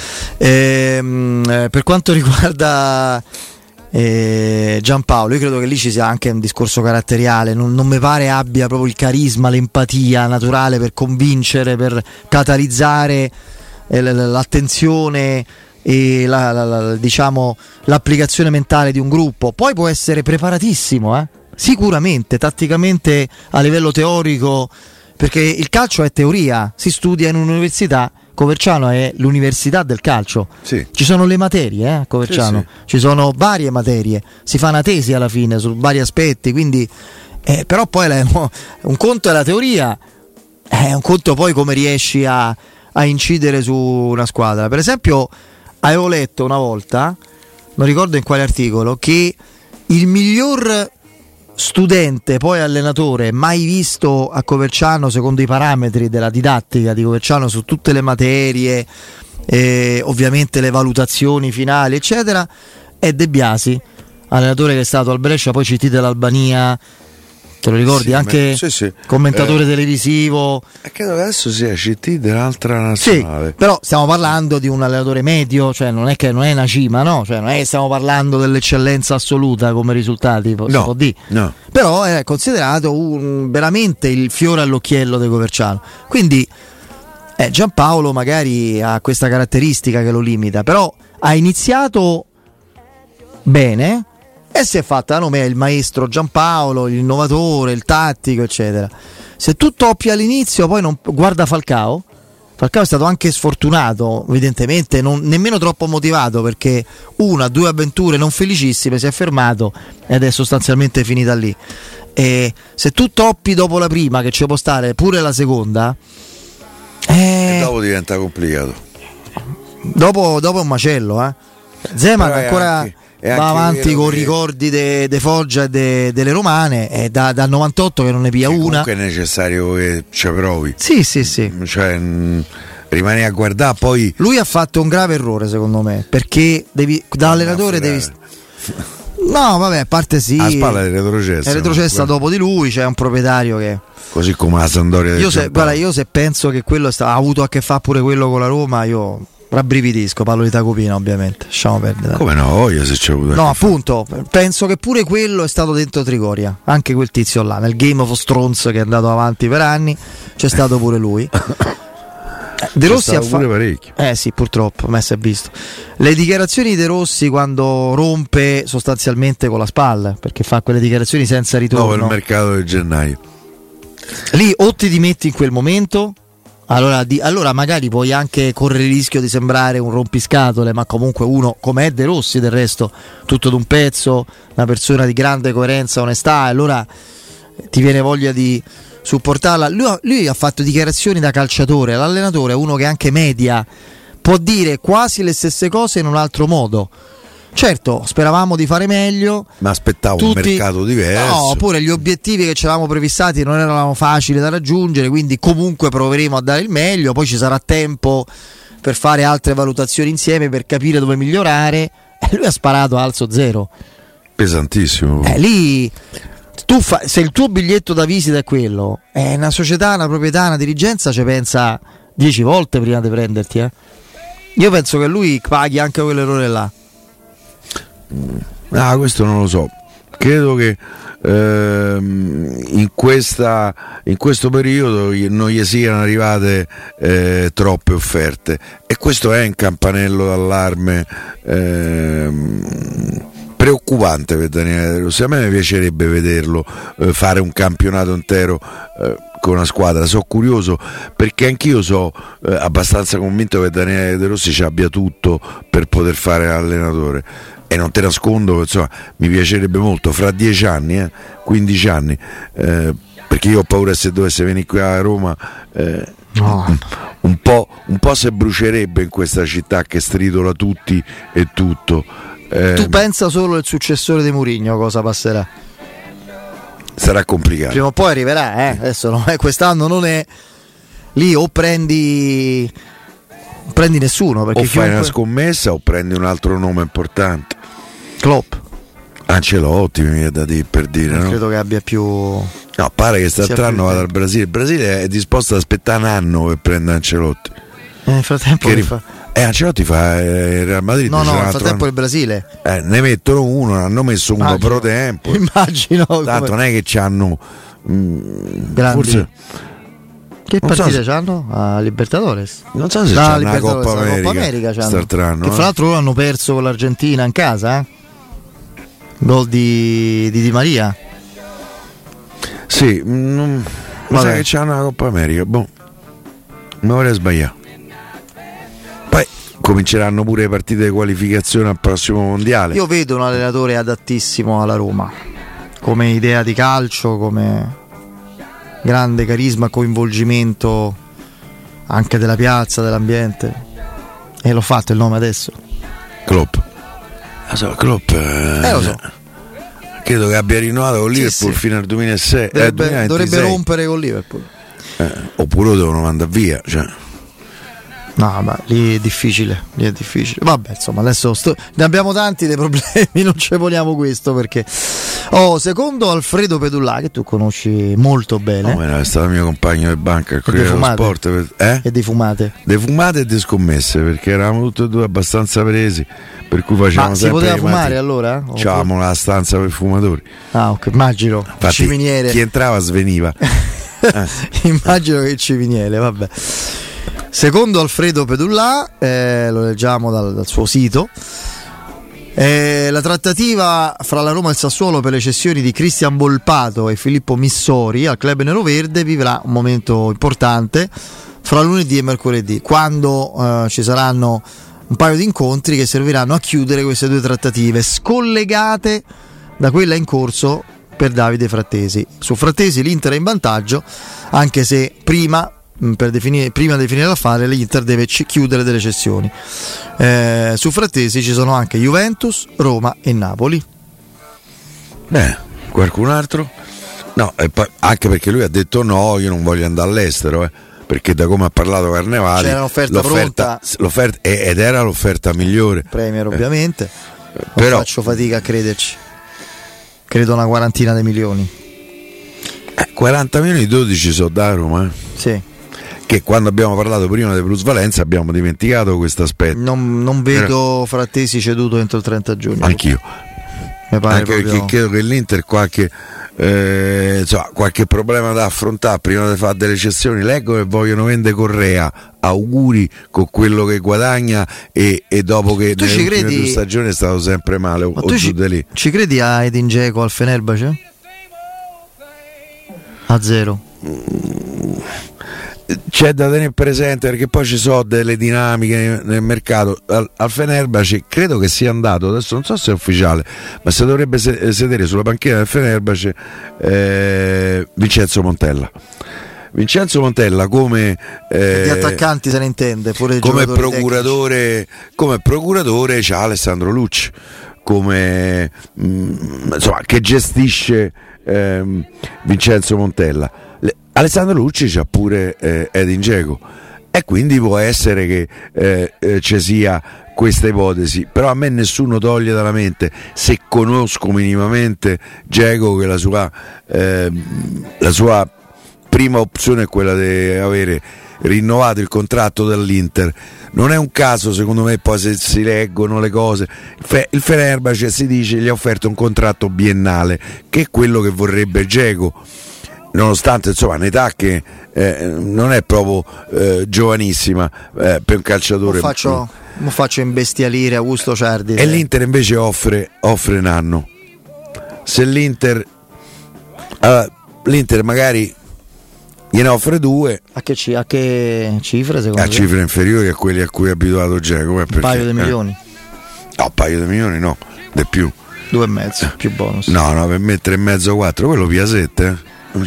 Per quanto riguarda Giampaolo, io credo che lì ci sia anche un discorso caratteriale, non mi pare abbia proprio il carisma, l'empatia naturale per convincere, per catalizzare l'attenzione e diciamo l'applicazione mentale di un gruppo. Poi può essere preparatissimo, sicuramente tatticamente a livello teorico, perché il calcio è teoria, si studia in un'università. Coverciano è l'università del calcio, sì. Ci sono le materie a Coverciano, sì. Ci sono varie materie, si fa una tesi alla fine su vari aspetti, quindi però poi un conto è la teoria, un conto poi come riesci a incidere su una squadra. Per esempio avevo letto una volta, non ricordo in quale articolo, che il miglior studente poi allenatore mai visto a Coverciano secondo i parametri della didattica di Coverciano su tutte le materie, ovviamente le valutazioni finali eccetera, è De Biasi, allenatore che è stato al Brescia, poi CT dell'Albania, te lo ricordi? Sì, anche sì. Commentatore televisivo. Credo che adesso sia CT dell'altra nazionale. Sì, però stiamo parlando di un allenatore medio, cioè non è una cima, no? Cioè non è che stiamo parlando dell'eccellenza assoluta come risultati, si può dire. No. Però è considerato veramente il fiore all'occhiello del Coverciano. Quindi Giampaolo magari ha questa caratteristica che lo limita, però ha iniziato bene e si è fatta a nome il maestro Giampaolo, l'innovatore, il tattico eccetera. Se tu toppi all'inizio, poi non guarda Falcao è stato anche sfortunato evidentemente, nemmeno troppo motivato, perché 1-2 avventure non felicissime, si è fermato ed è sostanzialmente finita lì. E se tu toppi dopo la prima, che ci può stare pure la seconda, e dopo diventa complicato, dopo è un macello. Zeman ancora va avanti con ricordi de Foggia e delle Romane, è dal 98 che non ne pia una. Comunque è necessario che ci provi. Sì. Cioè rimani a guardare, poi lui ha fatto un grave errore secondo me, perché da allenatore devi no vabbè, a parte sì, a spalla è retrocessa dopo di lui, c'è un proprietario che, così come la Sampdoria del io se penso che quello ha avuto a che fare pure quello con la Roma, io rabbrividisco, parlo di Tacopina ovviamente, lasciamo perdere. Come no, io se c'è avuto. No, appunto, penso che pure quello è stato dentro Trigoria, anche quel tizio là, nel Game of Thrones che è andato avanti per anni, c'è stato pure lui. De Rossi ha fatto parecchio. Sì, purtroppo, ma si è visto. Le dichiarazioni di De Rossi quando rompe sostanzialmente con la spalla, perché fa quelle dichiarazioni senza ritorno. Dopo il mercato di gennaio. Lì o ti dimetti in quel momento, allora magari puoi anche correre il rischio di sembrare un rompiscatole, ma comunque uno come è De Rossi, del resto tutto d'un pezzo, una persona di grande coerenza, onestà, allora ti viene voglia di supportarla. Lui ha fatto dichiarazioni da calciatore, l'allenatore è uno che anche media, può dire quasi le stesse cose in un altro modo. Certo, speravamo di fare meglio, ma aspettavo un mercato diverso. No, pure gli obiettivi che ci eravamo prefissati non erano facili da raggiungere, quindi comunque proveremo a dare il meglio, poi ci sarà tempo per fare altre valutazioni insieme, per capire dove migliorare. E lui ha sparato a alzo zero. Pesantissimo. Lì se il tuo biglietto da visita è quello, è una società, una proprietà, una dirigenza ci pensa 10 volte prima di prenderti. Io penso che lui paghi anche quell'errore là. Questo non lo so. Credo che in questo periodo non gli siano arrivate troppe offerte, e questo è un campanello d'allarme preoccupante per Daniele De Rossi. A me piacerebbe vederlo fare un campionato intero con una squadra. Sono curioso, perché anch'io sono abbastanza convinto che Daniele De Rossi ci abbia tutto per poter fare allenatore, e non te nascondo che insomma mi piacerebbe molto fra 10 anni, 15 anni, perché io ho paura se dovesse venire qui a Roma un po' se brucerebbe in questa città che stridola tutti e tutto. Tu pensa solo il successore di Mourinho cosa passerà? Sarà complicato. Prima o poi arriverà, adesso no, quest'anno non è lì, o prendi nessuno, perché o fai una scommessa o prendi un altro nome importante. Klopp, Ancelotti mi viene da dire, per dire, non no? credo che abbia più. No, pare che quest'altro anno vada al Brasile. Il Brasile è disposto ad aspettare un anno per prendere Ancelotti. Nel frattempo Ancelotti fa il Real Madrid. No, nel frattempo il Brasile. Ne mettono uno, ne hanno messo uno pro tempo. Immagino. Tanto non è che c'hanno forse. Che partite c'hanno? A Libertadores? Non so se c'hanno la Coppa America c'hanno. Che fra l'altro loro hanno perso con l'Argentina in casa, Gol di Maria. Sì, mi sa che c'hanno la Coppa America. Boh, non vorrei sbagliare. Poi cominceranno pure le partite di qualificazione al prossimo mondiale. Io vedo un allenatore adattissimo alla Roma, come idea di calcio, come grande carisma, coinvolgimento anche della piazza, dell'ambiente. E l'ho fatto il nome adesso. Klopp. Klopp lo so. Credo che abbia rinnovato con Liverpool fino al 2006. Dovrebbe rompere con Liverpool. Oppure lo devono mandare via, cioè. No, ma lì è difficile. Vabbè, insomma, adesso ne abbiamo tanti dei problemi, non ci poniamo questo perché. Secondo Alfredo Pedullà, che tu conosci molto bene. È stato mio compagno di banca al Corriere dello Sport. E di fumate? Di fumate e di scommesse, perché eravamo tutti e due abbastanza presi, per cui facevamo sempre. Ma si poteva fumare allora? C'avevamo la stanza per fumatori. Ok, immagino. Infatti, ciminiere. Chi entrava sveniva. Immagino che il ciminiere, vabbè. Secondo Alfredo Pedullà, lo leggiamo dal suo sito, la trattativa fra la Roma e il Sassuolo per le cessioni di Cristian Volpato e Filippo Missori al club neroverde vivrà un momento importante fra lunedì e mercoledì, quando ci saranno un paio di incontri che serviranno a chiudere queste due trattative, scollegate da quella in corso per Davide Frattesi. Su Frattesi l'Inter è in vantaggio, anche se prima di definire l'affare l'Inter deve chiudere delle cessioni. Su Frattesi ci sono anche Juventus, Roma e Napoli. Qualcun altro? No, anche perché lui ha detto no, io non voglio andare all'estero, perché da come ha parlato Carnevali c'era un'offerta pronta, ed era l'offerta migliore. Premier ovviamente, però faccio fatica a crederci. Credo una quarantina di milioni. 40 milioni, 12 sono da Roma. Sì. Che quando abbiamo parlato prima di plusvalenza abbiamo dimenticato questo aspetto. Non vedo Frattesi ceduto entro il 30 giugno. Anch'io. Mi pare anche proprio... perché credo che l'Inter qualche problema da affrontare prima di fare delle cessioni. Leggo che vogliono vendere Correa. Auguri con quello che guadagna e dopo che nelle ultime 2 stagioni è stato sempre male. Ma tu ci credi a Edin Dzeko al Fenerbahce? A 0. C'è da tenere presente, perché poi ci sono delle dinamiche nel mercato. Al Fenerbahce credo che sia andato, adesso non so se è ufficiale, ma si dovrebbe sedere sulla panchina del Fenerbahce Vincenzo Montella come di attaccanti se ne intende, pure come procuratore c'ha Alessandro Lucci come che gestisce Vincenzo Montella. Alessandro Lucci c'ha pure Edin Dzeko, e quindi può essere che ci sia questa ipotesi, però a me nessuno toglie dalla mente, se conosco minimamente Dzeko, che la sua prima opzione è quella di avere rinnovato il contratto dall'Inter. Non è un caso, secondo me, poi se si leggono le cose, il Fenerbahce si dice gli ha offerto un contratto biennale, che è quello che vorrebbe Dzeko, nonostante insomma un'età che non è proprio giovanissima per un calciatore. Mi faccio imbestialire Augusto Ciardi. E l'Inter invece offre un anno. Se l'Inter magari gliene offre 2, a che cifre secondo te? Cifre inferiori a quelli a cui è abituato Dzeko, un paio di milioni? No, un paio di milioni no, di più. 2,5 più bonus. No, per me 3,5 4, quello via 7.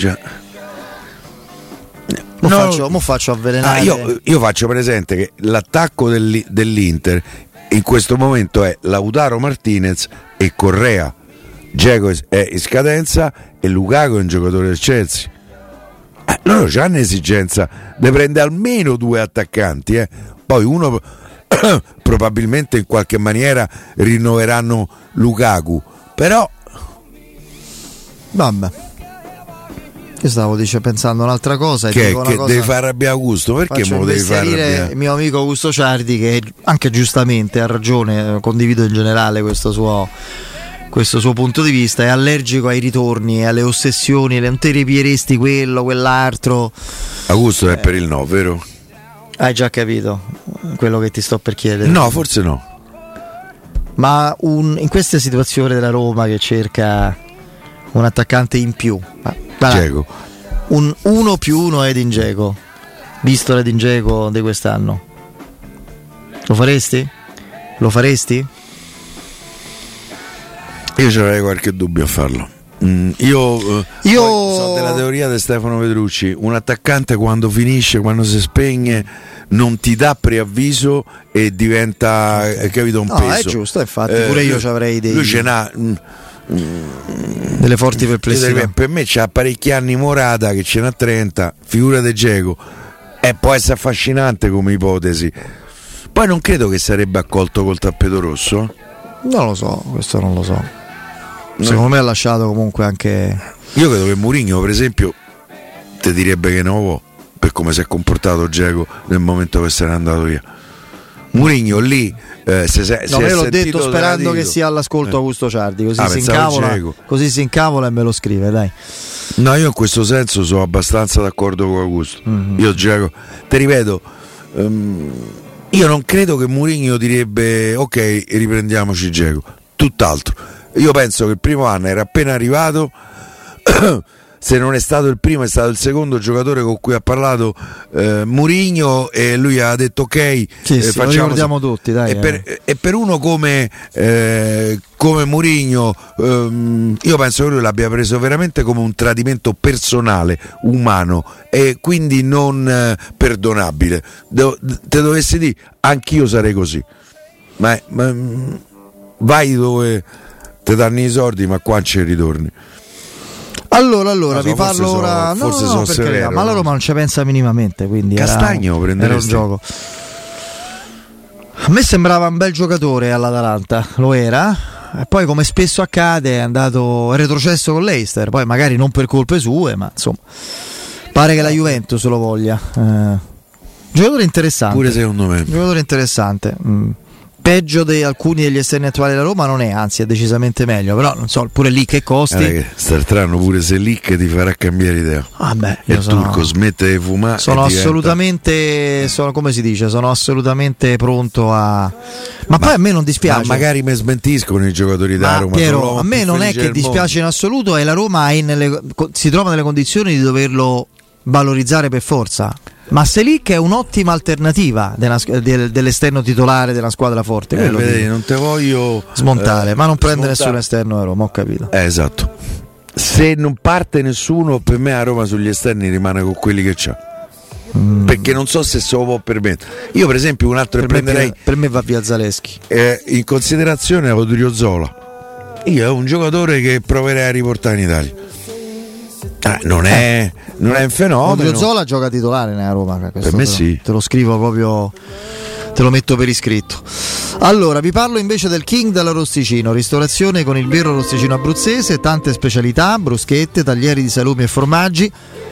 Mo faccio avvelenare. Io faccio presente che l'attacco dell'Inter in questo momento è Lautaro Martinez e Correa. Dzeko è in scadenza e Lukaku è un giocatore del Chelsea. Loro hanno esigenza di prendere almeno 2 attaccanti, poi uno probabilmente in qualche maniera rinnoveranno Lukaku, però vabbè. Io stavo pensando un'altra cosa. Che cosa, devi far arrabbiare Augusto? Perché me lo devi far arrabbiare? Il mio amico Augusto Ciardi, che anche giustamente ha ragione, condivido in generale questo suo punto di vista, è allergico ai ritorni, alle ossessioni, non ti ripieresti quello, quell'altro. Augusto è per il no, vero? Hai già capito quello che ti sto per chiedere? No, forse no. Ma in queste situazioni della Roma che cerca un attaccante in più, Dzeko, un 1+1 Edin Dzeko, visto l'Edin Dzeko di quest'anno, lo faresti? Io avrei qualche dubbio a farlo. Io so della teoria di Stefano Petrucci: un attaccante quando finisce, quando si spegne, non ti dà preavviso e diventa, capito, un peso. No, è giusto, infatti pure io ci avrei lui ce n'ha delle forti perplessità. Per me c'ha parecchi anni Morata, che ce n'ha 30, figura di Dzeko, può essere affascinante come ipotesi. Poi non credo che sarebbe accolto col tappeto rosso. Non lo so, questo non lo so. Secondo me ha lasciato comunque anche. Io credo che Mourinho, per esempio, ti direbbe che non può, per come si è comportato Dzeko nel momento che se n'è andato via. Mourinho lì io l'ho detto sperando che sia all'ascolto Augusto Ciardi, così si incavola e me lo scrive, dai. No, io in questo senso sono abbastanza d'accordo con Augusto. Io Dzeko, ti ripeto, io non credo che Mourinho direbbe ok, riprendiamoci Dzeko, tutt'altro. Io penso che il primo anno era appena arrivato, se non è stato il primo è stato il secondo giocatore con cui ha parlato Mourinho, e lui ha detto ok, lo ricordiamo tutti, dai. E per uno come Mourinho, io penso che lui l'abbia preso veramente come un tradimento personale, umano, e quindi non perdonabile. Te dovessi dire, anch'io sarei così, ma vai dove te danno i soldi, ma qua ci ritorni. Allora vi parlo ora. Forse sono severo, ma la Roma non ci pensa minimamente, quindi Castagno era un gioco. A me sembrava un bel giocatore all'Atalanta, lo era, e poi come spesso accade è retrocesso con l'Eister, poi magari non per colpe sue, ma insomma pare che la Juventus lo voglia. Giocatore interessante, pure secondo me. Giocatore interessante. Peggio di alcuni degli esterni attuali della Roma non è, anzi è decisamente meglio, però non so, pure lì che costi. Startranno pure se lì che ti farà cambiare idea. Turco smette di fumare. Sono assolutamente, come si dice, sono assolutamente pronto a. Ma poi a me non dispiace. Ma magari mi smentiscono i giocatori da Roma. Piero, a me non è che dispiace in assoluto, e la Roma si trova nelle condizioni di doverlo valorizzare per forza. Ma Selic è un'ottima alternativa dell'esterno titolare della squadra forte. Vedi, non te voglio smontare, ma non prende nessun esterno a Roma, ho capito. Esatto. Se non parte nessuno, per me a Roma sugli esterni rimane con quelli che c'ha. Perché non so se lo può permettere. Io per esempio un altro che prenderei, per me va via Zaleschi, in considerazione a Odrio Zola. Io è un giocatore che proverei a riportare in Italia. Non è un fenomeno. Odrio Zola gioca titolare nella Roma, per me sì. Te lo scrivo proprio, te lo metto per iscritto. Allora vi parlo invece del King dell'Arosticino, ristorazione con il vero arosticino abruzzese, tante specialità, bruschette, taglieri di salumi e formaggi.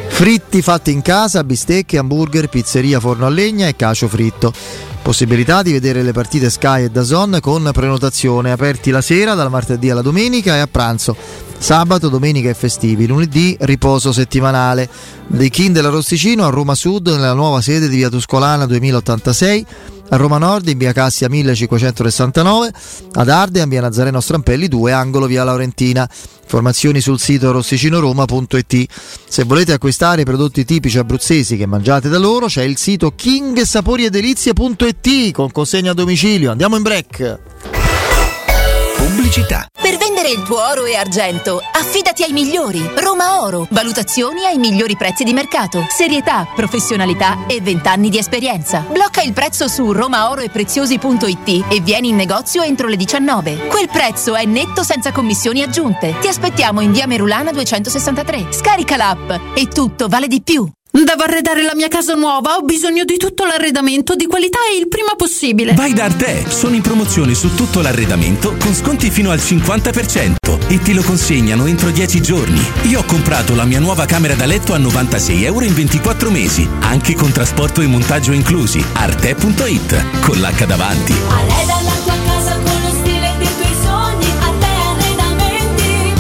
Fritti fatti in casa, bistecche, hamburger, pizzeria, forno a legna e cacio fritto. Possibilità di vedere le partite Sky e DAZN con prenotazione, aperti la sera dal martedì alla domenica e a pranzo sabato, domenica e festivi, lunedì riposo settimanale. The King dell'Arosticino a Roma Sud nella nuova sede di via Tuscolana 2086, a Roma Nord in via Cassia 1569, ad Ardea in via Nazareno Strampelli 2 angolo via Laurentina. Informazioni sul sito rossicinoroma.it. Se volete acquistare i prodotti tipici abruzzesi che mangiate da loro, c'è il sito kingsaporiedelizie.it con consegna a domicilio. Andiamo in break. Pubblicità. Per vendere il tuo oro e argento, affidati ai migliori. Roma Oro. Valutazioni ai migliori prezzi di mercato. Serietà, professionalità e 20 anni di esperienza. Blocca il prezzo su romaoroepreziosi.it e vieni in negozio entro le 19. Quel prezzo è netto senza commissioni aggiunte. Ti aspettiamo in via Merulana 263. Scarica l'app e tutto vale di più. Devo arredare la mia casa nuova, ho bisogno di tutto l'arredamento di qualità e il prima possibile. Vai da Arte, sono in promozione su tutto l'arredamento con sconti fino al 50% e ti lo consegnano entro 10 giorni. Io ho comprato la mia nuova camera da letto a €96 in 24 mesi, anche con trasporto e montaggio inclusi. Arte.it, con l'H davanti. Arreda la tua casa con lo stile dei tuoi sogni, Arte Arredamenti.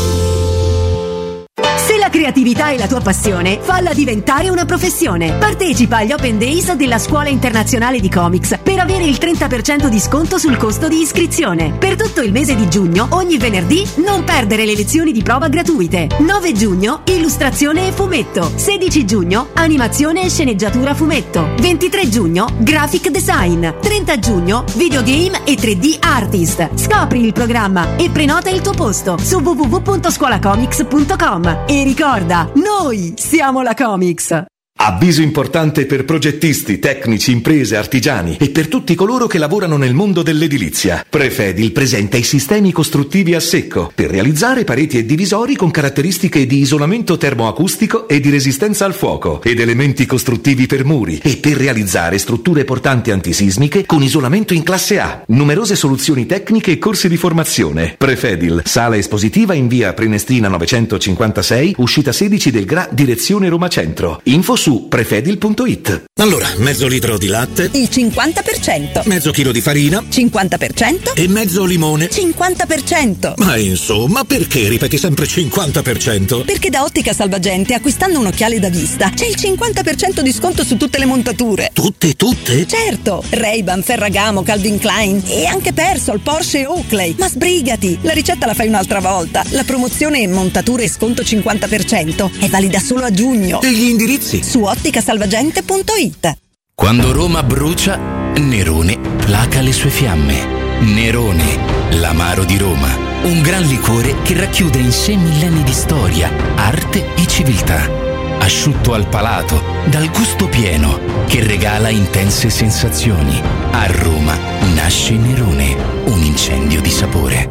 Se la creatività è la tua passione, falla diventare una professione. Partecipa agli Open Days della Scuola Internazionale di Comics per avere il 30% di sconto sul costo di iscrizione. Per tutto il mese di giugno, ogni venerdì, non perdere le lezioni di prova gratuite. 9 giugno, illustrazione e fumetto. 16 giugno, animazione e sceneggiatura fumetto. 23 giugno, graphic design. 30 giugno, videogame e 3D artist. Scopri il programma e prenota il tuo posto su www.scuolacomics.com. E ricorda, noi siamo la Comics. Avviso importante per progettisti, tecnici, imprese, artigiani e per tutti coloro che lavorano nel mondo dell'edilizia. Prefedil presenta i sistemi costruttivi a secco per realizzare pareti e divisori con caratteristiche di isolamento termoacustico e di resistenza al fuoco ed elementi costruttivi per muri e per realizzare strutture portanti antisismiche con isolamento in classe A. Numerose soluzioni tecniche e corsi di formazione. Prefedil, sala espositiva in via Prenestina 956, uscita 16 del GRA, direzione Roma Centro. Info su prefedil.it. Allora, mezzo litro di latte, Il 50%. mezzo chilo di farina 50%. e mezzo limone. 50%. Ma insomma, perché ripeti sempre 50%? Perché da Ottica Salvagente, acquistando un occhiale da vista, c'è il 50% di sconto su tutte le montature. Tutte? Certo, Ray-Ban, Ferragamo, Calvin Klein e anche Persol, Porsche e Oakley. Ma sbrigati, la ricetta la fai un'altra volta. La promozione montature e sconto 50% è valida solo a giugno. E gli indirizzi? Su otticasalvagente.it. Quando Roma brucia, Nerone placa le sue fiamme. Nerone, l'amaro di Roma. Un gran liquore che racchiude in sé millenni di storia, arte e civiltà. Asciutto al palato, dal gusto pieno, che regala intense sensazioni. A Roma nasce Nerone, un incendio di sapore.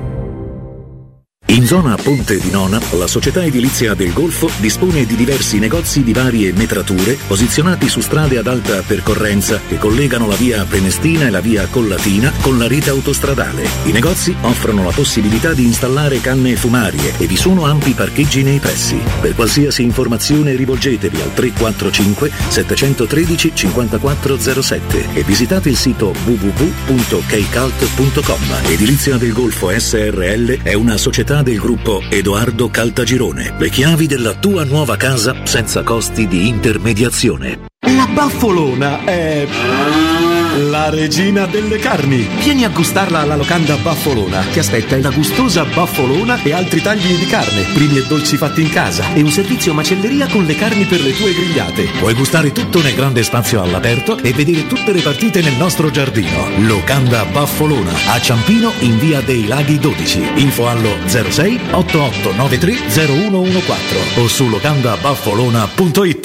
In zona Ponte di Nona, la società edilizia del Golfo dispone di diversi negozi di varie metrature posizionati su strade ad alta percorrenza che collegano la via Prenestina e la via Collatina con la rete autostradale. I negozi offrono la possibilità di installare canne fumarie e vi sono ampi parcheggi nei pressi. Per qualsiasi informazione rivolgetevi al 345 713 5407 e visitate il sito www.keicalt.com. Edilizia del Golfo SRL è una società del gruppo Edoardo Caltagirone. Le chiavi della tua nuova casa senza costi di intermediazione. La Baffolona è la regina delle carni. Vieni a gustarla alla locanda Baffolona. Ti aspetta la gustosa Baffolona e altri tagli di carne, primi e dolci fatti in casa e un servizio macelleria con le carni per le tue grigliate. Puoi gustare tutto nel grande spazio all'aperto e vedere tutte le partite nel nostro giardino. Locanda Baffolona a Ciampino in via dei Laghi 12. Info allo 06 8893 0114 o su locandabaffolona.it.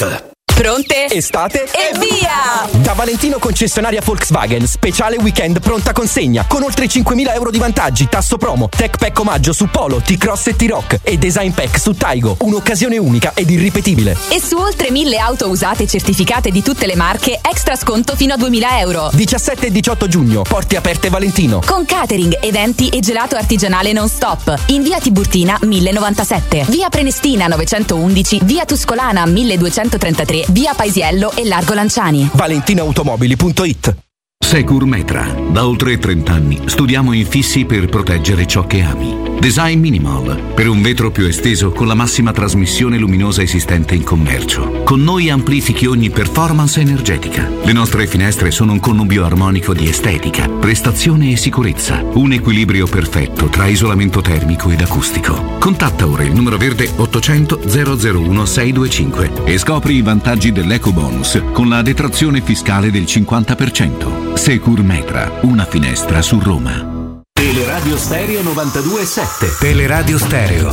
Pronte? Estate? E via! Da Valentino concessionaria Volkswagen, speciale weekend pronta consegna, con oltre 5.000 euro di vantaggi, tasso promo, tech pack omaggio su Polo, T-Cross e T-Rock e design pack su Taigo. Un'occasione unica ed irripetibile. E su oltre 1.000 auto usate certificate di tutte le marche, extra sconto fino a 2.000 euro. 17 e 18 giugno, porte aperte Valentino. Con catering, eventi e gelato artigianale non stop. In via Tiburtina 1097, via Prenestina 911, via Tuscolana 1233, via Paisiello e Largo Lanciani. ValentinoAutomobili.it. Securmetra. Da oltre 30 anni studiamo infissi per proteggere ciò che ami. Design minimal, per un vetro più esteso con la massima trasmissione luminosa esistente in commercio. Con noi amplifichi ogni performance energetica. Le nostre finestre sono un connubio armonico di estetica, prestazione e sicurezza. Un equilibrio perfetto tra isolamento termico ed acustico. Contatta ora il numero verde 800 001 625 e scopri i vantaggi dell'EcoBonus con la detrazione fiscale del 50%. Securmetra, una finestra su Roma. Teleradio Stereo 92.7. Teleradio Stereo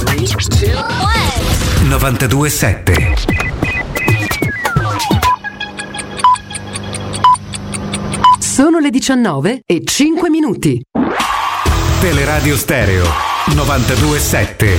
92.7. Sono le 19:05. Teleradio Stereo 92.7.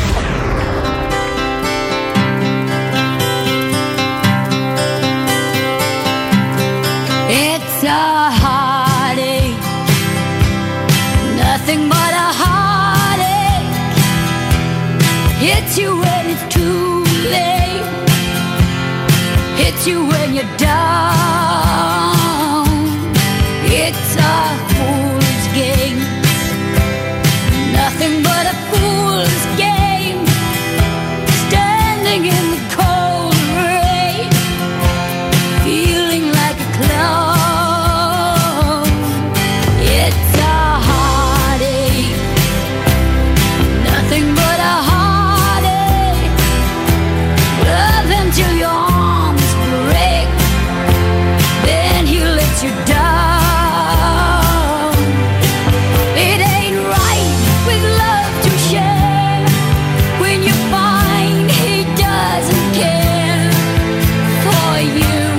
It's a heartache, nothing but a heartache. Hits you when it's too late, hits you when you're down. It's a fool's game, nothing but a fool's game. Standing in the cold rain, feeling like a clown. It's a heartache, nothing but a heartache. Love until your arms break, then he lets you down. It ain't right with love to share when you find he doesn't care for you.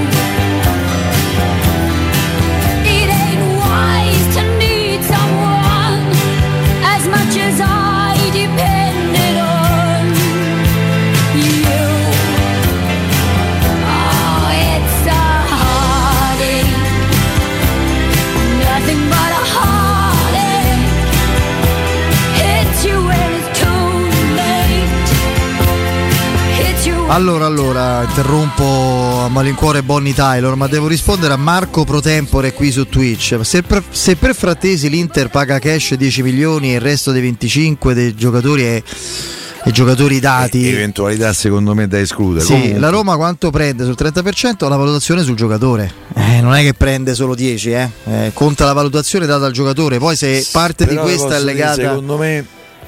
It ain't wise to need someone as much as I depended on you. Oh, it's a heartache, nothing but a heartache. Hits you when it's too late, hits you. Allora, interrompo a malincuore Bonnie Tyler, ma devo rispondere a Marco Pro Tempore qui su Twitch. Se per Frattesi l'Inter paga cash 10 milioni e il resto dei 25 dei giocatori e giocatori dati, eventualità secondo me da escludere. sì, Comunque, la Roma quanto prende sul 30%? La valutazione sul giocatore, non è che prende solo 10, conta la valutazione data al giocatore. Poi se parte però di questa è posso dire, legata, secondo me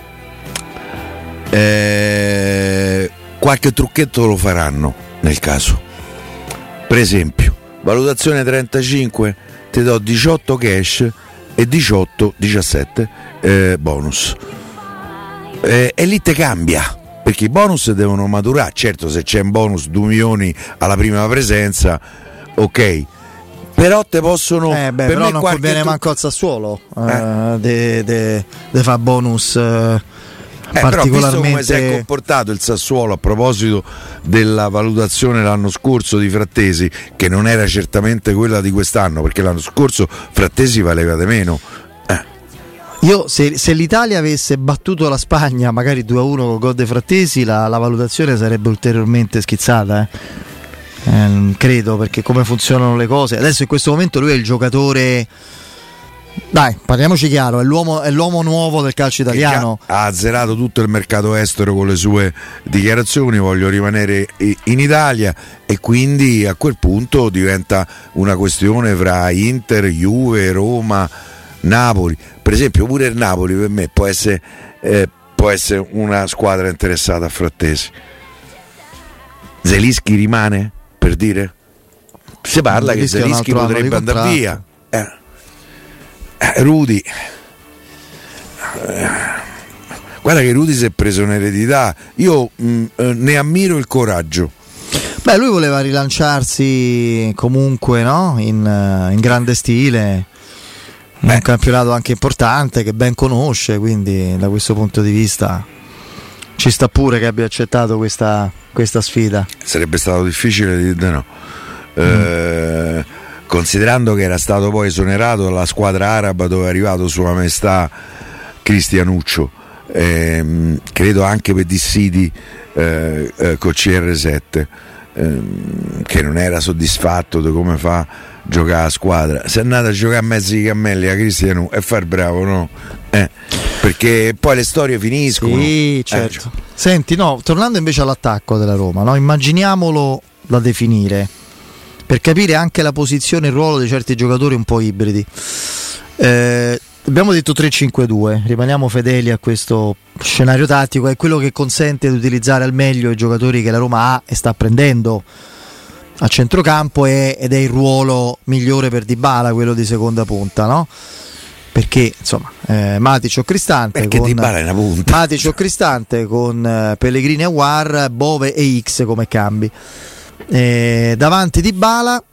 qualche trucchetto lo faranno nel caso. Per esempio, valutazione 35, ti do 18 cash e 17 bonus, e lì te cambia, perché i bonus devono maturare. Certo, se c'è un bonus 2 milioni alla prima presenza, ok, però te possono però non conviene manco al Sassuolo de fa bonus però visto come si è particolarmente. comportato il Sassuolo a proposito della valutazione l'anno scorso di Frattesi, che non era certamente quella di quest'anno, perché l'anno scorso Frattesi valeva di meno. Io se l'Italia avesse battuto la Spagna magari 2-1 con gol de Frattesi, la valutazione sarebbe ulteriormente schizzata, credo, perché come funzionano le cose adesso in questo momento lui è il giocatore, dai, parliamoci chiaro, è l'uomo nuovo del calcio italiano. Ha azzerato tutto il mercato estero con le sue dichiarazioni, voglio rimanere in Italia, e quindi a quel punto diventa una questione fra Inter, Juve, Roma, Napoli. Per esempio pure il Napoli per me può essere una squadra interessata a Frattesi. Zelinski rimane, per dire? Si parla che Zelinski potrebbe andare via. Rudy, guarda che Rudy si è preso un'eredità, io ne ammiro il coraggio. Beh, lui voleva rilanciarsi comunque, no? in grande stile, in un campionato anche importante che ben conosce, quindi da questo punto di vista ci sta pure che abbia accettato questa sfida. Sarebbe stato difficile dire no. Considerando che era stato poi esonerato dalla squadra araba dove è arrivato Sua Maestà Cristianuccio, credo anche per dissidi con CR7, che non era soddisfatto di come fa giocare a squadra. Se è andato a giocare a mezzo di cammelli a Cristiano e far bravo, no? Perché poi le storie finiscono. Sì, certo. Senti, no, tornando invece all'attacco della Roma, no? Immaginiamolo da definire per capire anche la posizione e il ruolo di certi giocatori un po' ibridi. Abbiamo detto 3-5-2, rimaniamo fedeli a questo scenario tattico, è quello che consente di utilizzare al meglio i giocatori che la Roma ha e sta prendendo a centrocampo, ed è il ruolo migliore per Dybala, quello di seconda punta, no? Perché insomma Matic o Cristante, perché con Dybala è una punta. Matic o Cristante con Pellegrini e Aouar, Bove e X come cambi, davanti Dybala.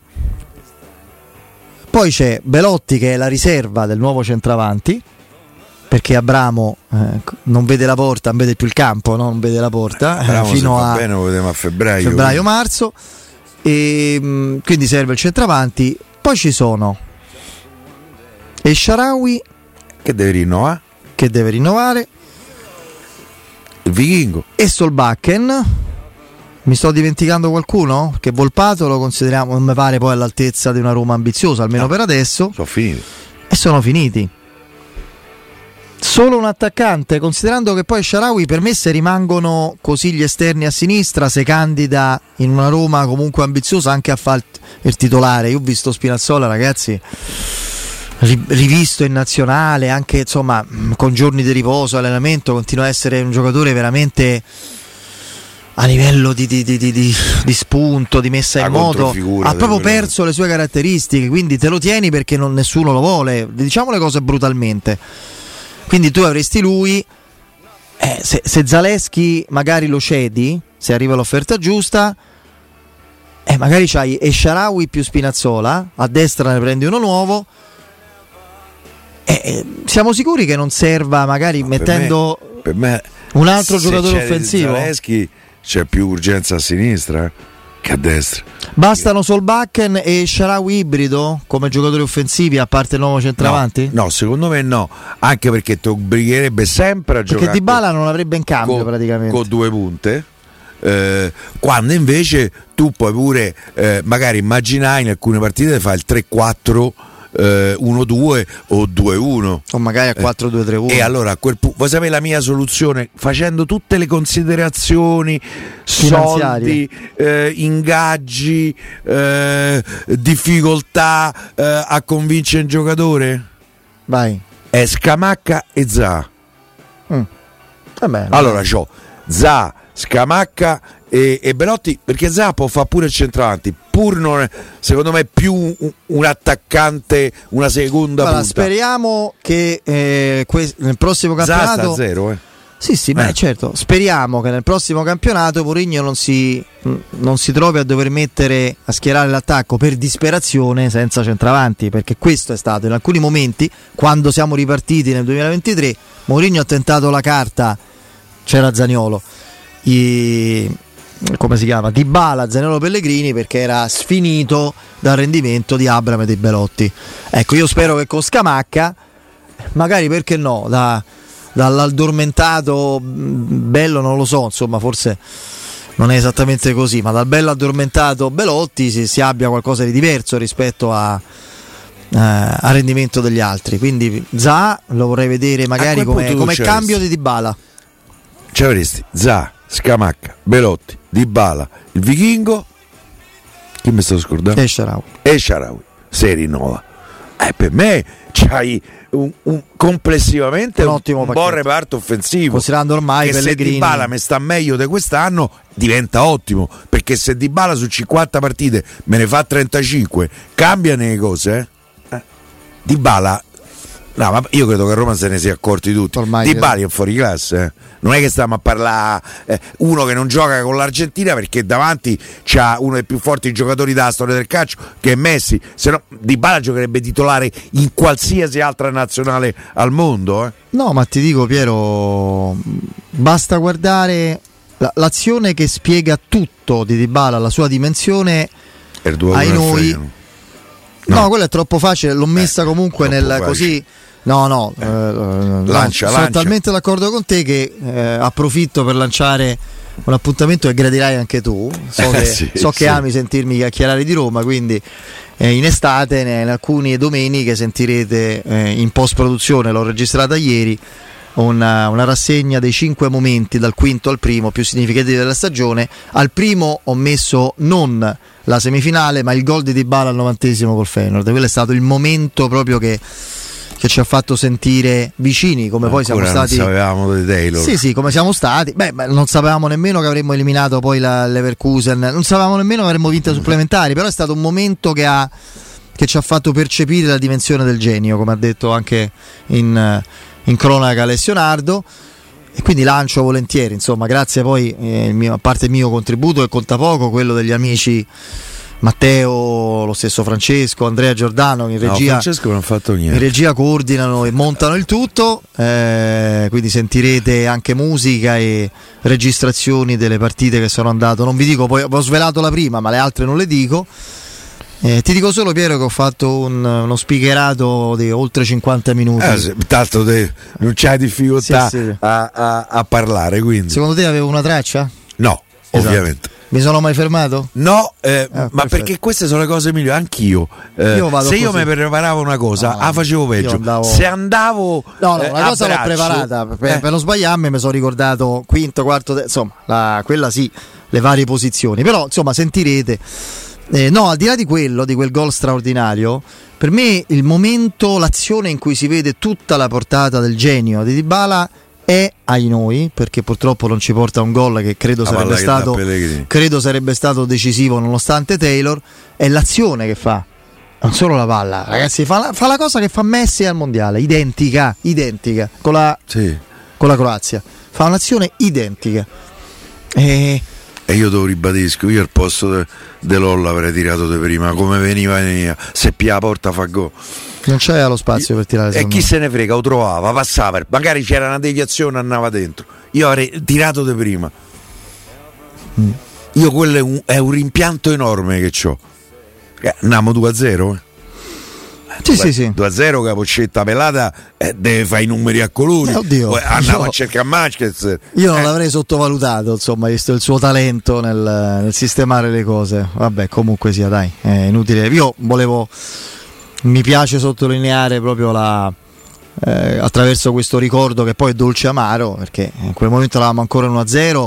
Poi c'è Belotti che è la riserva del nuovo centravanti, perché Abramo non vede la porta, non vede più il campo, no? Non vede la porta fino a bene, lo vedremo a febbraio-marzo, e quindi serve il centravanti. Poi ci sono El Shaarawy che deve rinnovare, il Vichingo e Solbakken. Mi sto dimenticando qualcuno? Che Volpato lo consideriamo, non mi pare poi all'altezza di una Roma ambiziosa, almeno per adesso. Sono finiti. Solo un attaccante, considerando che poi Shaarawy, per me, se rimangono così gli esterni a sinistra, se candida in una Roma comunque ambiziosa anche a fare il titolare. Io ho visto Spinazzola, ragazzi, rivisto in nazionale, anche insomma con giorni di riposo, allenamento, continua a essere un giocatore veramente a livello di spunto, di messa in moto, ha proprio perso le sue caratteristiche, quindi te lo tieni perché nessuno lo vuole, diciamo le cose brutalmente. Quindi tu avresti lui, se Zalewski magari lo cedi, se arriva l'offerta giusta, magari c'hai El Shaarawy più Spinazzola, a destra ne prendi uno nuovo, siamo sicuri che non serva magari mettendo per me un altro giocatore offensivo? Zalewski c'è più urgenza a sinistra che a destra. Bastano Solbakken e Shaarawy ibrido come giocatori offensivi, a parte il nuovo centravanti? No, secondo me no, anche perché ti obbligherebbe sempre a giocare, perché Dybala non avrebbe in cambio praticamente con due punte, quando invece tu puoi pure magari immaginare in alcune partite fai il 3-4 1-2 o 2-1 o magari a 4-2-3-1, e allora a quel punto vuoi sapere la mia soluzione, facendo tutte le considerazioni, soldi, ingaggi, difficoltà a convincere il giocatore? Vai. È Scamacca e Zaha. Vabbè, allora c'ho Zaha, Scamacca e Belotti, perché Zaha può fare pure il centravanti, pur non è, secondo me, più un attaccante, una seconda punta. Speriamo che nel prossimo campionato Zaha sta a zero, Sì, beh, certo. Speriamo che nel prossimo campionato Mourinho non si trovi a dover mettere a schierare l'attacco per disperazione senza centravanti, perché questo è stato in alcuni momenti, quando siamo ripartiti nel 2023, Mourinho ha tentato la carta, c'era Zaniolo, come si chiama? Dybala, Zaniolo, Pellegrini, perché era sfinito dal rendimento di Abramo e di Belotti. Ecco, io spero che con Scamacca, magari, perché no, dall'addormentato bello, non lo so, insomma, forse non è esattamente così, ma dal bello addormentato Belotti si abbia qualcosa di diverso rispetto a rendimento degli altri. Quindi Zaha lo vorrei vedere magari come cambio di Dybala. Ci avresti Zaha, Scamacca, Belotti, Dybala, il Vichingo, chi mi sto scordando? E Shaarawy se rinnova. Per me c'hai complessivamente un buon reparto offensivo, considerando ormai che Pellegrini, se Dybala mi sta meglio di quest'anno diventa ottimo, perché se Dybala su 50 partite me ne fa 35, cambiano le cose. Dybala No, ma io credo che a Roma se ne sia accorti tutti. Ormai Dybala è fuori classe. Non è che stiamo a parlare uno che non gioca con l'Argentina perché davanti c'ha uno dei più forti giocatori della storia del calcio, che è Messi. Se no, Dybala giocherebbe titolare in qualsiasi altra nazionale al mondo. No, ma ti dico, Piero, basta guardare l'azione che spiega tutto di Dybala, la sua dimensione ai noi. No, quello è troppo facile, l'ho messa comunque nel così. Lancia. Sono talmente d'accordo con te che approfitto per lanciare un appuntamento che gradirai anche tu. So che ami sentirmi chiacchierare di Roma, quindi in estate, in alcune domeniche, sentirete in post-produzione, l'ho registrata ieri, una rassegna dei 5 momenti dal quinto al primo più significativi della stagione. Al primo ho messo non la semifinale, ma il gol di Dybala al 90esimo col Feyenoord. Quello è stato il momento proprio che ci ha fatto sentire vicini, come poi siamo stati. Non sapevamo di Taylor. Sì, come siamo stati. Non sapevamo nemmeno che avremmo eliminato poi la Leverkusen, non sapevamo nemmeno che avremmo vinto supplementari, però è stato un momento che ci ha fatto percepire la dimensione del genio, come ha detto anche in cronaca Alessio Nardo, e quindi lancio volentieri, insomma, grazie poi a parte il mio contributo che conta poco, quello degli amici Matteo, lo stesso Francesco, Andrea Giordano che in regia, Francesco non ha fatto niente. In regia coordinano e montano il tutto, quindi sentirete anche musica e registrazioni delle partite che sono andato. Non vi dico, poi ho svelato la prima, ma le altre non le dico. Ti dico solo, Piero, che ho fatto uno speakerato di oltre 50 minuti. Tanto non c'hai difficoltà a parlare, quindi. Secondo te avevo una traccia? No, esatto. Ovviamente. Mi sono mai fermato? No, ma perché queste sono le cose migliori. Anch'io, se io mi preparavo una cosa, la facevo peggio. Se andavo, una cosa l'ho preparata per non sbagliarmi, mi sono ricordato quinto, quarto, insomma, quella sì, le varie posizioni. Però insomma, sentirete. Al di là di quello, di quel gol straordinario, per me il momento, l'azione in cui si vede tutta la portata del genio di Dybala è ai noi, perché purtroppo non ci porta un gol che credo sarebbe stato decisivo nonostante Taylor. È l'azione che fa, non solo la palla, ragazzi, fa la cosa che fa Messi al mondiale, identica con la Croazia, fa un'azione identica. E io te lo ribadisco, io al posto de Lolla avrei tirato di prima, come veniva se pia la porta fa gol. Non c'era lo spazio per tirare. E chi se ne frega, lo trovava, passava, magari c'era una deviazione, andava dentro. Io avrei tirato di prima. Io quello è un rimpianto enorme che c'ho. Andiamo 2-0. Sì. 2-0, Capoccetta pelata, deve fare i numeri a colori. Andiamo a cercare Manchester. Io non l'avrei sottovalutato, insomma, visto il suo talento nel sistemare le cose. Vabbè, comunque sia, dai, è inutile. Mi piace sottolineare proprio attraverso questo ricordo, che poi è dolce amaro, perché in quel momento eravamo ancora 1-0,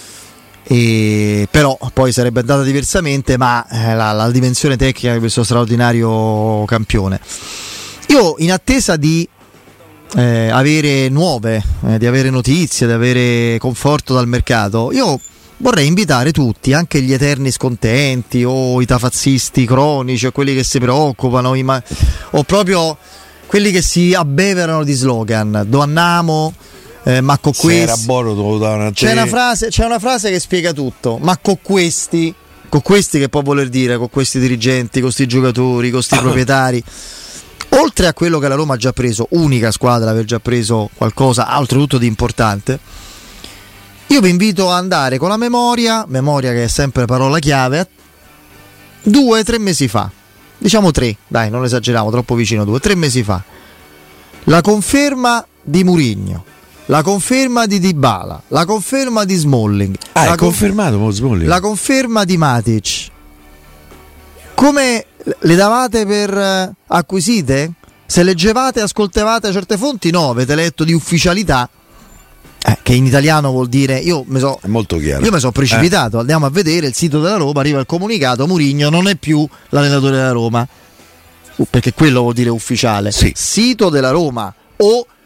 però poi sarebbe andata diversamente, ma la dimensione tecnica di questo straordinario campione. Io, in attesa di avere di avere notizie, di avere conforto dal mercato, io vorrei invitare tutti, anche gli eterni scontenti o i tafazzisti cronici o quelli che si preoccupano o proprio quelli che si abbeverano di slogan, Doannamo, ma con questi c'è una frase che spiega tutto, ma con questi che può voler dire, con questi dirigenti, con questi giocatori, con questi proprietari, oltre a quello che la Roma ha già preso, unica squadra aver già preso qualcosa oltretutto di importante. Io vi invito a andare con la memoria che è sempre parola chiave, 2-3 mesi fa, diciamo 3, dai, non esageriamo, troppo vicino, 2-3 mesi fa, la conferma di Mourinho, la conferma di Dybala, la conferma di Smalling, confermato Smalling, la conferma di Matic. Come le davate per acquisite? Se leggevate e ascoltavate certe fonti, no, avete letto di ufficialità, che in italiano vuol dire è molto chiaro. Io mi sono precipitato, andiamo a vedere il sito della Roma, arriva il comunicato, Mourinho non è più l'allenatore della Roma, perché quello vuol dire ufficiale. Sì. Sito della Roma o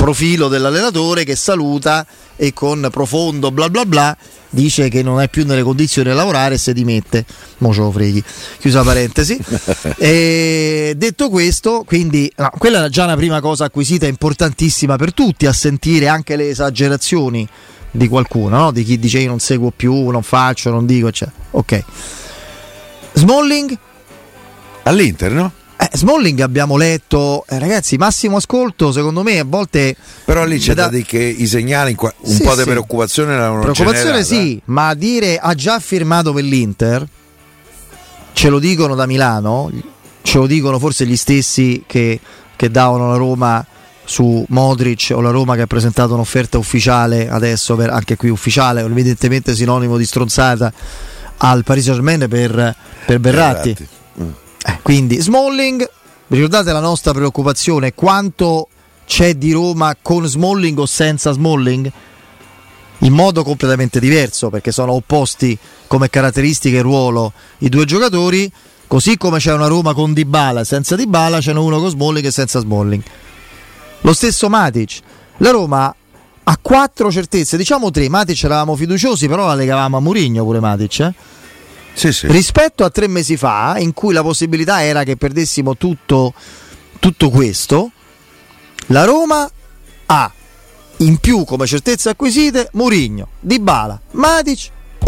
profilo dell'allenatore che saluta e con profondo bla bla bla dice che non è più nelle condizioni di lavorare e si dimette. Mo ce lo freghi, chiusa parentesi. E detto questo, quindi quella era già una prima cosa acquisita importantissima per tutti, a sentire anche le esagerazioni di qualcuno, no? Di chi dice io non seguo più, non faccio, non dico, eccetera. Ok. Smalling all'Inter, no? Smalling abbiamo letto, ragazzi, massimo ascolto, secondo me a volte. Però lì c'è da dire che i segnali un po' di preoccupazione erano preoccupazione generata. Sì, ma dire ha già firmato per l'Inter, ce lo dicono da Milano, ce lo dicono forse gli stessi che davano la Roma su Modric, o la Roma che ha presentato un'offerta ufficiale adesso, anche qui ufficiale, evidentemente sinonimo di stronzata, al Paris Saint-Germain per Verratti. Quindi Smalling, ricordate la nostra preoccupazione, quanto c'è di Roma con Smalling o senza Smalling? In modo completamente diverso, perché sono opposti come caratteristiche e ruolo i due giocatori, così come c'è una Roma con Dybala e senza Dybala, c'è uno con Smalling e senza Smalling. Lo stesso Matic, la Roma ha 4 certezze, diciamo 3, Matic eravamo fiduciosi, però la legavamo a Mourinho pure Matic, Sì. Rispetto a 3 mesi fa, in cui la possibilità era che perdessimo tutto questo, la Roma ha in più come certezze acquisite Mourinho, Dybala, Matic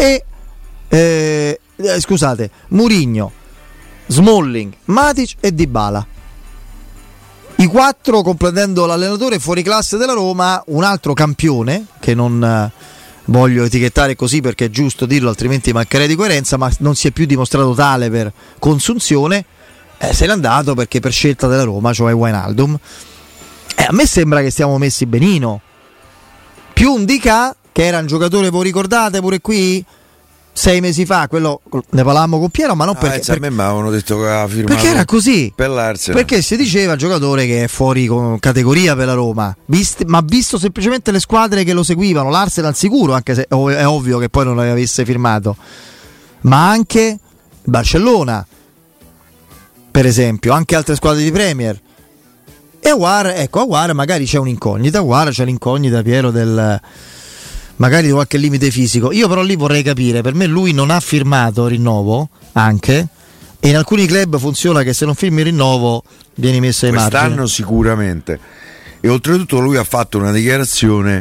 e Mourinho, Smalling, Matic e Dybala. I 4 comprendendo l'allenatore fuori classe della Roma, un altro campione che non voglio etichettare così perché è giusto dirlo, altrimenti mancherei di coerenza, ma non si è più dimostrato tale per consunzione, se n'è andato perché per scelta della Roma, cioè Wijnaldum. A me sembra che stiamo messi benino. Più un Dicà, che era un giocatore, voi ricordate pure qui 6 mesi fa, quello ne parlavamo con Piero, ma non perché a me mi avevano detto che aveva firmato perché era così, per l'Arsenal, perché si diceva giocatore che è fuori categoria per la Roma, ma visto semplicemente le squadre che lo seguivano, l'Arsenal sicuro, anche se è ovvio che poi non avesse firmato, ma anche Barcellona per esempio, anche altre squadre di Premier. E Aouar magari c'è un'incognita, c'è l'incognita, Piero, del magari di qualche limite fisico. Io però lì vorrei capire, per me lui non ha firmato rinnovo anche, e in alcuni club funziona che se non firmi il rinnovo vieni messo ai margini. Quest'anno sicuramente, e oltretutto lui ha fatto una dichiarazione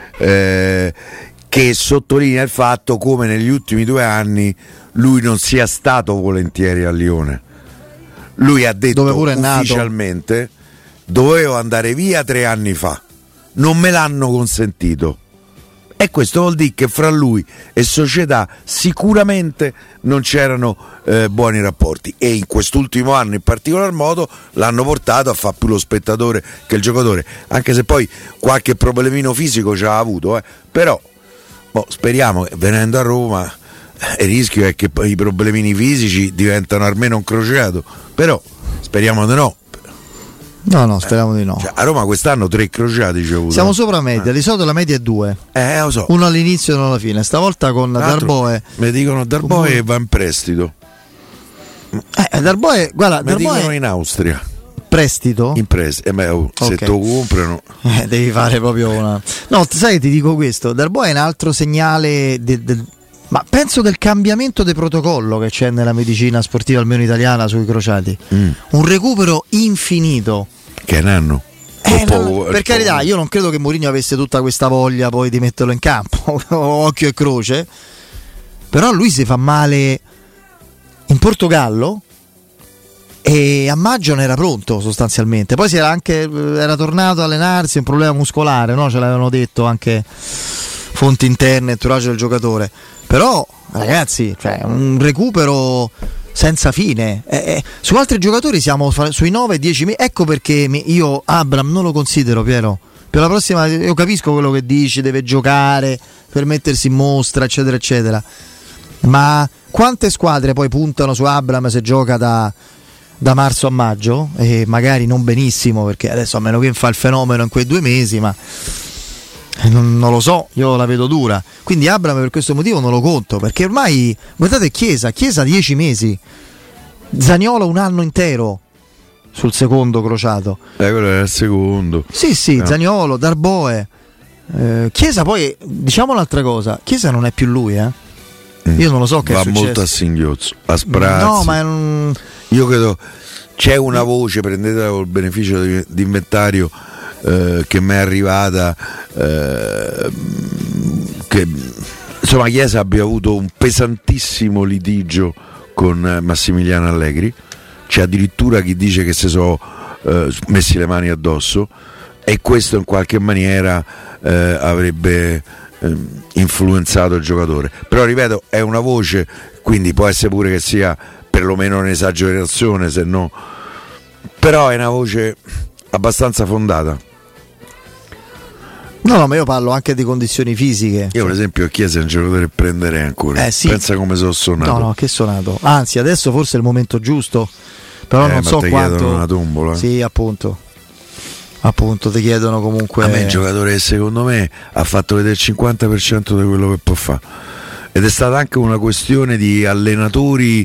che sottolinea il fatto come negli ultimi 2 anni lui non sia stato volentieri a Lione. Lui ha detto ufficialmente dovevo andare via 3 anni fa, non me l'hanno consentito. E questo vuol dire che fra lui e società sicuramente non c'erano buoni rapporti, e in quest'ultimo anno in particolar modo l'hanno portato a fare più lo spettatore che il giocatore, anche se poi qualche problemino fisico ce l'ha avuto, però speriamo che venendo a Roma il rischio è che poi i problemini fisici diventano almeno un crociato, però speriamo di no. No, speriamo di no. A Roma quest'anno 3 crociati c'è avuto. Siamo sopra media, di solito la media è 2. Lo so. Uno all'inizio e uno alla fine. Stavolta con Darboe. Mi dicono Darboe va in prestito. Darboe, guarda, mi dicono in Austria. Prestito? In prestito. Se te lo comprano. Devi fare proprio una. No, sai, ti dico questo. Darboe è un altro segnale ma penso del cambiamento del protocollo che c'è nella medicina sportiva, almeno italiana, sui crociati. Un recupero infinito. Che è un anno. Per carità, io non credo che Mourinho avesse tutta questa voglia poi di metterlo in campo, occhio e croce. Però lui si fa male in Portogallo e a maggio non era pronto sostanzialmente. Poi era tornato ad allenarsi, un problema muscolare, no? Ce l'avevano detto anche fonti interne, entourage del giocatore. Però ragazzi, un recupero senza fine. Su altri giocatori siamo sui 9-10 mesi. Ecco perché io Abram non lo considero, Piero. Per la prossima, io capisco quello che dici, deve giocare per mettersi in mostra, eccetera eccetera, ma quante squadre poi puntano su Abram se gioca da marzo a maggio, e magari non benissimo, perché adesso a meno che fa il fenomeno in quei 2 mesi, ma non lo so, io la vedo dura. Quindi Abram per questo motivo non lo conto, perché ormai guardate Chiesa 10 mesi, Zaniolo un anno intero, sul secondo crociato. Quello era il secondo. Sì, Zaniolo, Darboe, Chiesa. Poi diciamo un'altra cosa, Chiesa non è più lui, Io non lo so che va è successo. Molto a singhiozzo, a sprazzi. No, ma io credo c'è una voce, prendetela col beneficio di inventario, che mi è arrivata, che insomma Chiesa abbia avuto un pesantissimo litigio con Massimiliano Allegri. C'è addirittura chi dice che si sono messi le mani addosso, e questo in qualche maniera avrebbe influenzato il giocatore. Però ripeto, è una voce, quindi può essere pure che sia perlomeno un'esagerazione, se no, però è una voce abbastanza fondata. No, ma io parlo anche di condizioni fisiche. Io per esempio Chiesa è un giocatore che prenderei ancora. Sì. Pensa come sono suonato. No, che suonato. Anzi, adesso forse è il momento giusto, però non so quanto. Una tombola. Sì, appunto ti chiedono comunque. A me è un giocatore che secondo me ha fatto vedere il 50% di quello che può fare, ed è stata anche una questione di allenatori,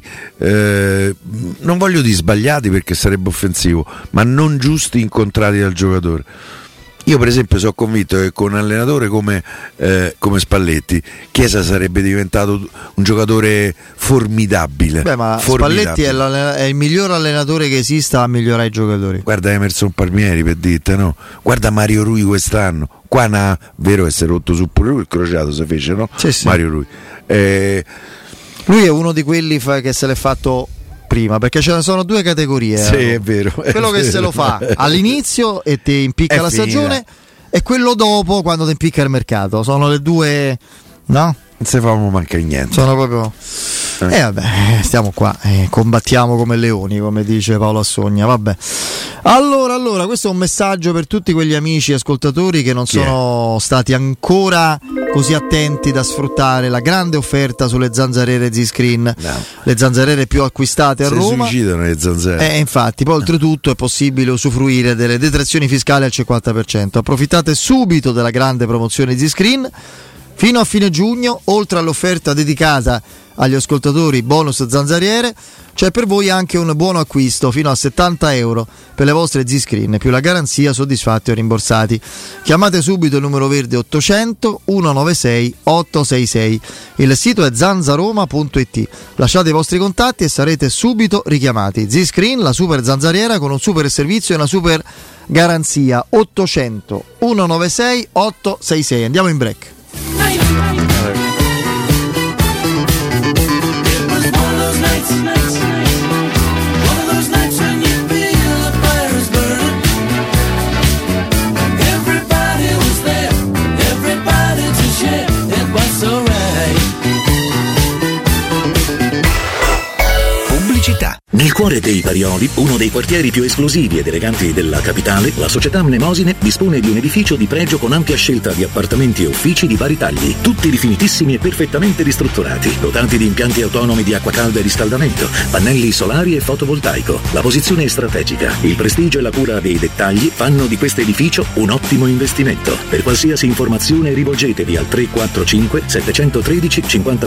non voglio dire sbagliati perché sarebbe offensivo, ma non giusti incontrati dal giocatore. Io per esempio sono convinto che con un allenatore come Spalletti, Chiesa sarebbe diventato un giocatore formidabile. Beh, ma Spalletti è il miglior allenatore che esista a migliorare i giocatori. Guarda Emerson Palmieri, per dirte, no? Guarda Mario Rui quest'anno. Qua vero che si è rotto su pure lui, il crociato si fece, no? Sì. Mario Rui. Lui è uno di quelli che se l'è fatto prima, perché ce ne sono due categorie. Sì, è vero. Quello che se lo fa all'inizio e ti impicca la stagione, e quello dopo quando ti impicca il mercato. Sono le due, no? Non si fa manca niente. Sono proprio. Vabbè, stiamo qua, combattiamo come leoni, come dice Paolo Assogna. Vabbè. Allora, questo è un messaggio per tutti quegli amici ascoltatori che non sono stati ancora così attenti da sfruttare la grande offerta sulle zanzariere Z-Screen, le zanzariere più acquistate a Roma. Si suicidano le zanzariere. Infatti, poi oltretutto è possibile usufruire delle detrazioni fiscali al 50%. Approfittate subito della grande promozione Z-Screen. Fino a fine giugno, oltre all'offerta dedicata agli ascoltatori bonus zanzariere, c'è per voi anche un buono acquisto fino a €70 per le vostre Z-Screen, più la garanzia soddisfatti o rimborsati. Chiamate subito il numero verde 800 196 866. Il sito è zanzaroma.it. Lasciate i vostri contatti e sarete subito richiamati. Z-Screen, la super zanzariera con un super servizio e una super garanzia. 800 196 866. Andiamo in break. Nel cuore dei Parioli, uno dei quartieri più esclusivi ed eleganti della capitale, la società Mnemosine dispone di un edificio di pregio con ampia scelta di appartamenti e uffici di vari tagli, tutti rifinitissimi e perfettamente ristrutturati, dotati di impianti autonomi di acqua calda e riscaldamento, pannelli solari e fotovoltaico. La posizione è strategica, il prestigio e la cura dei dettagli fanno di questo edificio un ottimo investimento. Per qualsiasi informazione rivolgetevi al 345 713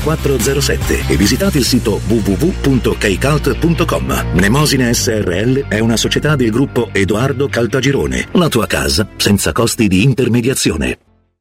5407 e visitate il sito www.kcult.com. Mnemosine SRL è una società del gruppo Edoardo Caltagirone. La tua casa senza costi di intermediazione.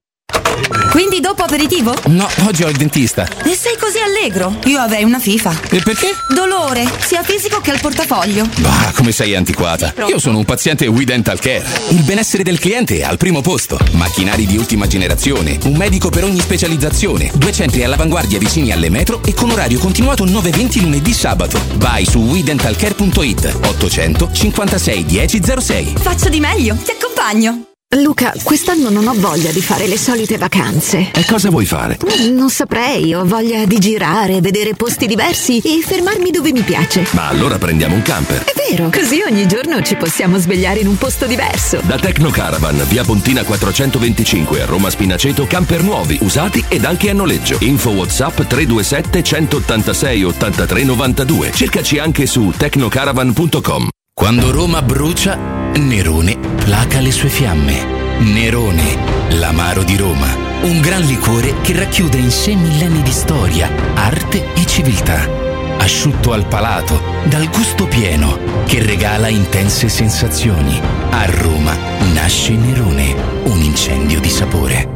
Quindi dopo aperitivo? No, oggi ho il dentista. E sei così allegro? Io avrei una FIFA. E perché? Dolore, sia fisico che al portafoglio. Bah, come sei antiquata. Io sono un paziente We Dental Care. Il benessere del cliente è al primo posto. Macchinari di ultima generazione, un medico per ogni specializzazione, 2 centri all'avanguardia vicini alle metro e con orario continuato 9-20 lunedì sabato. Vai su WeDentalCare.it 800 56 10 06. Faccio di meglio, ti accompagno. Luca, quest'anno non ho voglia di fare le solite vacanze. E cosa vuoi fare? Non saprei, ho voglia di girare, vedere posti diversi e fermarmi dove mi piace. Ma allora prendiamo un camper. È vero, così ogni giorno ci possiamo svegliare in un posto diverso. Da Tecnocaravan, via Pontina 425 a Roma Spinaceto, camper nuovi, usati ed anche a noleggio. Info WhatsApp 327 186 83 92. Cercaci anche su tecnocaravan.com. Quando Roma brucia, Nerone placa le sue fiamme. Nerone, l'amaro di Roma. Un gran liquore che racchiude in sé millenni di storia, arte e civiltà. asciutto al palato, dal gusto pieno, che regala intense sensazioni. A Roma nasce Nerone, un incendio di sapore.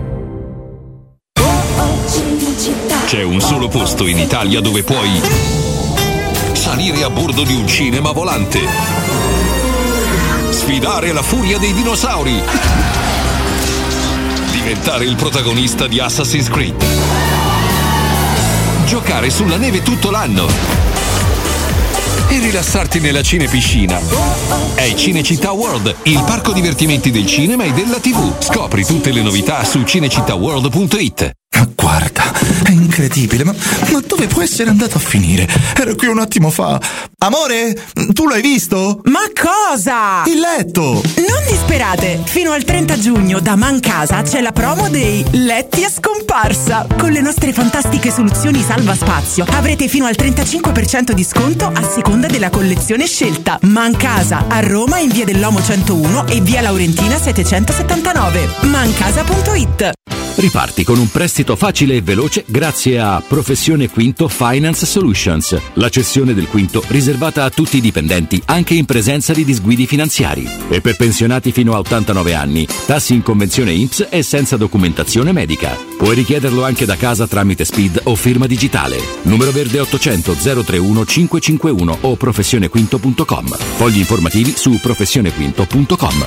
C'è un solo posto in Italia dove puoi salire a bordo di un cinema volante, sfidare la furia dei dinosauri, diventare il protagonista di Assassin's Creed, giocare sulla neve tutto l'anno e rilassarti nella cinepiscina. È Cinecittà World, il parco divertimenti del cinema e della TV. Scopri tutte le novità su cinecittàworld.it. Guarda, è incredibile, ma dove può essere andato a finire? Ero qui un attimo fa. Amore, tu l'hai visto? Ma cosa? Il letto! Non disperate! Fino al 30 giugno da Mancasa c'è la promo dei letti a scomparsa. Con le nostre fantastiche soluzioni salva spazio avrete fino al 35% di sconto a seconda della collezione scelta. Mancasa a Roma in via dell'Omo 101 e via Laurentina 779. Mancasa.it. Riparti con un prestito facile e veloce grazie a Professione Quinto Finance Solutions, la cessione del quinto riservata a tutti i dipendenti anche in presenza di disguidi finanziari. E per pensionati fino a 89 anni, tassi in convenzione INPS e senza documentazione medica. Puoi richiederlo anche da casa tramite SPID o firma digitale. Numero verde 800 031 551 o professionequinto.com. Fogli informativi su professionequinto.com.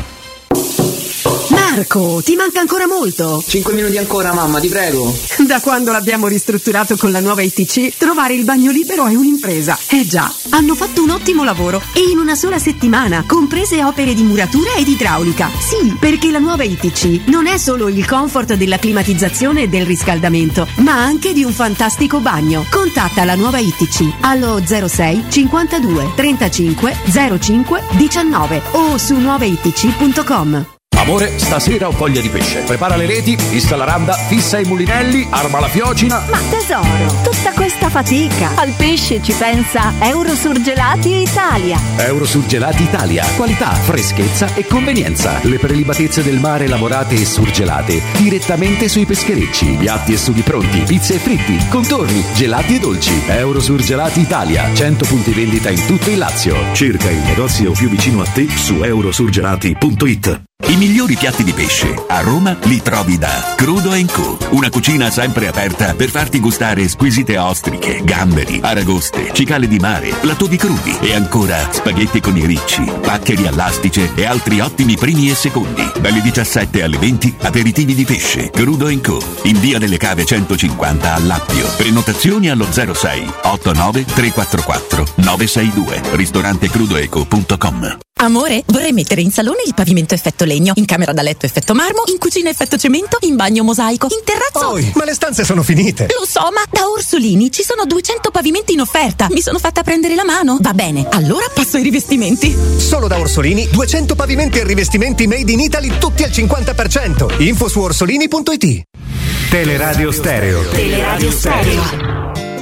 Marco, ti manca ancora molto? 5 minuti ancora, mamma, ti prego. Da quando l'abbiamo ristrutturato con la nuova ITC, trovare il bagno libero è un'impresa. Già, hanno fatto un ottimo lavoro e in una sola settimana, comprese opere di muratura ed idraulica. Sì, perché la nuova ITC non è solo il comfort della climatizzazione e del riscaldamento, ma anche di un fantastico bagno. Contatta la nuova ITC allo 06 52 35 05 19 o su nuovaitc.com. Amore, stasera ho voglia di pesce. Prepara le reti, fissa la randa, fissa i mulinelli, arma la fiocina. Ma tesoro, tutta questa fatica. Al pesce ci pensa Eurosurgelati Italia. Eurosurgelati Italia. Qualità, freschezza e convenienza. Le prelibatezze del mare lavorate e surgelate direttamente sui pescherecci. Piatti e sughi pronti, pizze e fritti, contorni, gelati e dolci. Eurosurgelati Italia. 100 punti vendita in tutto il Lazio. Cerca il negozio più vicino a te su eurosurgelati.it. I migliori piatti di pesce a Roma li trovi da Crudo & Co. Una cucina sempre aperta per farti gustare squisite ostriche, gamberi, aragoste, cicale di mare, latoni crudi e ancora spaghetti con i ricci, paccheri all'astice e altri ottimi primi e secondi. Dalle 17 alle 20 aperitivi di pesce. Crudo & Co. in via delle Cave 150 a Lappio. Prenotazioni allo 06 89 344 962. ristorantecrudoeco.com. Amore, vorrei mettere in salone il pavimento effetto legno, in camera da letto effetto marmo, in cucina effetto cemento, in bagno mosaico, in terrazzo... Ma le stanze sono finite! Lo so, ma da Orsolini ci sono 200 pavimenti in offerta. Mi sono fatta prendere la mano. Va bene, allora passo ai rivestimenti. Solo da Orsolini 200 pavimenti e rivestimenti made in Italy tutti al 50%. Info su orsolini.it. Teleradio Stereo. Teleradio Stereo.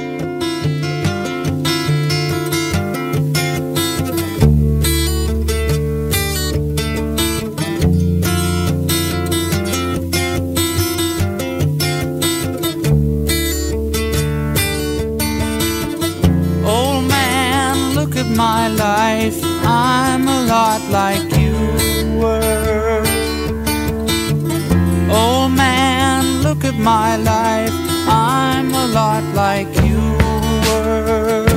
My life, I'm a lot like you were. Oh man, look at my life, I'm a lot like you were.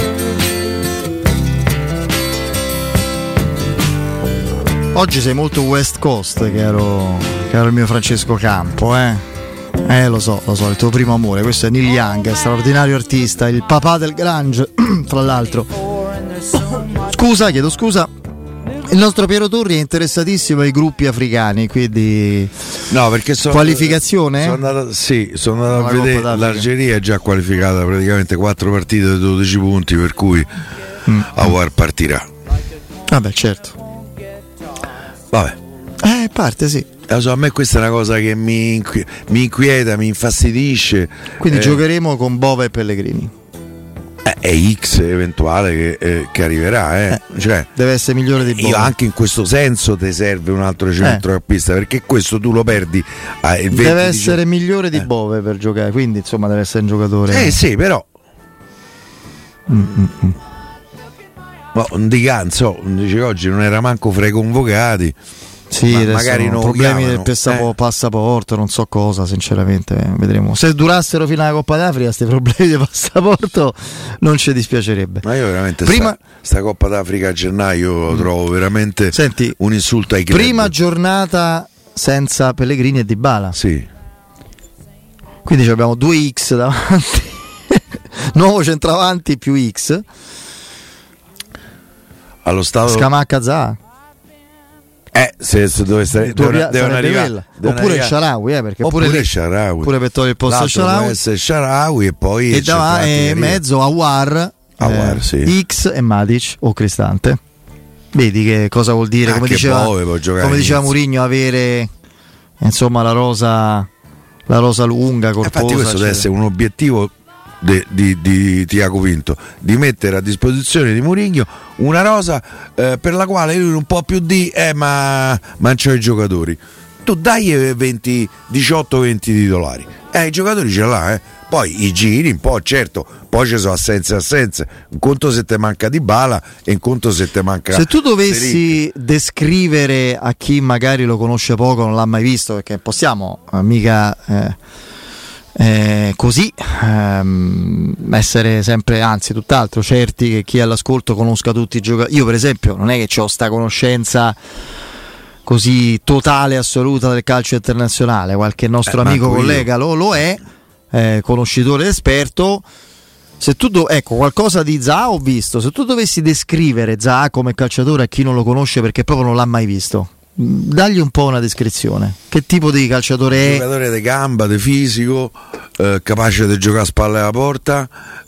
Oggi sei molto West Coast, caro il mio Francesco Campo, lo so, il tuo primo amore. Questo è Neil Young, straordinario artista, il papà del grunge, tra l'altro. Chiedo scusa. Il nostro Piero Torri è interessatissimo ai gruppi africani, quindi no, perché qualificazione? Sono andato a vedere. L'Algeria è già qualificata praticamente 4 partite da 12 punti, per cui Aouar partirà. Vabbè, certo. Vabbè. Parte sì. Lo so, a me questa è una cosa che mi inquieta, mi infastidisce. Quindi giocheremo con Bova e Pellegrini. È X eventuale che arriverà, cioè, deve essere migliore di Bove. Io anche in questo senso ti serve un altro centrocampista, perché questo tu lo perdi deve essere migliore di Bove per giocare, quindi insomma deve essere un giocatore sì, però Di Ganzo dice che oggi non era manco fra i convocati. Sì, magari non problemi del passaporto, non so cosa, sinceramente, vedremo. Se durassero fino alla Coppa d'Africa questi problemi di passaporto non ci dispiacerebbe. Ma io veramente prima sta Coppa d'Africa a gennaio lo trovo veramente un insulto ai club. Prima giornata senza Pellegrini e Dybala. Sì. Quindi abbiamo 2X davanti. Nuovo centravanti più X. Allo stato Scamacca Zaha. Se dovesse devono arrivare oppure il Shaarawy, perché pure per togliere il posto al Shaarawy e poi e mezzo Aouar, sì. X e Matic o Cristante. Vedi che cosa vuol dire, come diceva Mourinho, avere insomma la rosa lunga, corposa. Infatti questo deve essere un obiettivo di Tiago Pinto, di mettere a disposizione di Mourinho una rosa per la quale lui non può più ma c'ho i giocatori. Tu dai 18-20 titolari, i giocatori ce l'ha, poi i giri un po', certo, poi ci sono assenze, un conto se te manca Dybala e un conto se te manca. Se tu dovessi descrivere a chi magari lo conosce poco, non l'ha mai visto, perché possiamo mica così essere sempre, anzi tutt'altro, certi che chi è all'ascolto conosca tutti i giocatori. Io per esempio non è che ho sta conoscenza così totale, assoluta del calcio internazionale, qualche nostro amico collega lo è, conoscitore esperto. Se tu qualcosa di Zaha ho visto, se tu dovessi descrivere Zaha come calciatore a chi non lo conosce perché proprio non l'ha mai visto, dagli un po' una descrizione. Che tipo di calciatore è? Giocatore di gamba, di fisico, capace di giocare a spalle alla porta,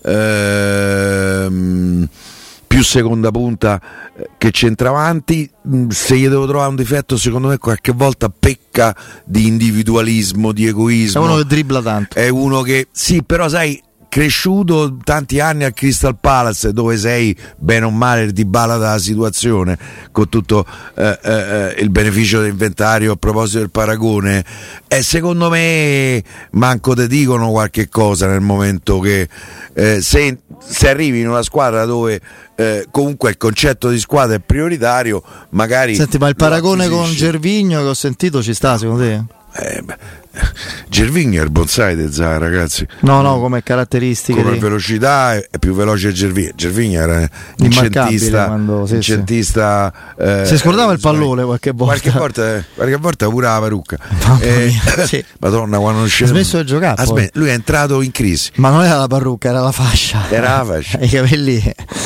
più seconda punta che centravanti. Se gli devo trovare un difetto, secondo me qualche volta pecca di individualismo, di egoismo. È uno che dribbla tanto. È uno che sì, però sai, cresciuto tanti anni al Crystal Palace, dove sei bene o male il Dybala della situazione, con tutto il beneficio dell'inventario a proposito del paragone, e secondo me manco te dicono qualche cosa nel momento che se arrivi in una squadra dove comunque il concetto di squadra è prioritario, magari. Senti, ma il paragone con Gervinho che ho sentito ci sta secondo te? Gervinho è il bonsai di Zaha, ragazzi. No, come caratteristiche, come velocità è più veloce Gervinho. Gervinho era incentista, si scordava il pallone qualche volta pure la parrucca. Sì. Madonna, quando non ha smesso di giocare, lui è entrato in crisi, ma non era la parrucca, era la fascia, i capelli.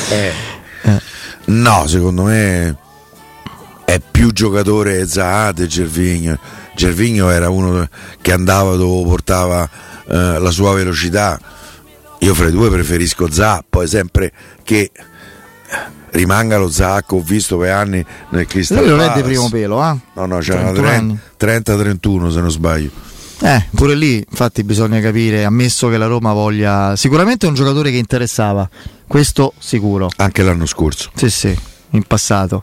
No, secondo me è più giocatore Zaha di Gervinho. Gervinho era uno che andava dove portava la sua velocità. Io fra i due preferisco Zaha, poi sempre che rimanga lo Zaha che ho visto per anni nel Crystal Palace. Lui non è di primo pelo, No, c'era 30-31 se non sbaglio. Pure lì infatti bisogna capire, ammesso che la Roma voglia, sicuramente è un giocatore che interessava, questo sicuro, anche l'anno scorso. Sì, in passato.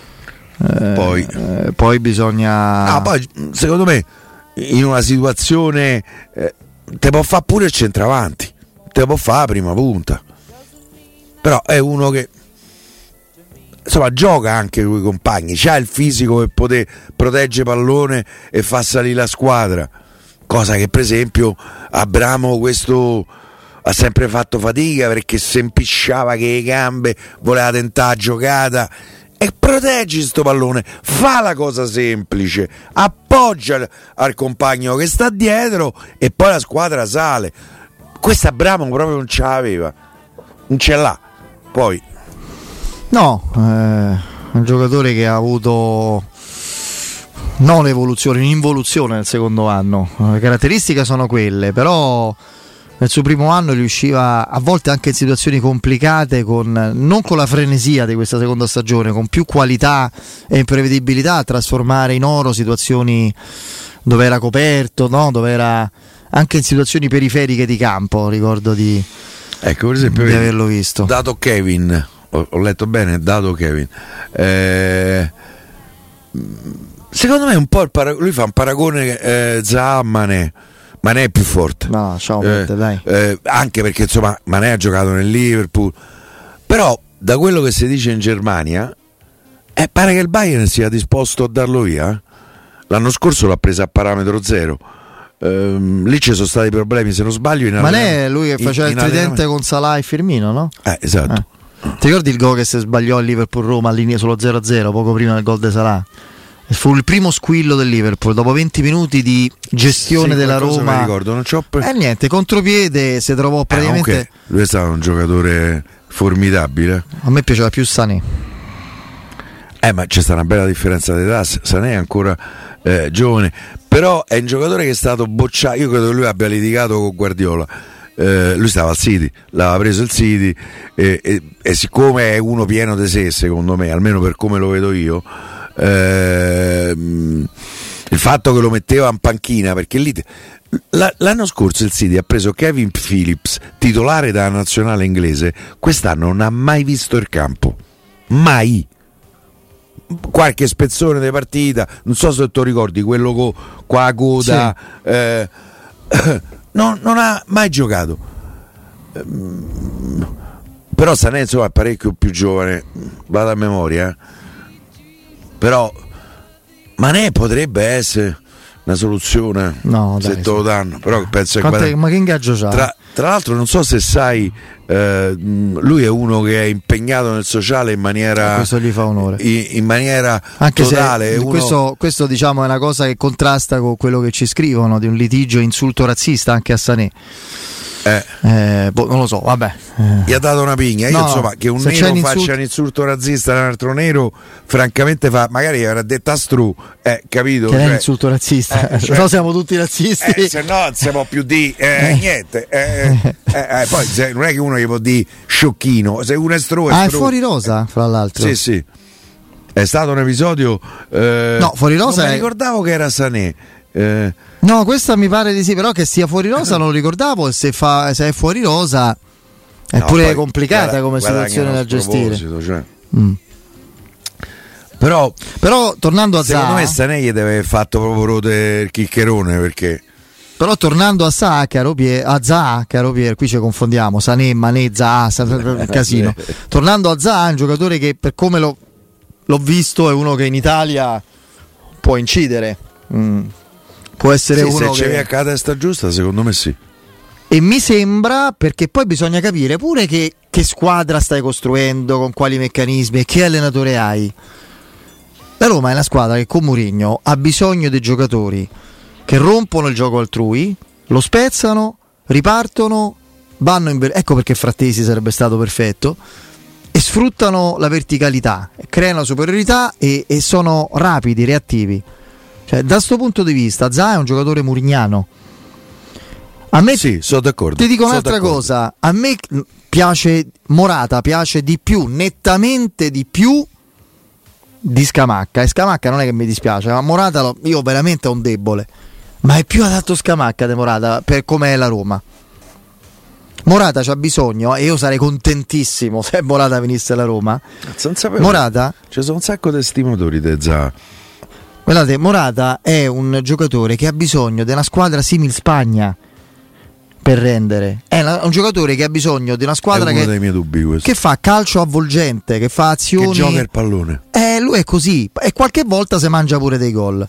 Poi bisogna. Poi secondo me in una situazione te può fare pure il centravanti, te può fare la prima punta, però è uno che insomma gioca anche con i compagni, c'ha il fisico per poter proteggere pallone e far salire la squadra, cosa che per esempio Abramo questo ha sempre fatto fatica, perché si impisciava che le gambe, voleva tentare la giocata. E proteggi sto pallone, fa la cosa semplice, appoggia al compagno che sta dietro e poi la squadra sale. Questa Abramo proprio non ce l'aveva, non ce l'ha. Poi un giocatore che ha avuto non evoluzione, un'involuzione nel secondo anno. Le caratteristiche sono quelle, però nel suo primo anno riusciva a volte anche in situazioni complicate, non con la frenesia di questa seconda stagione, con più qualità e imprevedibilità, a trasformare in oro situazioni dove era coperto, dove era anche in situazioni periferiche di campo. Ricordo di per esempio, di averlo visto. Dato Kevin, ho letto bene, dato Kevin, secondo me un po' lui fa un paragone Zaha-Mané. Mané è più forte. No, dai. Anche perché insomma Mané ha giocato nel Liverpool. Però da quello che si dice in Germania pare che il Bayern sia disposto a darlo via. L'anno scorso l'ha presa a parametro zero. Lì ci sono stati problemi, se non sbaglio. Mané, lui che faceva il tridente con Salah e Firmino, no? Esatto. Ti ricordi il gol che si sbagliò a Liverpool-Roma all'inizio sullo 0-0 poco prima del gol di Salah? Fu il primo squillo del Liverpool dopo 20 minuti di gestione della Roma. Mi ricordo, non c'ho niente, contropiede, si trovò praticamente. Comunque, lui è stato un giocatore formidabile. A me piaceva più Sané. Ma c'è stata una bella differenza di età. Sané è ancora giovane, però è un giocatore che è stato bocciato. Io credo che lui abbia litigato con Guardiola. Lui stava al City, l'aveva preso il City e siccome è uno pieno di sé, secondo me, almeno per come lo vedo io, il fatto che lo metteva in panchina, perché lì l'anno scorso il City ha preso Kevin Phillips, titolare della nazionale inglese, quest'anno non ha mai visto il campo, mai. Qualche spezzone di partita, non so se tu ricordi quello con la coda, non ha mai giocato. Però Sané insomma è parecchio più giovane, vado a memoria, però Mané potrebbe essere una soluzione, se te lo danno, però penso che ma che ingaggio c'ha? Tra l'altro non so se sai, lui è uno che è impegnato nel sociale in maniera, questo gli fa onore, in maniera anche totale. Se questo diciamo è una cosa che contrasta con quello che ci scrivono di un litigio insulto razzista anche a Sané. Non lo so, vabbè. Gli ha dato una pigna. Io insomma, che un nero faccia un insulto razzista a un altro nero, francamente magari avrà detto Astru, capito? Che è un insulto razzista, no, siamo tutti razzisti. Se no non si può più dire niente. Poi non è che uno gli può dire sciocchino, se uno è stru è stru. È fuori rosa, fra l'altro. Sì. È stato un episodio. No, fuori rosa. Non mi ricordavo che era Sané. No, questa mi pare di sì, però che sia fuori rosa non lo ricordavo, e se è fuori rosa è pure complicata come situazione da gestire. Cioè. Però tornando a secondo me Sané gli deve aver fatto proprio rote il chiccherone, perché però tornando a Zaha, caro Pier, qui ci confondiamo, Sané, Mané, Zaha, casino. Tornando a Zaha, un giocatore che per come l'ho visto è uno che in Italia può incidere. Può essere uno se che c'è la testa giusta, secondo me sì. E mi sembra, perché poi bisogna capire pure che squadra stai costruendo, con quali meccanismi e che allenatore hai. La Roma è una squadra che con Mourinho ha bisogno di giocatori che rompono il gioco altrui, lo spezzano, ripartono, vanno ecco perché Frattesi sarebbe stato perfetto, e sfruttano la verticalità, creano la superiorità e sono rapidi, reattivi. Cioè, da questo punto di vista Zaha è un giocatore murignano. A me sì, sono d'accordo. Ti dico un'altra cosa, a me piace Morata, piace di più, nettamente di più di Scamacca, e Scamacca non è che mi dispiace, ma Morata io veramente ho un debole, ma è più adatto Scamacca di Morata per come è la Roma. Morata c'ha bisogno, e io sarei contentissimo se Morata venisse alla Roma. Morata, ci sono un sacco di estimatori di Zaha. Guardate, Morata è un giocatore che ha bisogno di una squadra simil Spagna per rendere. È un giocatore che ha bisogno di una squadra dei miei dubbi, che fa calcio avvolgente, che fa azioni, che gioca il pallone. Lui è così, e qualche volta si mangia pure dei gol.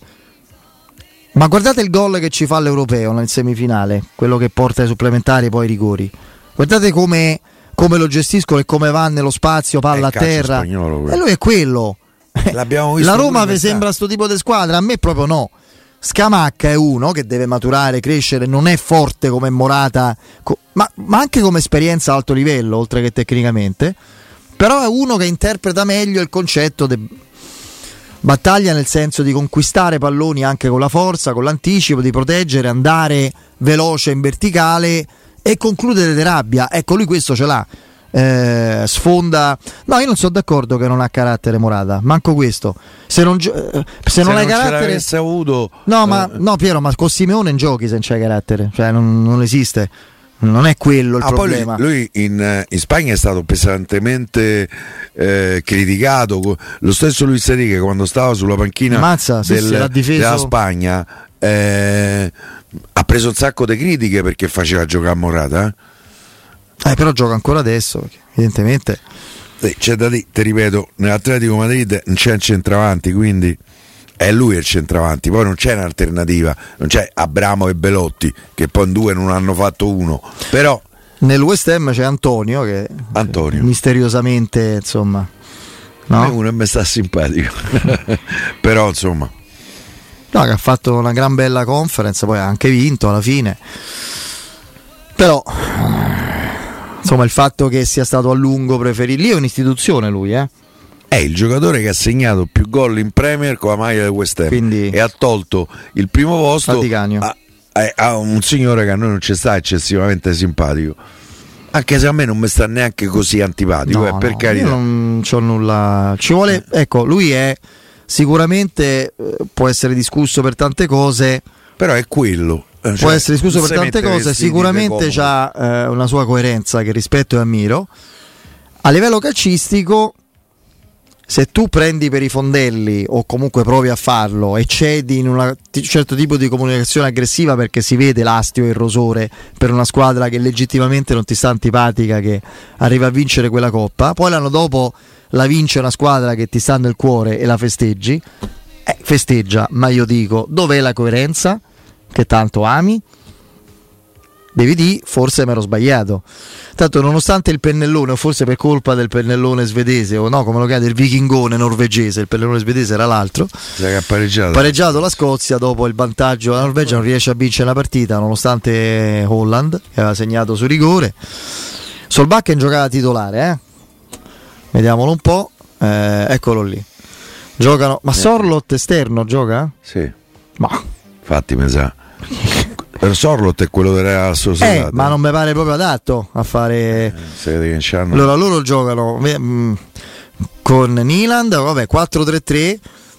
Ma guardate il gol che ci fa l'Europeo nel semifinale, quello che porta ai supplementari e poi ai rigori. Guardate come lo gestiscono e come va nello spazio, palla a terra. Spagnolo, e lui è quello. L'abbiamo visto. La Roma vi sembra sto tipo di squadra? A me proprio no. Scamacca è uno che deve maturare, crescere, non è forte come Morata, ma anche come esperienza a alto livello, oltre che tecnicamente. Però è uno che interpreta meglio il concetto di battaglia, nel senso di conquistare palloni anche con la forza, con l'anticipo, di proteggere, andare veloce in verticale e concludere di rabbia. Ecco, lui questo ce l'ha. Sfonda. No, io non sono d'accordo che non ha carattere Morata, manco questo. Se non hai carattere, ce avuto, no Piero, ma con Simeone in giochi se non c'hai carattere, cioè non esiste. Non è quello il problema. Poi lui in Spagna è stato pesantemente criticato. Lo stesso Luis Enrique, quando stava sulla panchina della Spagna, ha preso un sacco di critiche perché faceva giocare a Morata. Però gioca ancora adesso, perché evidentemente c'è da dire, ti ripeto, nell'Atletico Madrid non c'è un centravanti, quindi è lui il centravanti, poi non c'è un'alternativa, non c'è Abramo e Belotti che poi in due non hanno fatto uno, però nel West Ham c'è Antonio che misteriosamente, insomma, no? Uno mi sta simpatico però insomma che ha fatto una gran bella conference, poi ha anche vinto alla fine, però insomma il fatto che sia stato a lungo preferito, lì è un'istituzione lui, è il giocatore che ha segnato più gol in Premier con la maglia del West Ham. Quindi, e ha tolto il primo posto a un signore che a noi non ci sta eccessivamente simpatico, anche se a me non mi sta neanche così antipatico, per carità. Io non c'ho nulla, ci vuole, ecco, lui è sicuramente, può essere discusso per tante cose, però è quello, può essere discusso per tante cose, sicuramente c'ha una sua coerenza che rispetto e ammiro. A livello calcistico, se tu prendi per i fondelli o comunque provi a farlo e cedi in un certo tipo di comunicazione aggressiva perché si vede l'astio e il rosore per una squadra che legittimamente non ti sta antipatica, che arriva a vincere quella coppa, poi l'anno dopo la vince una squadra che ti sta nel cuore e la festeggi, festeggia, ma io dico, dov'è la coerenza che tanto ami? Devi dire, forse mi ero sbagliato. Tanto nonostante il pennellone, o forse per colpa del pennellone svedese, o no, come lo chiama, del vichingone norvegese, il pennellone svedese era l'altro, ha pareggiato la Scozia dopo il vantaggio. La Norvegia non riesce a vincere la partita nonostante Holland che aveva segnato su rigore. Solbakken giocava titolare, vediamolo un po', eccolo lì, giocano, ma Sorlot esterno gioca? Sì, ma infatti mi sa Sorlot è quello della società, ma non mi pare proprio adatto a fare. Allora loro giocano con Nyland, vabbè, 4-3-3,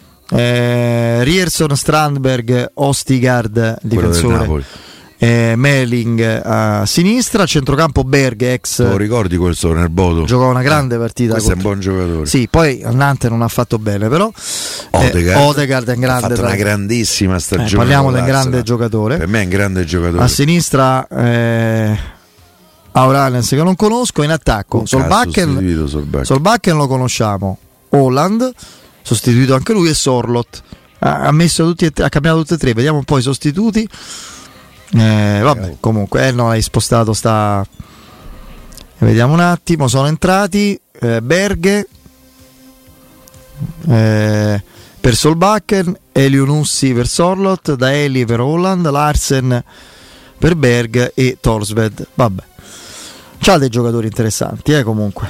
Rierson, Strandberg, Ostigard difensore, Melling a sinistra, centrocampo Berg, ex. Lo ricordi questo nel Bodo? Giocava una grande partita. Questo è un buon giocatore. Sì, poi Nantes non ha fatto bene, però Odegaard è un grande. Ha fatto una grandissima stagione. Parliamo del grande giocatore. Per me è un grande giocatore. A sinistra Auralians che non conosco, in attacco Solbakken lo conosciamo, Holland sostituito anche lui e Sorlot. Ha cambiato tutti e tre. Vediamo un po' i sostituti. Vabbè, comunque no, l'hai spostato, vediamo un attimo, sono entrati Berge per Solbakken, Eliunussi per Sorlot, Daeli per Holland, Larsen per Berg e Torsved. Vabbè, c'ha dei giocatori interessanti comunque.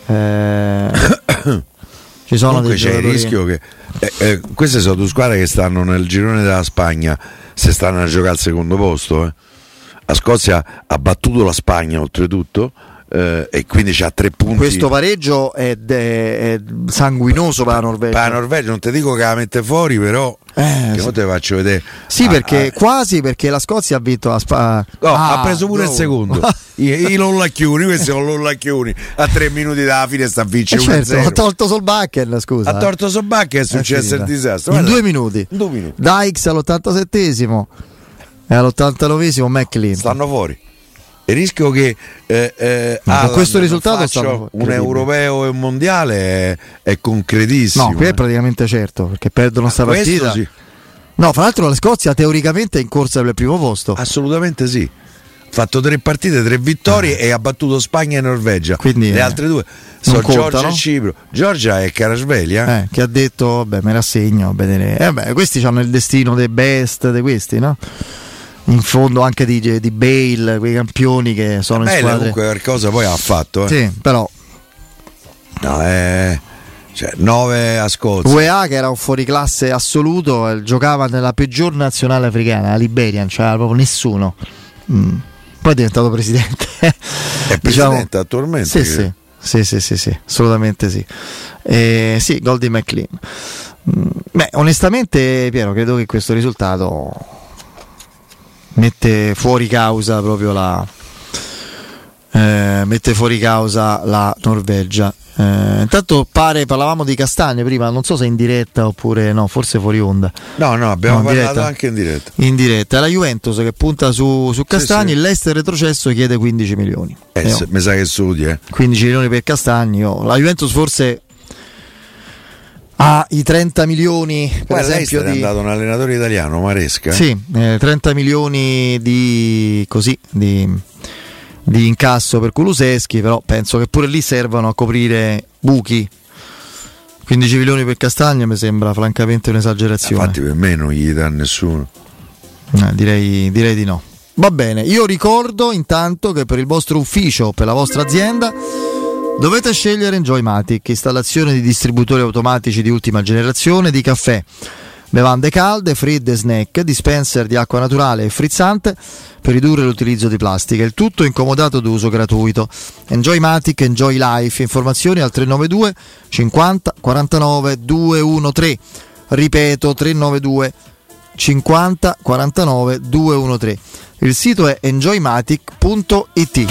Ci sono comunque dei c'è giocatori... il rischio che queste sono due squadre che stanno nel girone della Spagna, se stanno a giocare al secondo posto. La Scozia ha battuto la Spagna oltretutto, e quindi c'ha 3 punti. Questo pareggio è sanguinoso per la Norvegia. Per la Norvegia non ti dico che la mette fuori, però che sì. Te faccio vedere. Sì, perché quasi, perché la Scozia ha vinto la ha preso pure il secondo. I Lollacchiuni, questi sono Lollacchiuni. A 3 minuti dalla fine sta a vincere 1-0. Ha tolto Solbakken, scusa. Ha tolto Solbakken, è successo il disastro. In 2 minuti. Dykes all'87esimo e all'89esimo McLean. Stanno fuori. Il rischio che con questo risultato stanno un europeo e un mondiale è concretissimo. No, qui è praticamente certo, perché perdono sta partita. Sì. No, fra l'altro la Scozia teoricamente è in corsa per il primo posto. Assolutamente sì. Ha fatto 3 partite, 3 vittorie e ha battuto Spagna e Norvegia. Quindi, le altre 2 sono Georgia e Cipro. Georgia è Kvaratskhelia, che ha detto vabbè, me rassegno a vedere. Questi hanno il destino dei best di questi, no? In fondo anche di Bale, quei campioni che sono in squadre. Comunque qualcosa poi ha fatto. Sì, però no, cioè 9 a Scozia. UEA, che era un fuoriclasse assoluto, giocava nella peggior nazionale africana, la Liberia, non c'era proprio nessuno. Poi è diventato presidente. È presidente attualmente? Sì, assolutamente sì. Sì, gol di McLean. Onestamente, Piero, credo che questo risultato mette fuori causa proprio la Norvegia. Intanto parlavamo di Castagne prima, non so se in diretta oppure no, forse fuori onda. No, abbiamo parlato diretta. anche in diretta. In diretta, è la Juventus che punta su Castagni, sì. L'Ester retrocesso chiede 15 milioni. Mi sa che studi, 15 milioni per Castagni. La Juventus forse ha i 30 milioni per esempio è andato un allenatore italiano, Maresca. Sì, 30 milioni di incasso per Kulusevski, però penso che pure lì servano a coprire buchi. 15 milioni per Castagna mi sembra francamente un'esagerazione. Infatti per me non gli dà nessuno. Direi di no. Va bene, io ricordo intanto che per il vostro ufficio, per la vostra azienda, dovete scegliere Enjoymatic, installazione di distributori automatici di ultima generazione di caffè, bevande calde, fredde, snack, dispenser di acqua naturale e frizzante per ridurre l'utilizzo di plastica. Il tutto incomodato d'uso gratuito. Enjoymatic, Enjoy Life. Informazioni al 392 50 49 213. Ripeto, 392 50 49 213. Il sito è enjoymatic.it.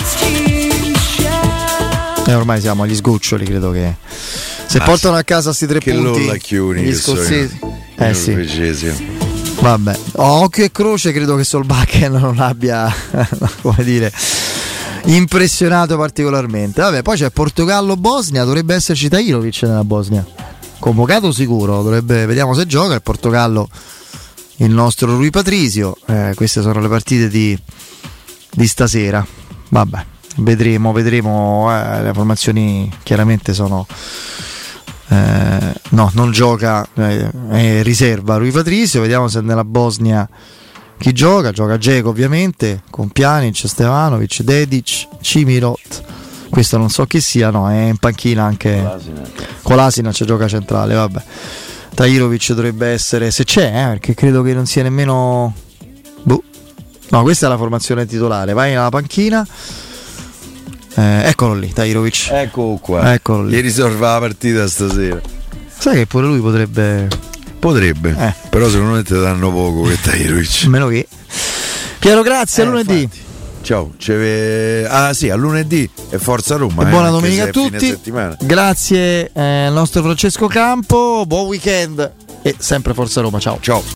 E ormai siamo agli sgoccioli, credo che se portano a casa sti 3 punti gli scozzesi. Sì. Vabbè, occhio e croce, credo che Solbakken non abbia come dire impressionato particolarmente. Vabbè, poi c'è Portogallo-Bosnia, dovrebbe esserci Tahirovic nella Bosnia. Convocato sicuro, vediamo se gioca il Portogallo, il nostro Rui Patrizio. Queste sono le partite di stasera. Vabbè, vedremo. Le formazioni chiaramente sono non gioca, è riserva Rui Patrizio. Vediamo se nella Bosnia chi gioca Dzeko ovviamente, con Pjanic, Stevanovic, Dedic, Cimirot. Questo non so chi sia, no, è in panchina anche Kolasinac, gioca centrale. Vabbè, Tahirovic dovrebbe essere, se c'è, perché credo che non sia nemmeno no, questa è la formazione titolare. Vai nella panchina. Eccolo lì, Tahirovic. Eccolo qua. Eccolo lì. Gli risolva la partita stasera. Sai che pure lui potrebbe. Però secondo me te danno poco per Tahirovic. Meno che. Piero, grazie, a lunedì. Infatti. Ciao. Sì, a lunedì e Forza Roma. E buona domenica a tutti. Grazie al nostro Francesco Campo. Buon weekend e sempre Forza Roma. Ciao.